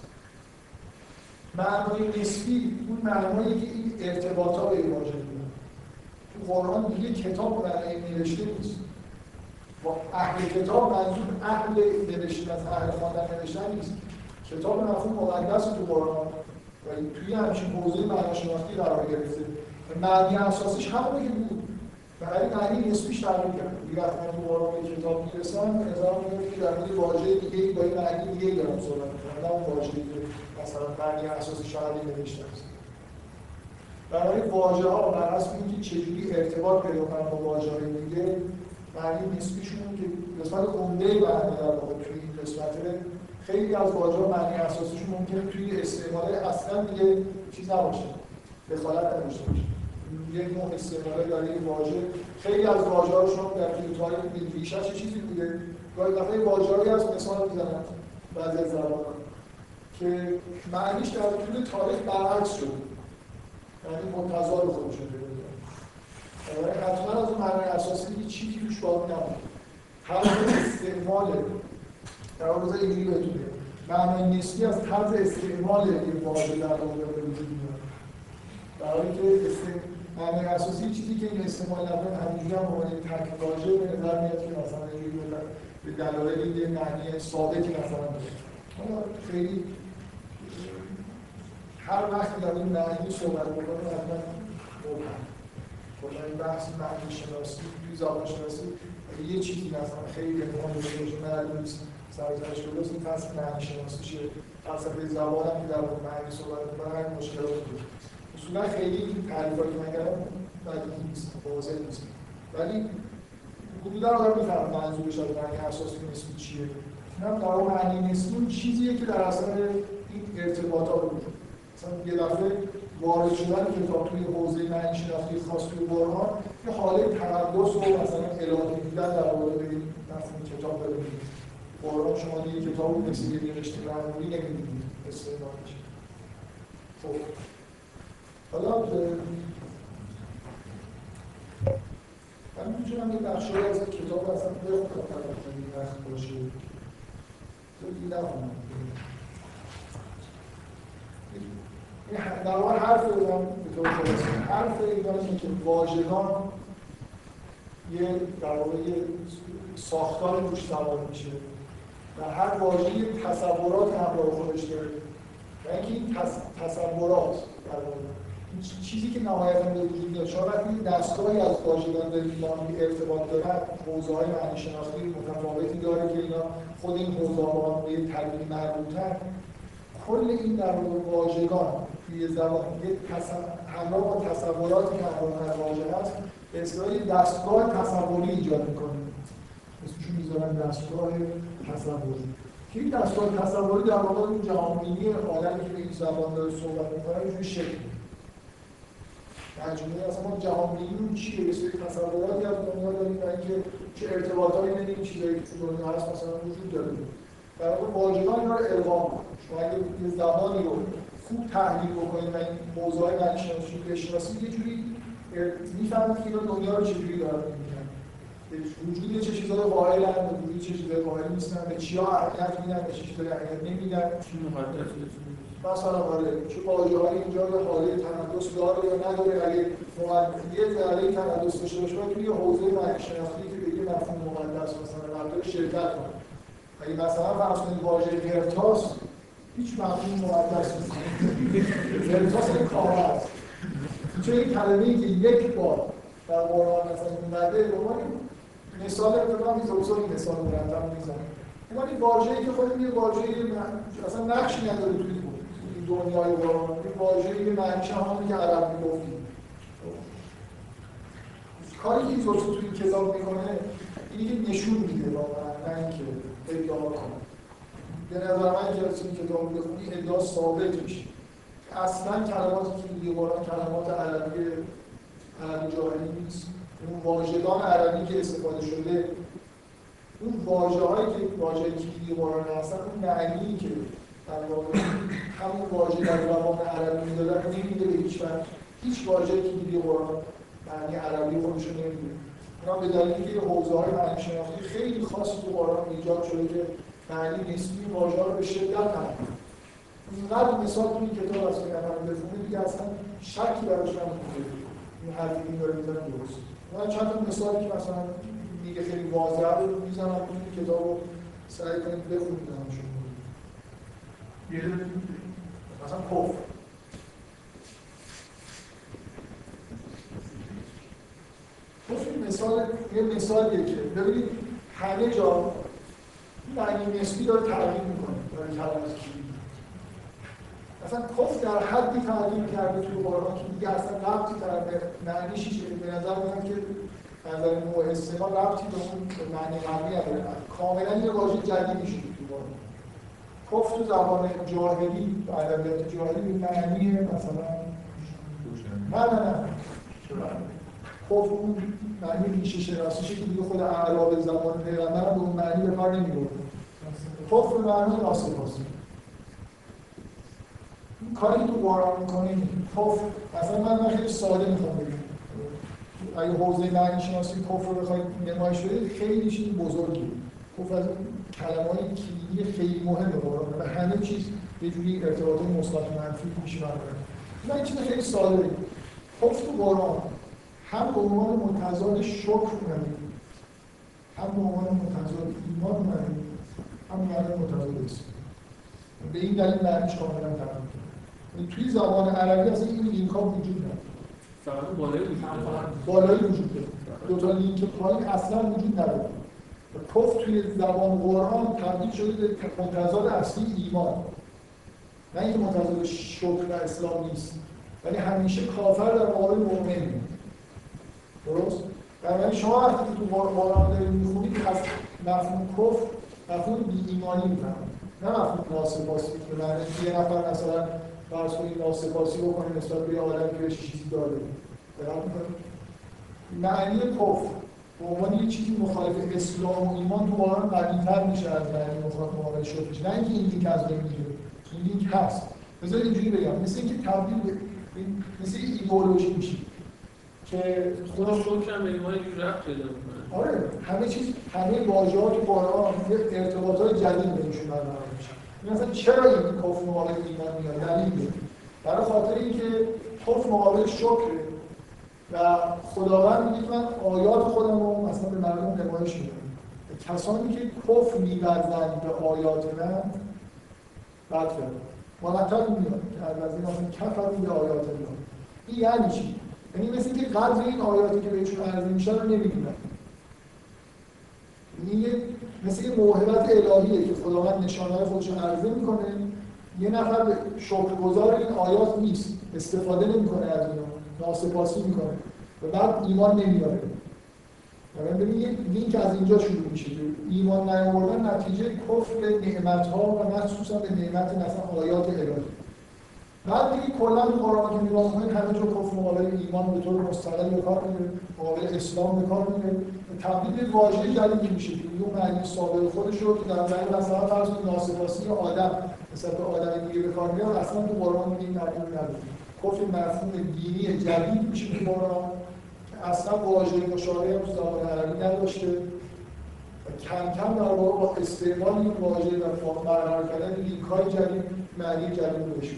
Speaker 1: معنای نسبی اون معنایی که این ارتباطات به واژه داره. تو قرآن دیگه کتاب معنای نوشته نیست. با اهل کتاب منظور اهل نوشتن از اهل خواندن نوشتن نیست. کتاب مفهوم مقدس تو قرآن و توی همچین حوزه معنی شناختی قرار گرفته. معنی اساسیش همونه که بود. برای معنی نسبیش تغییر کرد. دیگه وقتی تو قرآن به کتاب میرسن به نظر میاد که در مورد واژه دیگه‌ای با این معنی دیگه‌ای دارم صحبت می‌کنم. نه اون واژه‌ای که مثلا معنی اساسی شاید نوشته است. برای واژه‌ها بر اساس اینکه چجوری ارتباط پیدا کنن با واژه‌های دیگه معنی نسبیشون که قسمت عمده معنی در واقع توی این قسمت خیلی از واژه‌ها معنی اساسیشون ممکنه توی استعمال اصلا دیگه چیز نباشه، دخالت نداشته باشه. یک نوع استعمال داره این واژه، خیلی از واژه‌ها رو شما در کلیدهای ریشه چه چیزی بوده، گاهی دفعه واژه‌هایی از مثال می‌زنن بعضی از زبان‌ها که معنیش در طول تاریخ برعکس شده، یعنی متضاد خودشون پیدا کرده. حتما از اون معنی اساسی دیگه چیزی توش باقی نمونده. هر استعمال در واقع اینجوری بهتون میگم معنای نسبی از طرز استعمال این واژه در واقع به وجود میاد. در حالی که معنای اساسی چیزی که این استعمال نکنه همینجوری هم به تک واژه به نظر میاد که مثلا اینجوری به دلایل یه معنی ساده که مثلا داره. حالا خیلی هر وقت در این معنی صحبت می‌کنه حتما مبهم. کلا این بحث معنی شناسی توی زبان شناسی یه چیزی مثلا خیلی مهم باشه معلوم نیست سرزنش درست این فصل معنی شناسی چیه فلسفه زبان هم که در مورد معنی صحبت می‌کنه همین مشکلات داره اصولا خیلی این تعریفایی که من کردم بدیهی نیست واضح نیست ولی حدودا آدم می‌فهمه منظورش از معنی اساسی نسبی چیه اینم در واقع معنی نسبی اون چیزیه که در اثر این ارتباطات رو مثلا یه دفعه وارد شدن کتاب توی حوزه معنی شناختی خاص توی برهان یه حاله تقدس و مثلا الهی دیدن در مورد این مفهوم کتاب داره می‌بینید. برهان شما یه کتاب مثل یه نوشته معمولی نمی‌بینید استعمالش. خب حالا من می‌تونم یه بخشی از کتاب اصلا بخونم تا وقت باشه. تو نخونم. در واقع حرف بزنم به طور خلاصه حرف اینه که واژگان یه در واقع یه ساختار روش سوار میشه و هر واژه یه تصورات همراه خودش داره و اینکه این تصورات در واقع چیزی که نهایتاً به وجود میاد شما وقتی دستگاهی از واژگان دارید با هم ارتباط دارن حوزه‌های معنی شناختی متفاوتی داره که اینا خود این حوزه‌ها با هم به یک ترکیب مربوطن کل این در مورد واژگان توی زبان یک همراه با تصوراتی که همراه از واژه هست به اصطلاح دستگاه تصوری ایجاد می‌کنه. اسمشون می‌ذارن دستگاه تصوری. که این دستگاه تصوری در واقع این جهانبینی آدمی که به این زبان داره صحبت می‌کنه اینجوری شکل می‌گیره. مجموعه اصلا ما جهانبینی چیه؟ یه سری تصوراتی از دنیا داریم و اینکه چه ارتباطاتی بین این چیزایی که تو دنیا هست مثلا وجود داره. در واقع واژگان اینا رو القا می‌کنه. شما اگه یه زبانی رو خوب تحلیل بکنید و این موضوعی معنی شناسی رو بشناسید یه جوری می‌فهمید که اینا دنیا رو چجوری دارن می‌بینن. وجود چه چیزای قائلن و وجود چه چیزای قائل نیستن، به چیا اهمیت میدن، به چه چیزای اهمیت نمیدن. مثلا آره چه واژه‌هایی اینجا یه حاله تناقض داره یا نداره اگه یه حاله تناقض داشته باشه باید توی حوزه معنی شناختی که به یه مفهوم مقدس مثلا قرار شرکت کنه. اگه مثلا فرض کنید واژه هرتاس هیچ مفهوم مقدس نیست. هرتاس یک کاغذ. چون این کلمه‌ای که یک بار در قرآن مثلا اومده به عنوان مثال ابتدا میذارم این مثال مرتب میزنم. این واژه‌ای که خود یه واژه‌ای اصلا نقشی نداره توی دنیای قرآن. این واژه‌ای که معنیش همونی که عرب میگفتیم. کاری که ایزوتسو توی این کتاب میکنه اینی که نشون میده واقعا نه اینکه ادعا کنه. به نظر من که از این کتاب بخونی ادعا ثابت میشه. اصلا کلماتی که توی قرآن کلمات عربی جاهلی نیست. اون واژگان عربی که استفاده شده اون واژه‌هایی که واژه کلیدی قرآن هستن اون معنی که در واقع همون واژه در زبان عربی می‌دادن نمیده به هیچ وجه. هیچ واژه‌ای که کلیدی قرآن معنی عربی خودش رو نمیده. اونا به دلیلی که حوزه‌های معنی شناختی خیلی خاصی تو قرآن ایجاد شده که معنی نسبی واژه‌ها رو به شدت نمیده. اینقدر مثال توی کتاب هست که من بخونید دیگه اصلا شکی براش نمی‌کنه. این حرفی که داره می‌زنه درست. من چند تا مثالی که مثلا دیگه خیلی واضحه رو می‌زنم توی کتابو سعی کنید بخونید همشون. یه مثلا کفر. یه مثالیه که ببینید همه جا معنی نسبی داره تغییر می‌کنه برای کلمات کلیدی. مثلا کفر در حدی تغییر کرده توی قرآن که دیگه اصلا ربطی به معنیش چیه به نظر میاد که از نظر نوع استعمال ربطی به اون معنی قبلی نداره. کاملا یه واژه جدیدی شده توی قرآن. کفر تو زبان جاهلی و ادبیات جاهلی به معنی مثلا نه کفر اون معنی ریشه شناسیشه که دیگه خود اعراب زبان پیغمبر به اون معنی به کار نمی‌برد. کفر به معنی ناسپاسی. کاری که تو قرآن می‌کنه کفر مثلا من خیلی ساده می‌خوام بگم اگه حوزه معنی شناسی کفر رو بخواید نمایش بدید خیلی چیز بزرگیه. کفر از کلمات کلیدی خیلی مهمه قرآن و همه چیز یه جوری ارتباط مثبت و منفی میشه برقرار. من این چیز خیلی ساده بگم کفر تو قرآن هم به عنوان متضاد شکر اومده هم به عنوان متضاد ایمان اومده هم به عنوان متضاد اسلام. به این دلیل معنیش کاملا تغییر کرده. توی زبان عربی اصلا این لینک‌ها وجود نداره.
Speaker 5: فقط بالای وجود داره.
Speaker 1: بالایی وجود داره. دو تا لینک پایین اصلا وجود نداره. کفر توی زبان قرآن تبدیل شده به متضاد اصلی ایمان. نه اینکه متضاد شکر و اسلام نیست، ولی همیشه کافر در مقابل مؤمن. درست؟ بنابراین شما وقتی که تو قرآن دارید می‌خونید از مفهوم کفر مفهوم بی ایمانی می‌فهمید، نه مفهوم ناسپاسی که معنی یه نفر مثلا فرض کنید ناسپاسی بکنه نسبت به یه آدمی که بهش چیزی داده. درست می‌کنید؟ معنی کفر به عنوان یه چیزی مخالف اسلام و ایمان تو قرآن قوی‌تر میشه از معنی مخالف شکر. نه اینکه این لینک از بین میره، این لینک هست. بذارید اینجوری بگم، مثل اینکه تبدیل به مثل ایدئولوژی میشه که
Speaker 5: خدا شکر هم به ایمان اینجور رفت پیدا میکنه.
Speaker 1: آره، همه چیز، همه واژه‌ها تو قرآن یه ارتباطات جدید بینشون برقرار میشه. مثلا چرا این کفر مقابل ایمان میاد؟ دلیل برای خاطر اینکه کفر مقابل شکره و خداوند میگه من آیات خودم رو مثلا به مردم نمایش میدم. کسانی که کفر می‌ورزند به آیات من بد کردن. مرتب میاد که از این مثلا کفر به آیات الله. این یعنی چی؟ یعنی مثل اینکه قدر این آیاتی که بهشون عرضه میشه رو نمیدونن. این مثل یه موهبت الهیه که خداوند نشانه‌های خودش رو عرضه میکنه، یه نفر شکرگزار این آیات نیست، استفاده نمیکنه از اینا، ناسپاسی میکنه و بعد ایمان نمیاره. ببینید یه لینک از اینجا شروع میشه که ایمان نیاوردن نتیجه کفر به نعمت‌ها و مخصوصا به نعمت مثلا آیات الهی. بعد دیگه کلا تو قرآن که نگاه کنید همه جا کفر مقابل ایمان به طور مستقل به کار میره، مقابل اسلام به کار میره، تبدیل به واژه جدیدی میشه که اون معنی سابق خودش رو که در واقع مثلا فرض کنید ناسپاسی آدم مثلا به آدم دیگه به کار میاد، اصلا تو قرآن این معنی نداره. کفر مفهوم دینی جدید میشه تو قرآن که اصلا واژه مشابهی تو زبان عربی نداشته و کم کم در واقع با استعمال این واژه و برقرار کردن لینک‌های جدید معنی جدید بشه.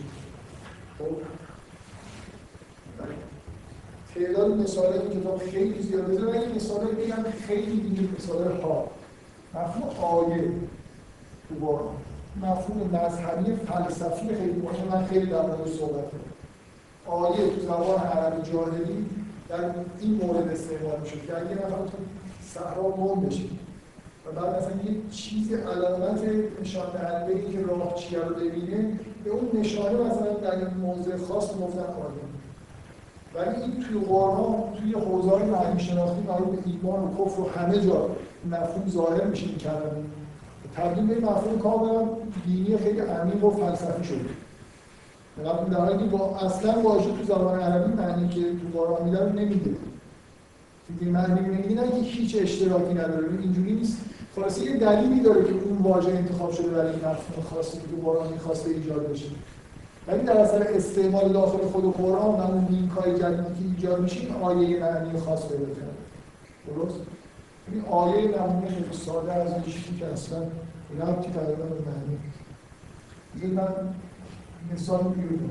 Speaker 1: تعداد مثالای این کتاب خیلی زیاده. بذارم این مثالای بگم خیلی دیگه مثالای ها. مفهوم آیه تو قرآن، مفهوم مذهبی فلسفی خیلی مهمه، من خیلی در موردش صحبت کردم. آیه تو زبان عربی جاهلی در این مورد استعمال میشه که اگه نفر تو صحرا گم بشه و بعد مثلا یه چیز علامت نشان دهنده ای که راه چیه رو ببینه، به اون نشانه مثلا در این موضع خاص گفتن آیه. ولی این توی قرآن توی حوزه‌های معنی شناختی مربوط به ایمان و کفر و همه جا مفهوم ظاهر میشه این کلمه، تبدیل به مفهوم کاملا دینی خیلی عمیق و فلسفی شده. در حالی که با اصلا واژه تو زبان عربی معنی که تو قرآن میده رو نمیده. دیگه معنی میگه نه که هیچ اشتراکی نداره، اینجوری نیست. خلاصه یه دلیلی داره که اون واژه انتخاب شده برای این مفهوم خاصی که تو قرآن می‌خواسته ایجاد بشه. ولی در اثر استعمال داخل خود قرآن و اون لینک‌های جدیدی که ایجاد میشه این آیه معنی خاص پیدا کرده. درست؟ این آیه نمونه خیلی ساده از این چیزی که اصلا ربطی تقریبا به معنی. دیگه من مثال میگم.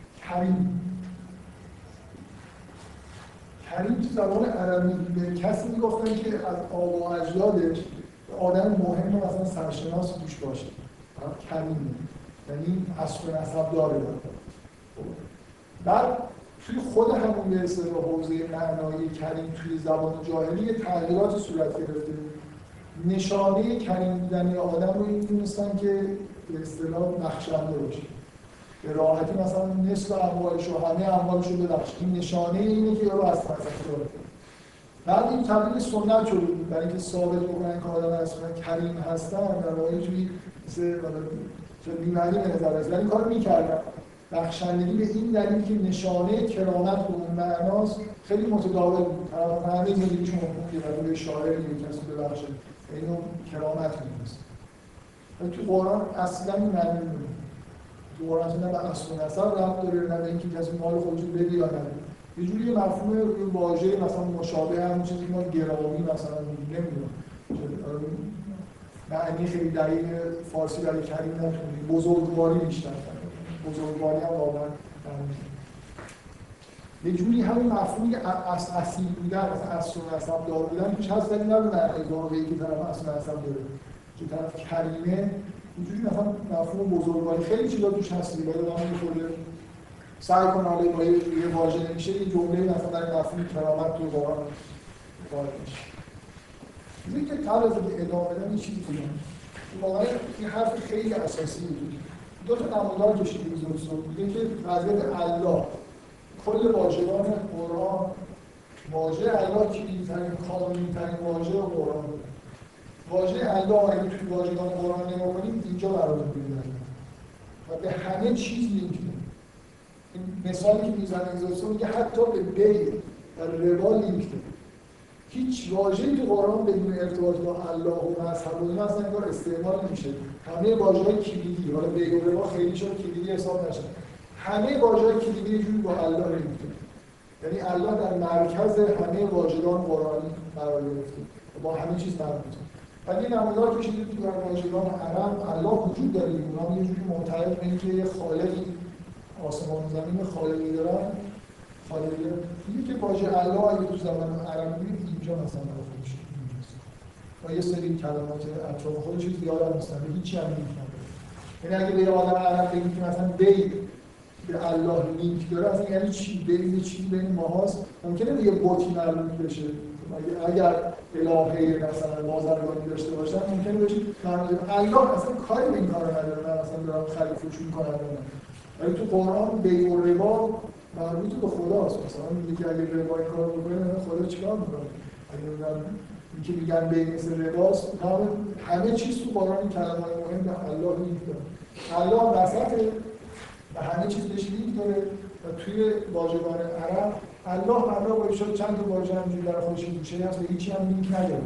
Speaker 1: کریم تو زبان عربی به کسی میگفتن که از آبا و اجدادش آدم مهم مثلا سرشناس توش باشه. کریم یعنی اصل و نسب داره. بعد توی خود همون به اصطلاح حوزه معنایی کریم توی زبان جاهلی یه تغییرات صورت گرفته. نشانه کریم بودن آدم رو این دونستن که به اصطلاح بخشنده باشه. به راحتی مثلا نصف اموالش و همه اموالش رو ببخشه. این نشانه اینه که یارو از فلسفه داره. بعد این تبدیل سنت شده بود برای اینکه ثابت بکنن که آدم اصلا کریم هستن در واقع توی مثل بی‌معنی به نظر رسید. این کارو می‌کردن. بخشندگی به این دلیل که نشانه کرامت به اون معناست خیلی متداول بود. همه زندگیشون مفهوم یه به شاعر یه کسی ببخشه. اینو کرامت می‌دونست. تو قرآن اصلا این معنی نمی‌دونه. تو قرآن اصلا به اصل و نسب ربط داره، نه به اینکه کسی مال خودش بده یا نده. یه جوری مفهوم واژه مثلا مشابه همون چیزی که ما گرامی مثلا نمی‌دونم. معنی خیلی دقیق فارسی برای کریم نتونیم. بزرگواری بیشتر کنیم. بزرگواری هم واقعا یه جوری همون مفهومی اصیل بودن، اصل و نسب دار بودن توش هست، ولی نه به معنی واقعی که طرف اصل و نسب داره. که طرف کریمه اینجوری مثلا مفهوم بزرگواری خیلی چیزا توش هست دیگه، باید آدم می‌خوره سعی کنه حالا با یه واژه نمیشه یه جمله مثلا در مفهوم کرامت تو قرآن وارد میشه. چیزی که قبل از اینکه ادامه بدم یه چیزی بگم. واقعا این حرف خیلی اساسی بود. دو تا نمودار کشیده ایزوتسو میگه که وضعیت الله کل واژگان قرآن واژه الله کلیدترین کامل‌ترین واژه قرآن بود. واژه الله اگه توی واژگان قرآن نگاه کنیم اینجا قرار می‌گیره و به همه چیز لینک میده. این مثالی که میزنه ایزوتسو میگه حتی به بیع و ربا لینک داره. هیچ واژه‌ای تو قرآن بدون ارتباط با الله و مذهب و اینا اصلا انگار استعمال نمیشه. همه واژه‌های کلیدی، حالا بیع و ربا خیلی شد کلیدی حساب نشه. همه واژه‌های کلیدی یه جوری با الله لینک داره. یعنی الله در مرکز همه واژگان قرآنی قرار گرفته و با همه چیز مربوطه. ولی این نمودار کشیده تو واژگان عرب الله وجود داره. اونا یه جوری معتقد به اینکه یه خالقی آسمان و زمین خالقی دارن. خالقی میگه که واژه الله اگه تو زبان عربی میگه اینجا مثلا خودش اینجاست. و یه سری کلمات اطراف خودش زیاد هستن. هیچی هم نمی‌فهمه. یعنی اگه به یه آدم عرب بگیم که مثلا بی به الله لینک داره اصلا یعنی چی؟ بین چیزی بین ماهاست ممکنه به یه بوتی مربوط بشه. اگر الهه مثلا بازرگانی داشته باشن ممکنه بشه الله اصلا کاری به این کار نداره. من اصلا دارم خرید فروش می‌کنم. ولی تو قرآن بیع و ربا مربوط به خداست. مثلا میگه که اگه ربا این کارو بکنه خدا چیکار می‌کنه؟ اگه اینکه میگن بیع مثل رباست، همه چیز تو قرآن کلمات مهم به الله لینک داره. الله وسط و همه چیز بهش لینک داره و توی واژگان عرب الله با اشاره چند تا واژه همینجوری در خودش گوشه هست و هیچی هم لینک نداره.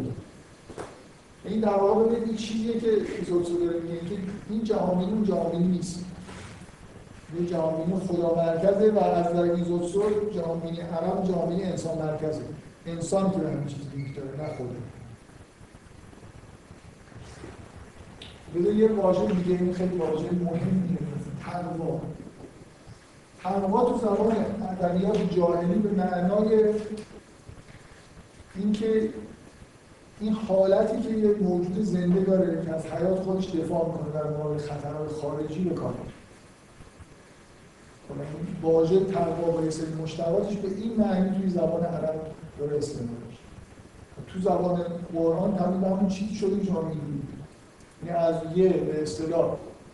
Speaker 1: این در واقع ببینید این چیزیه که ایزوتسو داره میگه که این جهانبینی اون جهانبینی نیست. این جهانبینی خدا مرکزه و از نظر ایزوتسو جهانبینی عرب جهانبینی انسان مرکزه. انسان که به همه چیز لینک داره نه خدا. بذار یه واژه دیگه این خیلی واژه مهمیه تقوا. تقوا تو زبان ادبیات جاهلی به معنای اینکه این حالتی که یک موجود زنده داره که از حیات خودش دفاع میکنه در مقابل خطرهای خارجی به کار میبره. واژه تقوا با یه سری مشتقاتش به این معنی توی زبان عرب داره استعمال میشه. تو زبان قرآن تقریبا همون چیزی شده که شما می‌دونید. یعنی از یه به اصطلاح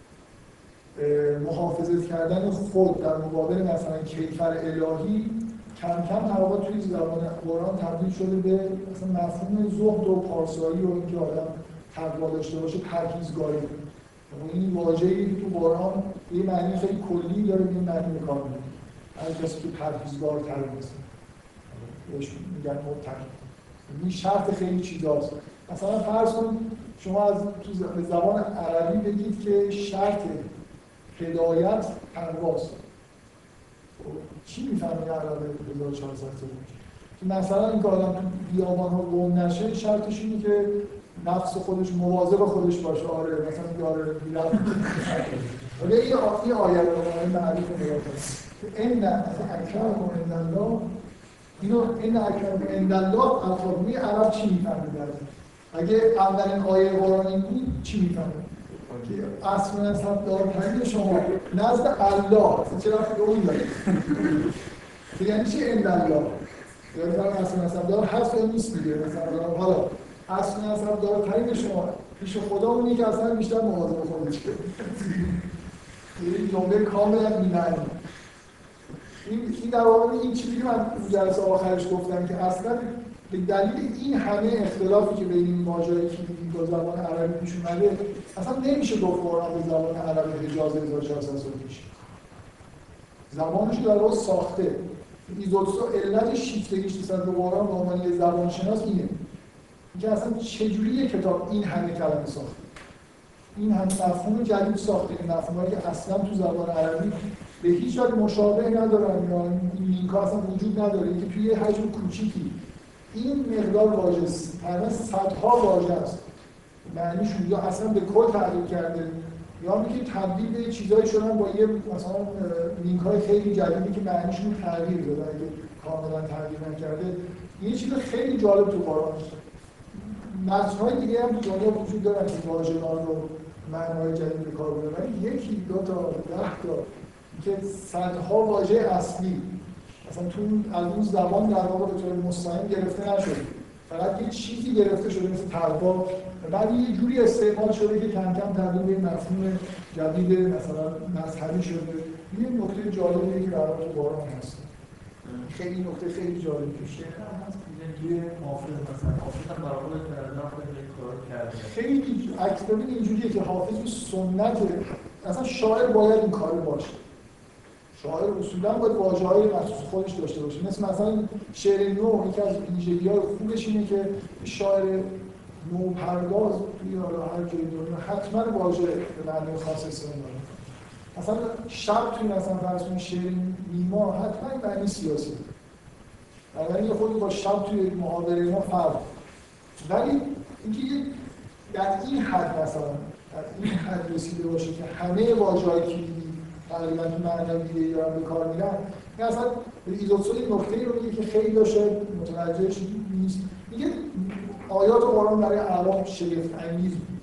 Speaker 1: محافظت کردن خود در مقابل مثلا کیفر الهی کم کم تقوا توی زبان قرآن تبدیل شده به مثلا مفهوم زهد و پارسایی و اینکه آدم تقوا داشته باشه پرهیزگاری. این واژه‌ای تو قرآن یه معنی خیلی کلی داره به این معنی به کار میبره. هر کسی که پرهیزگارتر نیست بهش میگن متقی. این شرط خیلی چیزاست. مثلا فرض کن شما از تو زبان عربی بگید که شرط هدایت تقواست. چی میفهمی عربه 1400 سال که مثلا این که آدم تو بیابان ها گم نشه شرطش اینه که نفس خودش مواظب خودش باشه. آره مثلا که آره بیرفت ولی این آیه رو این معریف نگاه کنید این اکرمکم عند الله اینو این اکرمکم عند الله الفاظی عرب چی میفهمید؟ اگه اولین آیه قرآنی بود چی میفهمید؟ که اصل نسب دارترین شما نزد الله چرا به اون دارید؟ یعنی چی عند الله؟ یعنی اصل نسب دار هست یا نیست میگه مثلا حالا اصل نسب دارترین شما پیش خدا اونی که اصلا بیشتر مواظب خودش کنه. این جمله کاملا بی‌معنی. این در واقع این چیزی که من جلسه آخرش گفتم که اصلا به دلیل این همه اختلافی که بین این واژه‌های کلیدی با زبان عربی پیش اومده اصلا نمیشه گفت قرآن به زبان عربی حجاز 1400 سال پیش زبانش در واقع ساخته. ایزوتسو علت شیفتگیش نسبت به قرآن به عنوان یه زبانشناس اینه که اصلا چجوری یک کتاب این همه کلمه ساخته، این همه مفهوم جدید ساخته، این مفهومایی که اصلا تو زبان عربی به هیچ وجه مشابه ندارن یا این لینک‌ها اصلا وجود نداره که توی یه حجم کوچیکی این مقدار واژه است، تقریبا صدها واژه است معنیشون یا اصلا به کل تغییر کرده یا میگه تبدیل به چیزایی شدن با یه مثلا لینک‌های خیلی جدیدی که معنیشون تغییر داده اگه کاملا تغییر نکرده. این چیز خیلی جالب تو قرآن است. متن‌های دیگه هم تو دنیا وجود دارن که واژگان رو معنای جدید به کار بردن ولی یکی دو تا 10 تا که صدها واژه اصلی مثلا تو از اون زبان در واقع به طور مستقیم گرفته نشده، فقط یه چیزی گرفته شده مثل تقوا و بعد یه جوری استعمال شده که کم کم تبدیل به مفهوم جدید مثلا مذهبی شده. این نکته جالبیه که برای تو باران هست. خیلی نکته خیلی جالبیه. شعر هم هست یه حافظ مثلا حافظ هم برای کار کرده. خیلی اکثر اینجوریه که حافظ تو سنت اصلا شاعر باید این کار باشه. شاعر اصولا باید واژه‌های مخصوص خودش داشته باشه. مثلا شعر نو یکی از ویژگی‌های خوبش اینه که شاعر نوپرداز توی هر جای دنیا حتما واژه به معنی خاص استفاده می‌کنه. مثلا شب توی مثلا فرض کنید شعر نیما حتما معنی سیاسی داره. بنابراین یه خودی با شب توی محاوره ما فرق. ولی اینکه در این حد مثلا در این حد رسیده باشه که همه واژه‌های کلیدی تقریباً تو معنی دیگه یا به کار میرن. این اصلا ایزوتسو این نکته‌ای رو میگه که خیلی داشته متوجهش نیست. میگه آیات قرآن برای اعراب شگفت‌انگیز بود.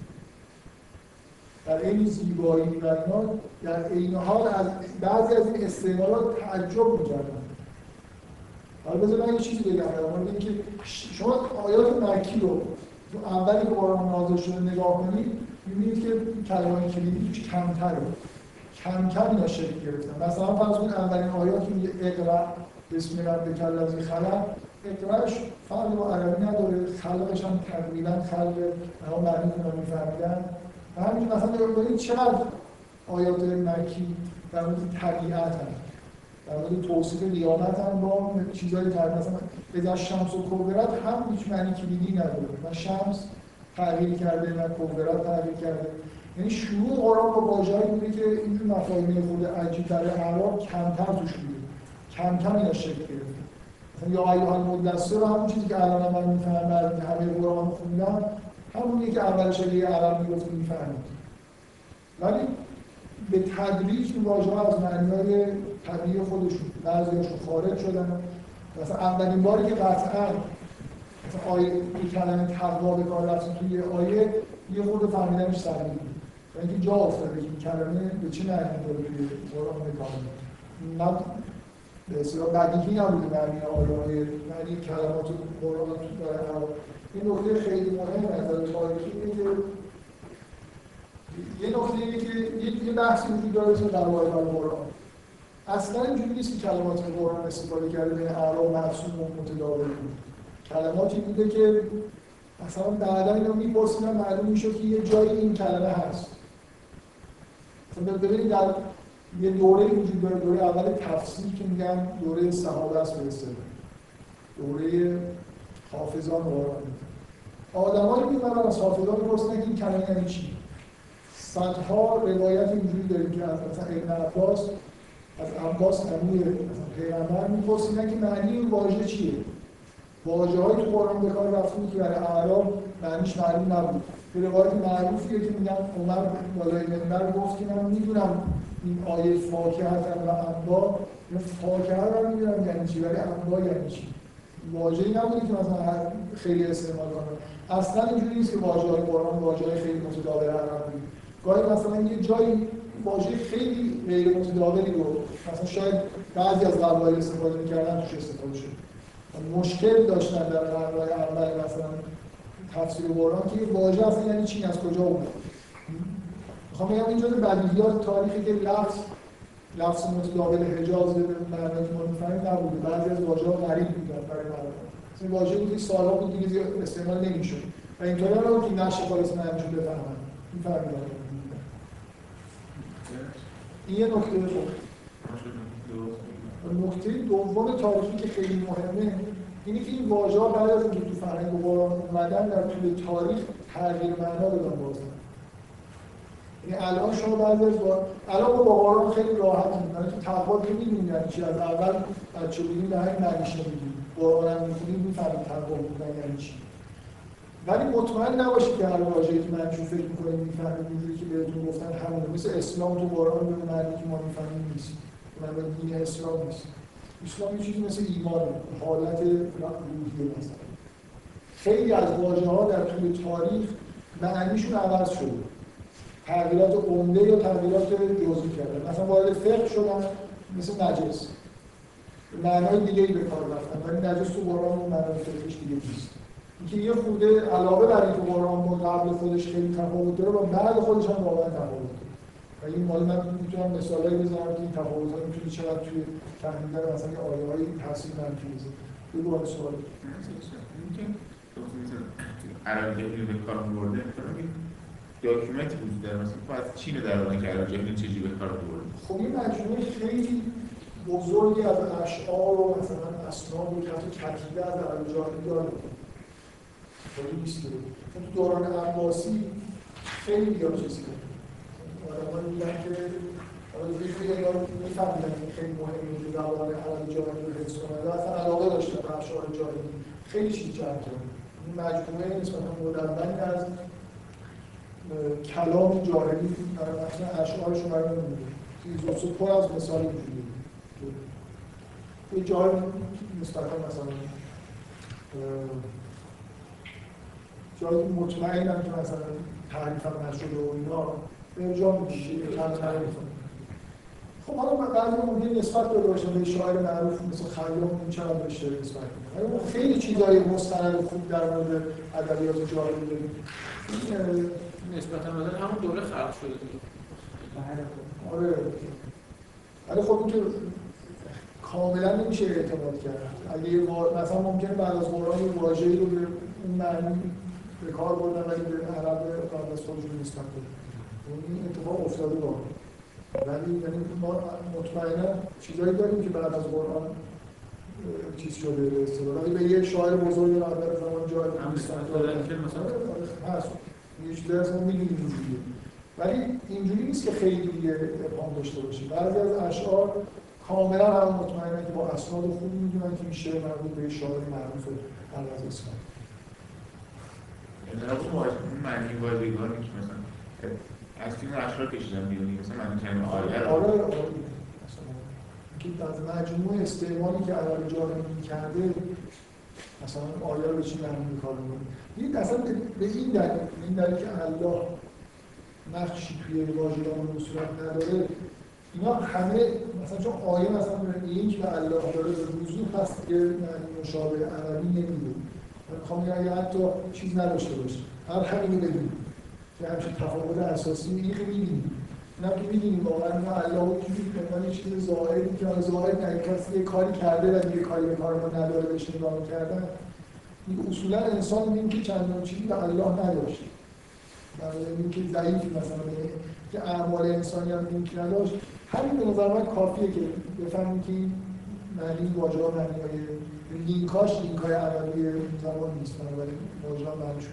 Speaker 1: در این زیبایی و اینا در عین حال از بعضی از این استعمالات تعجب می‌کردن. حالا بذار من یه چیزی بگم در مورد اینکه شما آیات مکی رو تو اولی که قرآن نازل شده نگاه کنید می‌بینید که کلمات کلیدی هیچ کمتره. کم کم اینا شکل گرفتن. مثلا فرض کنید اولین آیاتی میگه اقرأ بسم ربک الذی خلق. اقرأش فرقی با عربی نداره، خلقش هم تقریباً خلق اما معنی رو می‌فهمیدن. و همین مثلا ببینید چقدر آیات مکی در مورد طبیعت هست. در مورد توصیف قیامت هم با چیزایی که مثلا اذا الشمس کورت هم هیچ معنی کلیدی نداره. و شمس تغییر کرده و کورت تغییر کرده. یعنی شروع قرآن با واژه‌ای بوده که اینجور مفاهیم خود عجیب برای اعراب کمتر توش بوده. کم کم اینا شکل گرفته. مثلا یا ایها المدثر همون چیزی که الان من میفهمم که همه قرآن خوندم همونیه که اولش یه عرب میگفت میفهمید. ولی به تدریج این واژه‌ها از معنی‌های طبیعی خودشون بعضی‌هاشون خارج شدن. مثلا اولین باری که قطعاً مثلا آیه کلمه تقوا به کار رفت توی آیه یه خود فهمیدنش سخت بود. اینکه جا افتاده که این کلمه به چه معنی داره توی قرآن به کار میاد. نه به اصطلاح بدیهی نبوده معنی آیه‌های معنی کلمات قرآن تو داره. این نکته خیلی مهم از نظر تاریخی اینه که یه نکته اینه که یه بحثی وجود داره که در مورد قرآن اصلا اینجوری نیست که کلمات قرآن استفاده کرده بین اعراب محسوب و متداول بود. کلماتی بوده که مثلا بعدا اینو می‌پرسیدن معلوم میشد که یه جایی این کلمه هست. مثلا ببینید در یه دوره وجود داره، دوره اول تفسیر که میگن دوره صحابه است به اصطلاح. دوره حافظان قرآن. آدمایی می‌مونن از حافظان می‌پرسن که این کلمه یعنی چی؟ صدها روایت اینجوری داریم که از مثلا ابن عباس از عباس عموی پیغمبر می‌پرسیدن که معنی این واژه چیه؟ واژه‌های تو قرآن به کار رفته که برای اعراب معنیش معلوم نبود. به روایت معروفیه که میگن عمر بالای منبر گفت که من میدونم این آیه فاکهه و انبا، این فاکهه رو میدونم یعنی چی ولی انبا یعنی چی. واژه‌ای نبوده که مثلا خیلی استعمال کنه. اصلا اینجوری نیست که واژه‌های قرآن واژه‌های خیلی متداول عربی. گاهی مثلا یه جایی واژه خیلی غیر متداولی رو مثلا شاید بعضی از قبایل استفاده می‌کردن توش استفاده شد. مشکل داشتن در قرن‌های اول مثلا تفسیر قرآن که یه واژه اصلا یعنی چی از کجا اومد. میخوام بگم اینجا بدیهیات تاریخی که لفظ متداول حجاز به معنی که ما می‌فهمیم نبوده. بعضی از واژه‌ها غریب بودن برای مردم. مثلا واژه بود که سال‌ها بود دیگه استعمال نمی‌شد. و اینطوری نبود که نشه خالص معنیشو بفهمن. می‌فهمید. این یه نکته بود. نکته دوم تاریخی که خیلی مهمه اینه که این واژه‌ها بعد از اینکه تو فرهنگ قرآن اومدن در طول تاریخ تغییر معنا دادن بازن. یعنی الان شما بعد از الان با قرآن خیلی راحتیم. یعنی تو تقوا که می‌دونید یعنی چی، از اول بچه بودیم به همین معنیش نمی‌دونیم. قرآن هم می‌خونیم می‌فهمیم تقوا بودن یعنی چی. ولی مطمئن نباشید که هر واژه‌ای که من فکر می‌کنیم می‌فهمیم اینجوری که بهتون گفتن همونه. مثل اسلام تو قرآن به معنی که ما می‌فهمیم نیست. من به دین اسلام نیست. اسلام یه چیزی مثل ایمان، حالت روحیه مثلا. خیلی از واژه‌ها در طول تاریخ معنیشون عوض شده. تغییرات عمده یا تغییرات جزئی کردن. مثلا وارد فقه شدن مثل نجس معنای دیگه‌ای به کار رفتن، ولی نجس تو قرآن اون معنای فقهش دیگه نیست. اینکه یه خوده علاوه بر اینکه قرآن با قبل خودش خیلی تفاوت داره با بعد خودش هم واقعا تفاوت داره. و این مال من میتونم مثالایی بزنم که این تفاوت‌ها میتونه چقدر توی فهمیدن مثلا یه آیه‌های تاثیر منفی بذاره. بگو برای سوال.
Speaker 4: اینکه عربی به کار برده داکیومنت وجود داره، مثلا خب از چین درونه که عربی چجوری به کار برده.
Speaker 1: خب این مجموعه خیلی بزرگی از اشعار و مثلا اسناد و حتی کتیبه از عربی جاهلی داره. خیلی نیست که تو دوران عباسی خیلی بیاد چیزی داره. آدم‌ها میگن که خیلی یاد می‌فهمیدن که خیلی مهمه که زبان عربی جاهلی رو حفظ کنن و اصلا علاقه داشتن به اشعار جاهلی. خیلی چیز جمع کردن. این مجموعه نسبتاً مدونی از کلام جاهلی مثلا اشعارشون رو می‌بینید. ایزوسو پر از مثال وجود یه جایی نسبتاً مثلا جایی مطمئنم که مثلا تعریف هم نشده و اینا ارجاع می‌دید چند تعریف کنید. خب حالا بعضی ممکنه نسبت داشته باشه به شاعر معروف مثل خیام این چقدر بهش نسبت می‌کنه. خیلی چیزای مستند خوب در مورد ادبیات جاهلی داریم.
Speaker 5: نسبتاً مثلا همون دوره خلق شده دیگه.
Speaker 1: آره. ولی خب اینطور کاملا نمیشه اعتماد کرد. اگه مثلا ممکنه بعد از قرآن یه واژه‌ای رو به اون معنی به کار بردن ولی به عرب قبل از خودشون نسبت دادن. این اتفاق افتاده واقعا. ولی یعنی ما مطمئنا چیزایی داریم که بعد از قرآن چیز شده به اصطلاح. ولی به یه شاعر بزرگ در زمان جاهلی نسبت دادن که مثلا هست. یه چیزی هست ما می‌دونیم اینجوریه. ولی اینجوری نیست که خیلی دیگه ابهام داشته باشه. بعضی از اشعار کاملا هم مطمئنن که با اسناد خوب میدونن که این شعر مربوط به شاعر معروف قبل از اسلام.
Speaker 4: در واقع اون معنی واژگانی که مثلا از فیلم اشعار کشیدن بیرون مثلا معنی کلمه آیه رو
Speaker 1: آره مثلا که از مجموع استعمالی که عربی جاهلی می‌کرده مثلا آیه رو به چی معنی کار می‌کنه. این اصلا به این دلیل که الله نقشی توی واژگان و صورت نداره اینا همه مثلا چون آیه مثلا این که الله داره به وضوح هست که معنی مشابه عربی نمیده. من میخوام بگم اگه حتی چیز نداشته باشه هر همینو بدونیم که همچین تفاوت اساسی این که می‌بینیم. اینا که می‌بینیم واقعا ما الله رو که می‌بینیم چیز ظاهری که از ظاهر نه کسی یه کاری کرده و دیگه کاری به کار ما نداره بهش نگاه کردن. این اصولا انسان می‌بینه که چندان چیزی به الله نداشته. این که ضعیفی مثلا که اعمال انسانی هم ممکن نداشت همین به نظر من کافیه که بفهمیم که این معنی واژه‌ها معنی‌های لینک‌های عربی زبان نیست ولی واژه‌ها معنیشون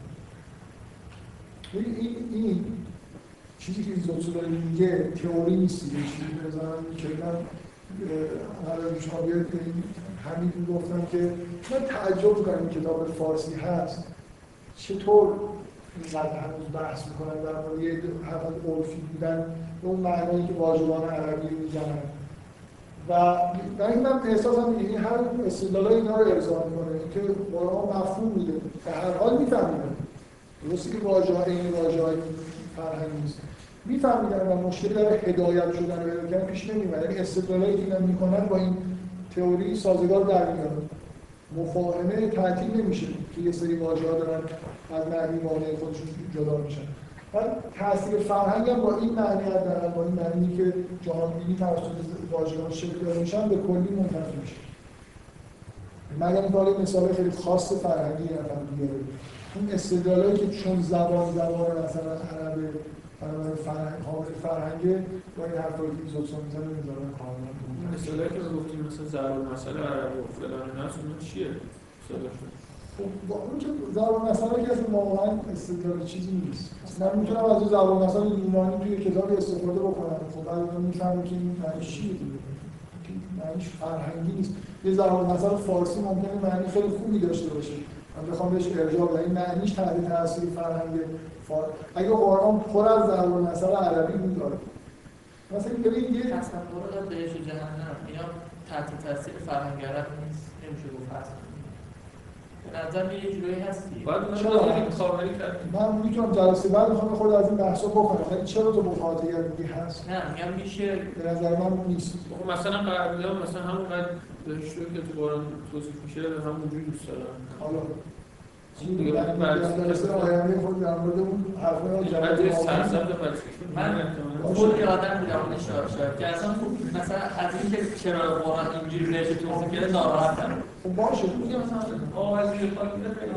Speaker 1: تغییر کرده. این چیزی که ایزوتسو داره میگه تئوری نیست دیگه چیزی به نظر من که من حالا شما بیاید همین گفتم که من تعجب می‌کنم کتاب فارسی هست چطور اینقدر هنوز بحث میکنن در مورد یه حرفت عرفی بودن به اون معنایی که واژگان عربی رو میزنن و این من احساسم این هر استدلالای اینا رو ارضا میکنه که قرآن مفهوم میده به هر حال میفهمیدن درسته که واژه‌ها این واژه‌های فرهنگی نیست میفهمیدن و مشکلی در هدایت شدن و هدایت پیش نمیبرن یعنی استدلالایی که اینا میکنن با این تئوری سازگار در میاد مفاهمه تعطیل نمیشه که یه سری واژه‌ها دارن از معنی واقعی خودشون جدا میشن. ولی تاثیر فرهنگ هم با این معنی حداقل با این معنی که جهانبینی توسط واژگان شکل داده میشن به کلی منتفی میشه. مگر اینکه حالا مثال خیلی خاص فرهنگی نفهم بیاره. اون استدلالایی که چون زبان مثلا عربه حامل فرهنگه با این حرفایی که ایزوتسو میزنه میذارن کاملا
Speaker 5: این مثالی که گفتیم مثلا ضرب المثل عربی و فلان اینا اون چیه؟
Speaker 1: خب با اون که ضرب المثل که اصلا واقعا استدلال چیزی نیست. من میتونم از ضرب المثل یونانی توی کتاب استفاده بکنم. خب بعد میفهمم که این معنیش چیه دیگه. معنیش فرهنگی نیست. یه ضرب المثل فارسی ممکنه معنی خیلی خوبی داشته باشه. من بخوام بهش ارجاع بدم این معنیش تحت تاثیر فرهنگ اگه قرآن پر از ضرب المثل عربی بود مثلا ببین یه
Speaker 3: تصور بهش جهنم اینا تحت تاثیر فرهنگ عرب نیست نمیشه گفت هست نظر یه جوری هستی.
Speaker 5: باید اون کاربری کرد.
Speaker 1: من میتونم جلسه بعد میخوام خود از این بحثا بکنم، ولی چرا تو مخاطب دیگه هست؟
Speaker 3: نه میگم میشه
Speaker 1: به نظر من نیست.
Speaker 5: مثلا قرارداد مثلا همون قد داشته که تو قرآن توصیف میشه همونجوری دوست دارم.
Speaker 1: حالا
Speaker 5: این دیگه
Speaker 1: جلسه آینده خود در مورد اون حرفای
Speaker 5: جلسه سرسبز
Speaker 3: من خود یادم بودم اون شاید که اصلا مثلا از اینکه چرا قرآن اینجوری نشه توصیف کرده ناراحتم.
Speaker 1: خب باشه
Speaker 3: میگم مثلا آواز زیر خاک خیلی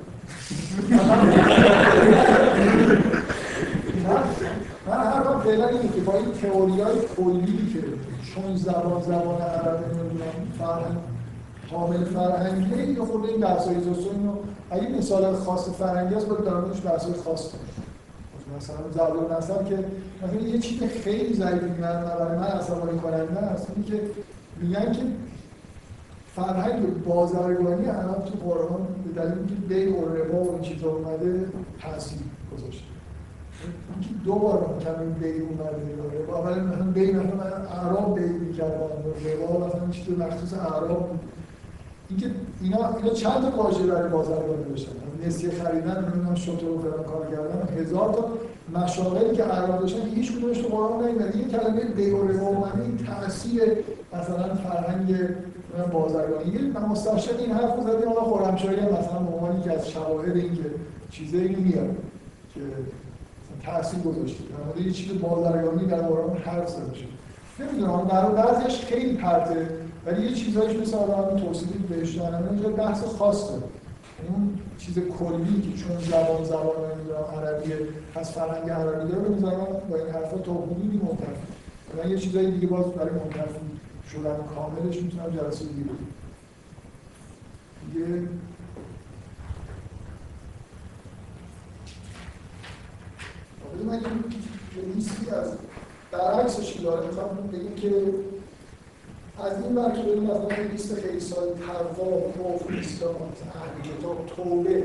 Speaker 1: من حرفم فعلا اینه که با این تئوریای کلی که چون زبان عربی نمیدونم فرهنگ حامل فرهنگیه یا خود این بحث‌های زوستون اگه مثال خاص فرهنگی هست باید در موردش بحث‌های خاص باشه. مثلا زبان نسل که مثلا یه چیز خیلی ضعیفی برای من عصبانی کننده است اینه که میگن که فرهنگ بازرگانی الان تو قرآن به دلیل اینکه بیع و ربا و این چیزا اومده تاثیر گذاشته. اینکه دو بار کمی بیع اومده ربا، اولا مثلا بیع مثلا اعراب بیع می‌کردن و ربا مثلا چیز مخصوص اعراب بود. اینکه اینا چند تا واژه برای بازرگانی داشتن. نسیه خریدن، نمیدونم شتر و فلان کار کردن، 1000 تا مشاغلی که اعراب داشتن هیچ کدومش تو قرآن نیومده. این کلمه بیع و ربا اومده این تاثیر مثلا فرهنگ بازرگانی. من مستشفی این حرف رو زدیم حالا خرمشاهی هم مثلا به عنوان یکی از شواهد این که چیزایی میاد که تاثیر گذاشته. در مورد یه چیز بازرگانی در قرآن حرف زده شده. نمیدونم در بعضیش خیلی پرته ولی یه چیزایش مثل آدم توصیفی بهش دارن اونجا بحث خاص داره. اون چیز کلی که چون زبان نمیدونم عربیه پس فرهنگ عربی داره بمیزنم با این حرفا تا حدودی منتفی. من یه چیزای دیگه باز برای منتفی شدن کاملش میتونم جلسه دیگه بگم. دیگه من یه لیستی از برعکسش داره میخوام بگیم که از این ور که بگیم مثلا یه لیست خیلی ساده تقوا، خوف، اسلام، اهل کتاب، توبه،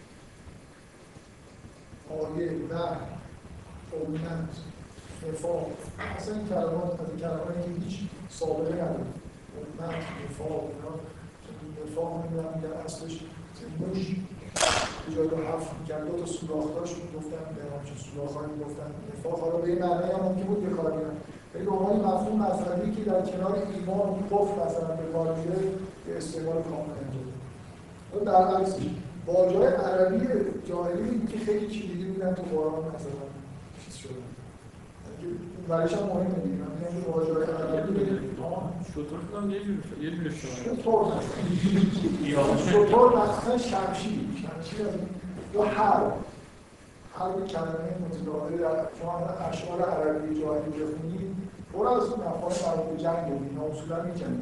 Speaker 1: آیه، وحی، امنت، نفاق، اصلا این کلمات از این کلماتی که هیچ سابقه نداره. امنت، نفاق، نفاق میدونم میگن اصلش موش جای رو حرف میکرد دو تا سوراخ داشت گفتن به همچه سوراخ‌هایی گفتن نفاق حالا به این معنی هم ممکن بود بکار بیارن ولی به عنوان مفهوم مذهبی که در کنار ایمان کفر مثلا به کار میره به استعمال کامل انجام در عکسش واژه‌های عربی جاهلی که خیلی چیزی بودن تو قرآن مثلا چیز شدن برایش هم مهم نمیدیم من که واژه‌های عربی
Speaker 5: شطور کنم یه جوری شما
Speaker 1: شطور مثلا شمشیر یا حرب کلمه متداول شما اشعار عربی جاهلی بخونید پر از مفاهیم مربوط به جنگ بود اینا اصولا می‌کنید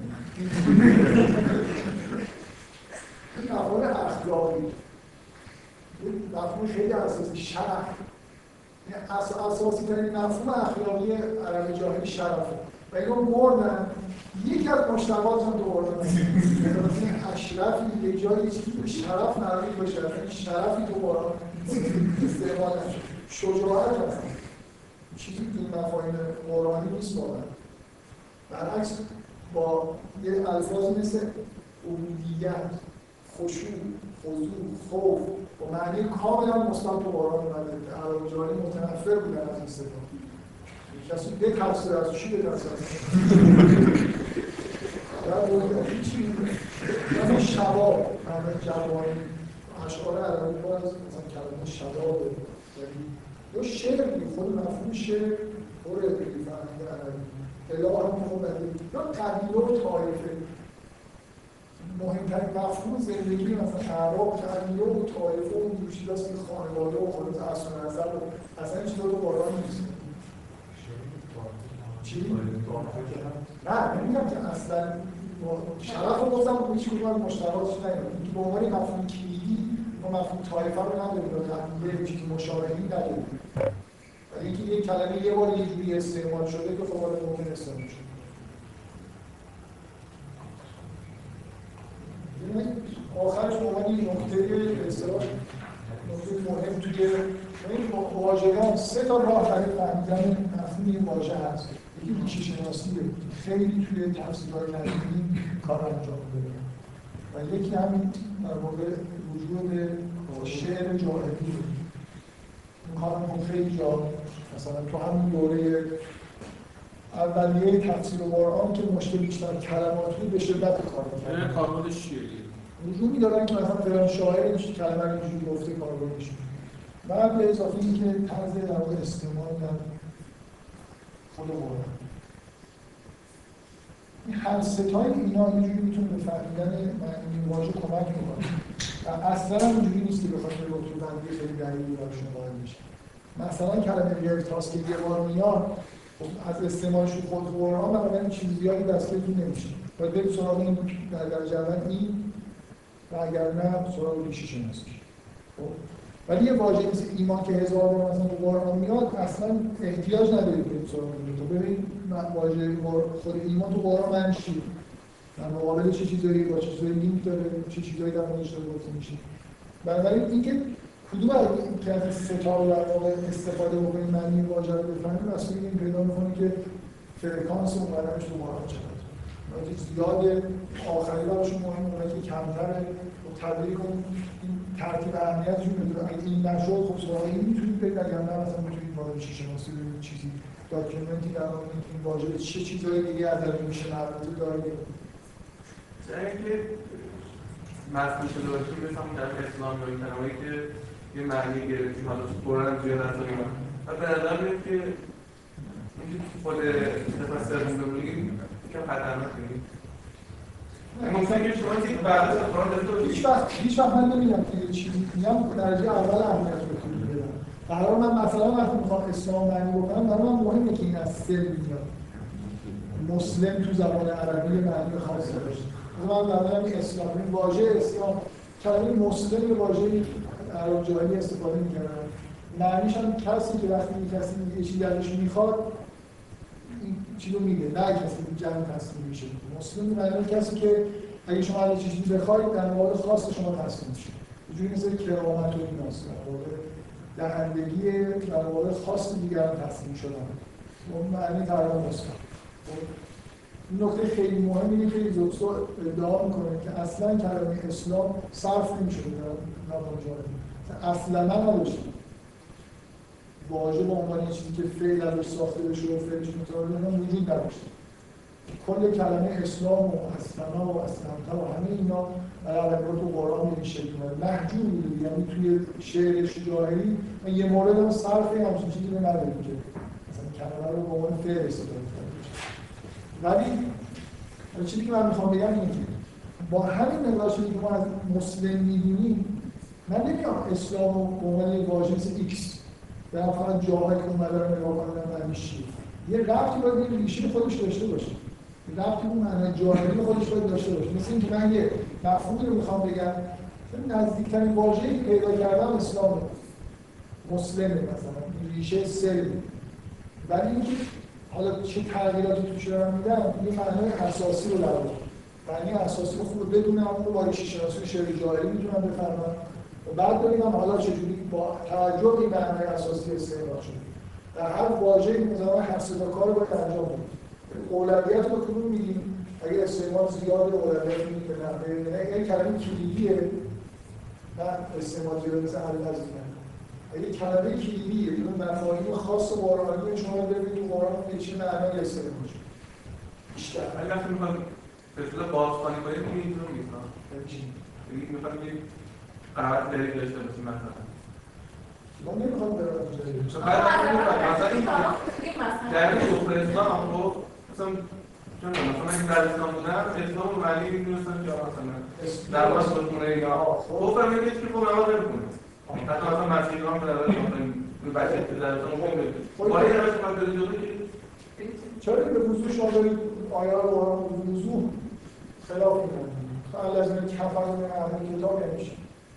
Speaker 1: این مفاهیم اخلاقی مفهوم خیلی اساسی شرف اساسی ترین مفهوم اخلاقی عربی جاهلی شرفه و اینو بردن یکی از مشتقات هم تو قرآن اشرفی یه جایی چیزی به شرف نرمید باشه این شرفی تو قرآن استعمال نشد شجاعت هست چیزی این مفاهیم قرآنی نیست واقعا برعکس با یه الفاظی مثل عبودیت خشوع خضوع خوف با معنی کاملا مثبت تو قرآن اومده عرب جاهلی متنفر بودن از این صفات کسی بترسه از چی بترسه در مورد هیچی مثلا شباب معنی جوانی اشعار عربی باز مثلا کلمه شبابه یا شعر خود مفهوم شعر طور دیگه فرهنگ عربی اله هم خود بده یا قبیله و طایفه مهمترین مفهوم زندگی مثلا اعراب قبیله و طایفه و این چیزاست که خانواده و خود اصل و نظر اصلا این چیزا تو قرآن نیست چی؟ نه نمیگم که اصلا شرف رو گفتم هیچ کدوم از مشتقاتش نگیم اینکه به عنوان مفهوم کلیدی ما مفهوم طایفه رو نداریم یا قبیله چیزی مشابهی نداریم ولی اینکه یک کلمه یه بار یه جوری استعمال شده که خب حالا ممکن استعمال شده آخرش به عنوان یک نکته به اصطلاح نکته مهم توی این واژگان سه تا راه برای فهمیدن مفهوم این واژه هست یکی ریشه شناسیه خیلی توی تفسیرهای نجومی کار انجام میده و یکی همین در واقع وجود شعر جاهلی. می‌خوام خیلی جا مثلا تو همین دوره اولیه تفسیر قرآن که مشکل بیشتر کلمات بود به شدت کار می‌کردن.
Speaker 5: کاربردش چیه؟
Speaker 1: وجود می‌دادن که مثلا فلان شاعر این کلمه رو اینجوری گفته کاربردش. بعد به اضافه اینکه طرز در واقع استعمال در خود قرآن. این هر ستای اینا اینجوری میتونه به فهمیدن معنی واژه کمک میکنه و اصلا هم اینجوری نیست که بخاطر رتبه‌بندی خیلی دقیقی براشون قائل بشه. مثلا کلمه ارتاس که یه بار میاد از استعمالش تو خود قرآن بنابراین چیز زیادی دستگیرتون نمیشه. باید برید سراغ این در درجه اول این و اگر نه سراغ ریشه شناسی. ولی یه واژه مثل ایمان که 1000 بار مثلا تو قرآن میاد اصلا احتیاج ندارید برید سراغ این. تو ببین واژه خود ایمان تو قرآن معنیش چیه؟ در مقابل چه چیزایی با چه چیزایی لینک داره، چه چیزایی در موردش داره گفته میشه. بنابراین اینکه کدوم از که از ستا رو در واقع استفاده بکنید معنی واژه رو بفهمید اصلا این پیدا می‌کنه که فرکانس اون قدمش تو قرآن چقدره. اگه زیاد آخری براشون مهمه اگه کمتره تبدیل کنید این ترتیب اهمیتشون بدونه. اگه این نشد خب سراغ این میتونید برید اگر نه مثلا میتونید واژه شناسی ببینید چیزی داکیومنتی در مورد این واژه چه چیزایی دیگه ازش میشه نقل داره.
Speaker 7: جایی که مفهوم شده باشه مثلا در اسلام یا این کلمه‌ای که یه معنی گرفتیم حالا تو قرآن هم زیاد از داریم و به نظر میاد که اینکه خود تفسیر بگیم یکم خطرناکه. ممکنه که شما یک بعد از قرآن داشته
Speaker 1: هیچ وقت من نمیگم که یه چیزی میگم درجه اول اهمیت رو بدم. قرار من مثلا وقتی میخوام اسلام معنی بکنم برای من مهمه که این از سر میاد. مسلم تو زبان عربی معنی خاصی داشت. من معمولا اسلام این واژه اسلام کلمه مسلم یه واژه عرب جاهلی استفاده می‌کردن. معنیش هم کسی که وقتی کسی یه چیزی ازش میخواد این چیزو میگه، نه کسی که جمع تسلیم میشه. مسلم معنی کسی که اگه شما هر چیزی بخواید در مورد خاص شما تسلیم میشه. اینجوری مثل کرامت و ایناست. دهندگی در مورد خاص دیگران تسلیم شدن. اون معنی تقریبا مسلم. این نکته خیلی مهم اینه که زوتسو ادعا میکنه که اصلا کلمه اسلام صرف نمیشه در زبان جاهلی. اصلا نداشته. واژه به عنوان یه چیزی که فعل ازش ساخته بشه و فعلش متعادل وجود نداشته. کل کلمه اسلام و اسلما و اسلمتا و همه اینا در عربی تو قرآن به این شکل محجور بوده. یعنی توی شعرش جاهلی یه مورد هم صرف همچین چیزی رو نداریم که مثلا کلمه رو به عنوان فعل استفاده کنه. ولی چیزی که من میخوام بگم اینه که با همین نگاهی که ما از مسلم می‌بینیم من نمیگم اسلام رو به عنوان یک واژه مثل ایکس در فقط جاهایی که اومده رو نگاه کنن معنیش چیه. یه ربطی باید یه ریشه خودش داشته باشه. ربطی اون معنی جاهلی خودش باید داشته باشه. مثل اینکه من یه مفهومی رو میخوام بگم نزدیکترین واژه‌ای پیدا کردم اسلامه. مسلمه مثلا ریشه سلم. ولی اینکه حالا چه تغییراتی توش دارم میدم یه معنای اساسی رو داره. معنی اساسی رو خوب بدونم اون رو با ریشه شناسی شعر جاهلی میتونم بفهمم و بعد ببینم حالا چجوری با توجه به این معنای اساسی استعمال شده. در هر واژه‌ای مثلا هر سه تا کار رو باید انجام بدیم. اولویت رو کدوم میدیم؟ اگه استعمال زیاد اولویت میدیم به نحوه یه کلمه کلیدیه نه استعمال زیاد مثل الازم. اگه کلمه کلیدیه اون مفاهیم خاص قرآنی شما ببینید تو قرآن به چه معنایی استفاده میشه. بیشتر
Speaker 7: اگه وقتی میخوام به اصطلاح بازخوانی کنیم اینجوری میکنم. یعنی میخوام یه قرار دلیل داشته باشیم مثلا.
Speaker 1: من نمیخوام برام جایی.
Speaker 7: مثلا این در این شغل اسلام خب مثلا چون مثلا این در اسلام بودم اسلام رو معنی میدونستم که مثلا در واقع خودمونه یا خب فهمیدید که خب نماز نمی‌خونه. حتی مثلا مسیحیان به درجه به بچه که در اسلام می‌خونه. ولی در اسلام به جلو که
Speaker 1: چرا به وضوح شما دارید آیات قرآن به وضوح خلاف می‌کنید. الذین کفروا من اهل کتاب نمیشه.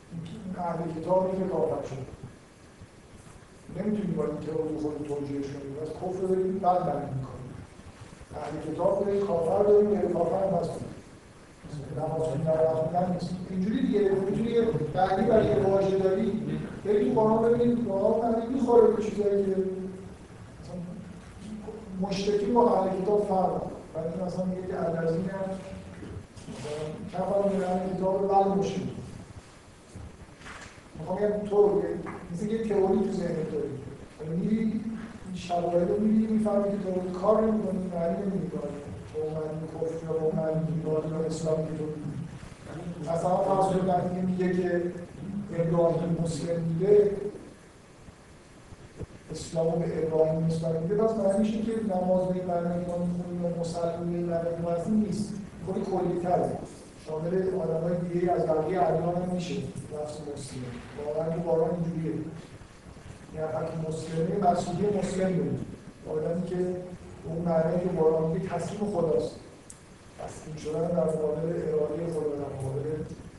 Speaker 1: اهل کتابی که کافر شد. نمیتونید با این که خود توجیهش کنید. از کفر دارید بعد بیان می‌کنید. اهل کتاب دارید کافر دارید غیر کافر هم هست. نماز خوندن نیست. اینجوری دیگه میتونی یه بعدی برای یه واژه داری برید تو قرآن ببینید قرآن معنی می‌خوره به چیزایی که مشرکین با اهل کتاب فرق داره. مثلا میگه که الذین مثلا این کتاب رو ولی مشکل میخوام بگم تو مثل یه تئوری تو ذهنت داری میری این شواهد رو میبینی میفهمی که تو کار نمی‌کنی معنی نمی‌کنی با معنی کفر یا با معنی ایمان یا اسلام که تو مثلا فرض کنید میگه که ابراهیم مسلم بوده اسلام به ابراهیم نسبت میده پس معنیش اینه که نماز به معنی ما می‌خونیم و مسلمان به معنی ما هستیم نیست کلی کلی‌تره شامل آدم‌های دیگه از بقیه ادیان هم میشه لفظ مسلم واقعا تو قرآن اینجوریه یعنی وقتی مسلمه مسئولی مسلم داریم آدمی که اون معنی که قرآن میگه تسلیم خداست تسلیم شدن در مقابل اراده خدا در مقابل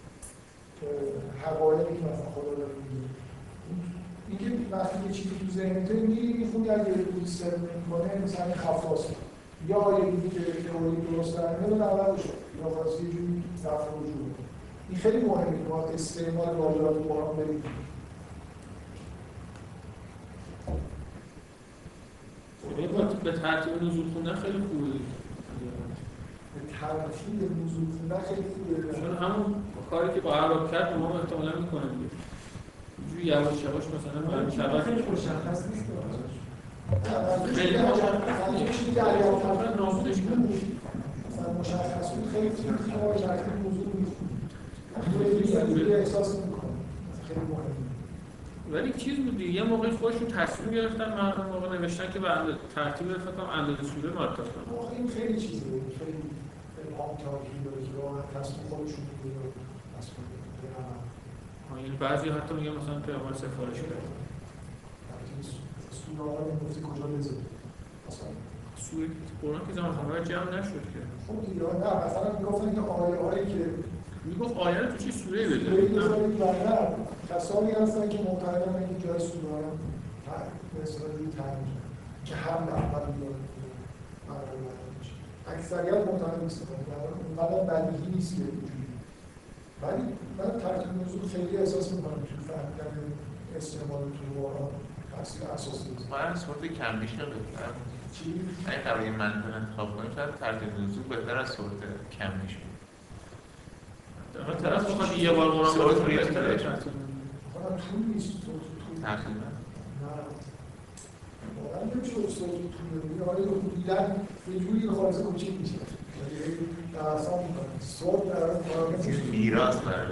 Speaker 1: حقایقی که مثلا خدا داره میگه اینکه وقتی یه چیزی تو ذهنته میخونی اگه روی سر میکنه مثلا خفاس یا آیه دیگه که تئوری درست درنه رو نبرد شد یا خواستی یه جوری رفع وجود این خیلی مهمه که ما استعمال واژه‌های قرآن بریم
Speaker 5: به ترتیب نزول خوندن خیلی خوبه
Speaker 1: به ترتیب نزول خوندن خیلی خوبه
Speaker 5: چون همون کاری که با عرب کرد ما احتمالاً میکنیم اینجوری یواش یواش مثلا برای شباب
Speaker 6: خیلی مشخص نیست
Speaker 5: خیلی
Speaker 1: چیزی که علیه
Speaker 5: مثلا نامودش کنیم
Speaker 1: مثلا مشخص بود خیلی که ما ترتیب نزول میخونیم خیلی احساس میکنم خیلی مهمه
Speaker 5: ولی چیز بود دیگه یه موقع خودشون تصمیم گرفتن من موقع نوشتن که به ترتیب فکر کنم اندازه سوره مرتب کنن
Speaker 1: این خیلی چیزه خیلی هم تاکید داره که واقعا تصمیم خودشون میگیره تصمیم بگیرن
Speaker 5: یعنی بعضی حتی میگن مثلا پیامبر سفارش کرد
Speaker 1: سوره آقا میگفتی کجا بذاری مثلا
Speaker 5: سوره قرآن که زمان خبر جمع نشد که
Speaker 1: خب دیگه نه مثلا میگفتن که آیه‌هایی که
Speaker 5: میگفت آیه رو تو چه سوره بده
Speaker 1: کسانی هستن که معتقدن اینکه جای سوره رو به اصطلاح روی تعیین که هم اول بیاد اکثریت معتقد نیستن اونقدر بدیهی نیست که اینجوری ولی من ترتیب نزول خیلی احساس میکنم توی فهمیدن استعمال تو قرآن تاثیر اساسی نیست
Speaker 4: من صورت کمبیش رو بهتر
Speaker 1: چی؟
Speaker 4: اگه قرار یه منطقه انتخاب کنیم شاید ترتیب نزول بهتر از صورت کمبیش بود
Speaker 5: طرف میخواد یه بار قرآن
Speaker 4: صورت
Speaker 5: بخونه
Speaker 4: ریاضی داره
Speaker 1: خودم طول نیست
Speaker 4: تقریبا
Speaker 1: نه واقعا نمیشه استاد طول بگیره حالا دیدن یه جوری به خالص کوچیک میشه درستان میکنه صورت در
Speaker 4: میراث برده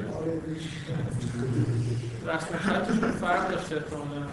Speaker 5: رسم خطشون فرق داشته احتمالاً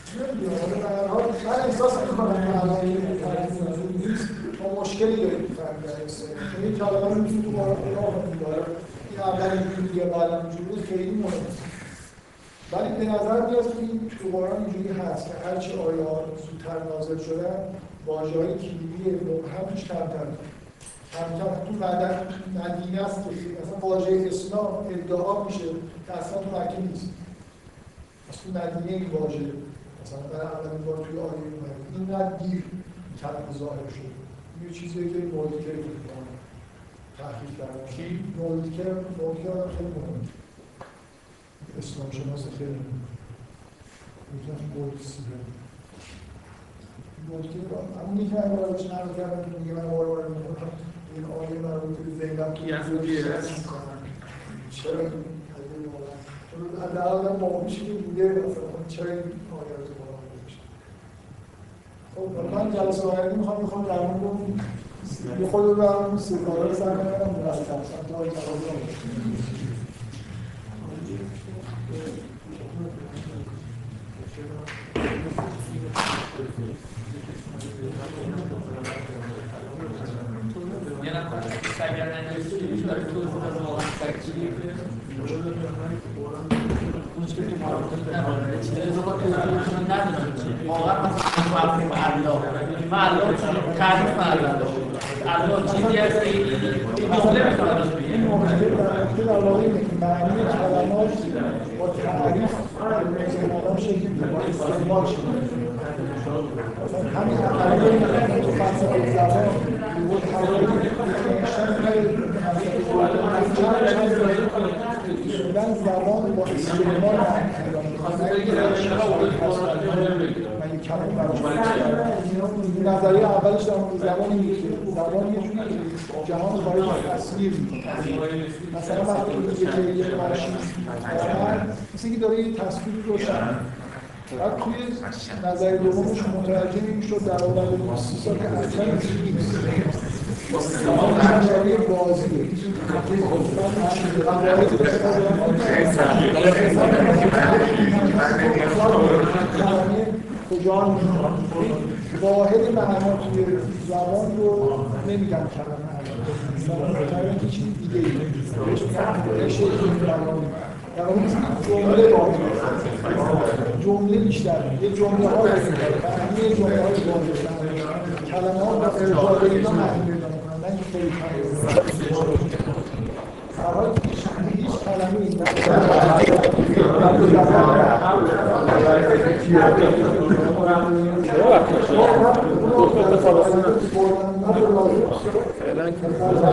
Speaker 1: من احساس میکنم که الان این ترتیب نزول نیست ما مشکلی داریم فهمیدن این کلمه رو میتونیم تو قرآن پیدا کنیم این اول اینجوری یا بعد اینجوری خیلی مهمه ولی به نظر میاد که این تو قرآن اینجوری هست که هرچی آیه ها زودتر نازل شدن واژه‌های کلیدی مبهمش کمتر تو مدینه است که مثلا واژه اسلام ادعا میشه که اصلا تو مکه نیست اصلا تو مدینه این واژه مثلا برای اولین بار توی آیه اومده اینقدر دیر کلمه ظاهر شده این چیزیه که مولکر تحقیق کردن
Speaker 5: کی؟
Speaker 1: مولکر هم خیلی مهمه اسلام شناس خیلی مهمه میتونم مولکر همونی که من باید چه نرم کردم که میگه من بار میکنم این آیه مربوط به زنگم که
Speaker 5: یهودیه
Speaker 1: چرا این قضیه واقعا چون در آدم باقیشی که بوده مثلا چرا این آیه رو تو قرآن گذاشته خب من جلسه آینده میخوام در مورد یه خود رو در مورد ستاره رو سر کنم مرتب تا جواب
Speaker 3: یه نفر سرگردن نویسی برای توضیح از واقعا ترکیبی مشکل که مراقبه چیزی رو با توضیحشون ندارم واقعا مثلا مفهوم الله تعریف الله چیزی هست که این جمله میتونم بگم
Speaker 1: این مشکل در واقع اینه که معنی کلمات با تعریف آدم شکل میده با استعمال شده همین عقیده این تو فلسفه زبان و تعریف شدن زبان با استعمال معنی کلام براش نظریه اولش در مورد زبان اینه که زبان یه جوری جهان رو برای تصویر می‌کنه. مثلا وقتی میگه که یه ماشین مثل اینکه داره یه تصویری روشن. بعد توی نظریه دومش متوجه می‌شد در اول موسیقی که اصلا نیست. نظریه بازیه. کجا می‌کنم واحد معنا توی زبان رو نمیگم کلمه الان که چیز دیگه ریشه در واقع جمله واحد جمله بیشتر یه جمله ها یه جمله های واحد کلمه ها با ارجاع اینا معنی پیدا می‌کنن نه اینکه خیلی هیچ کلمه این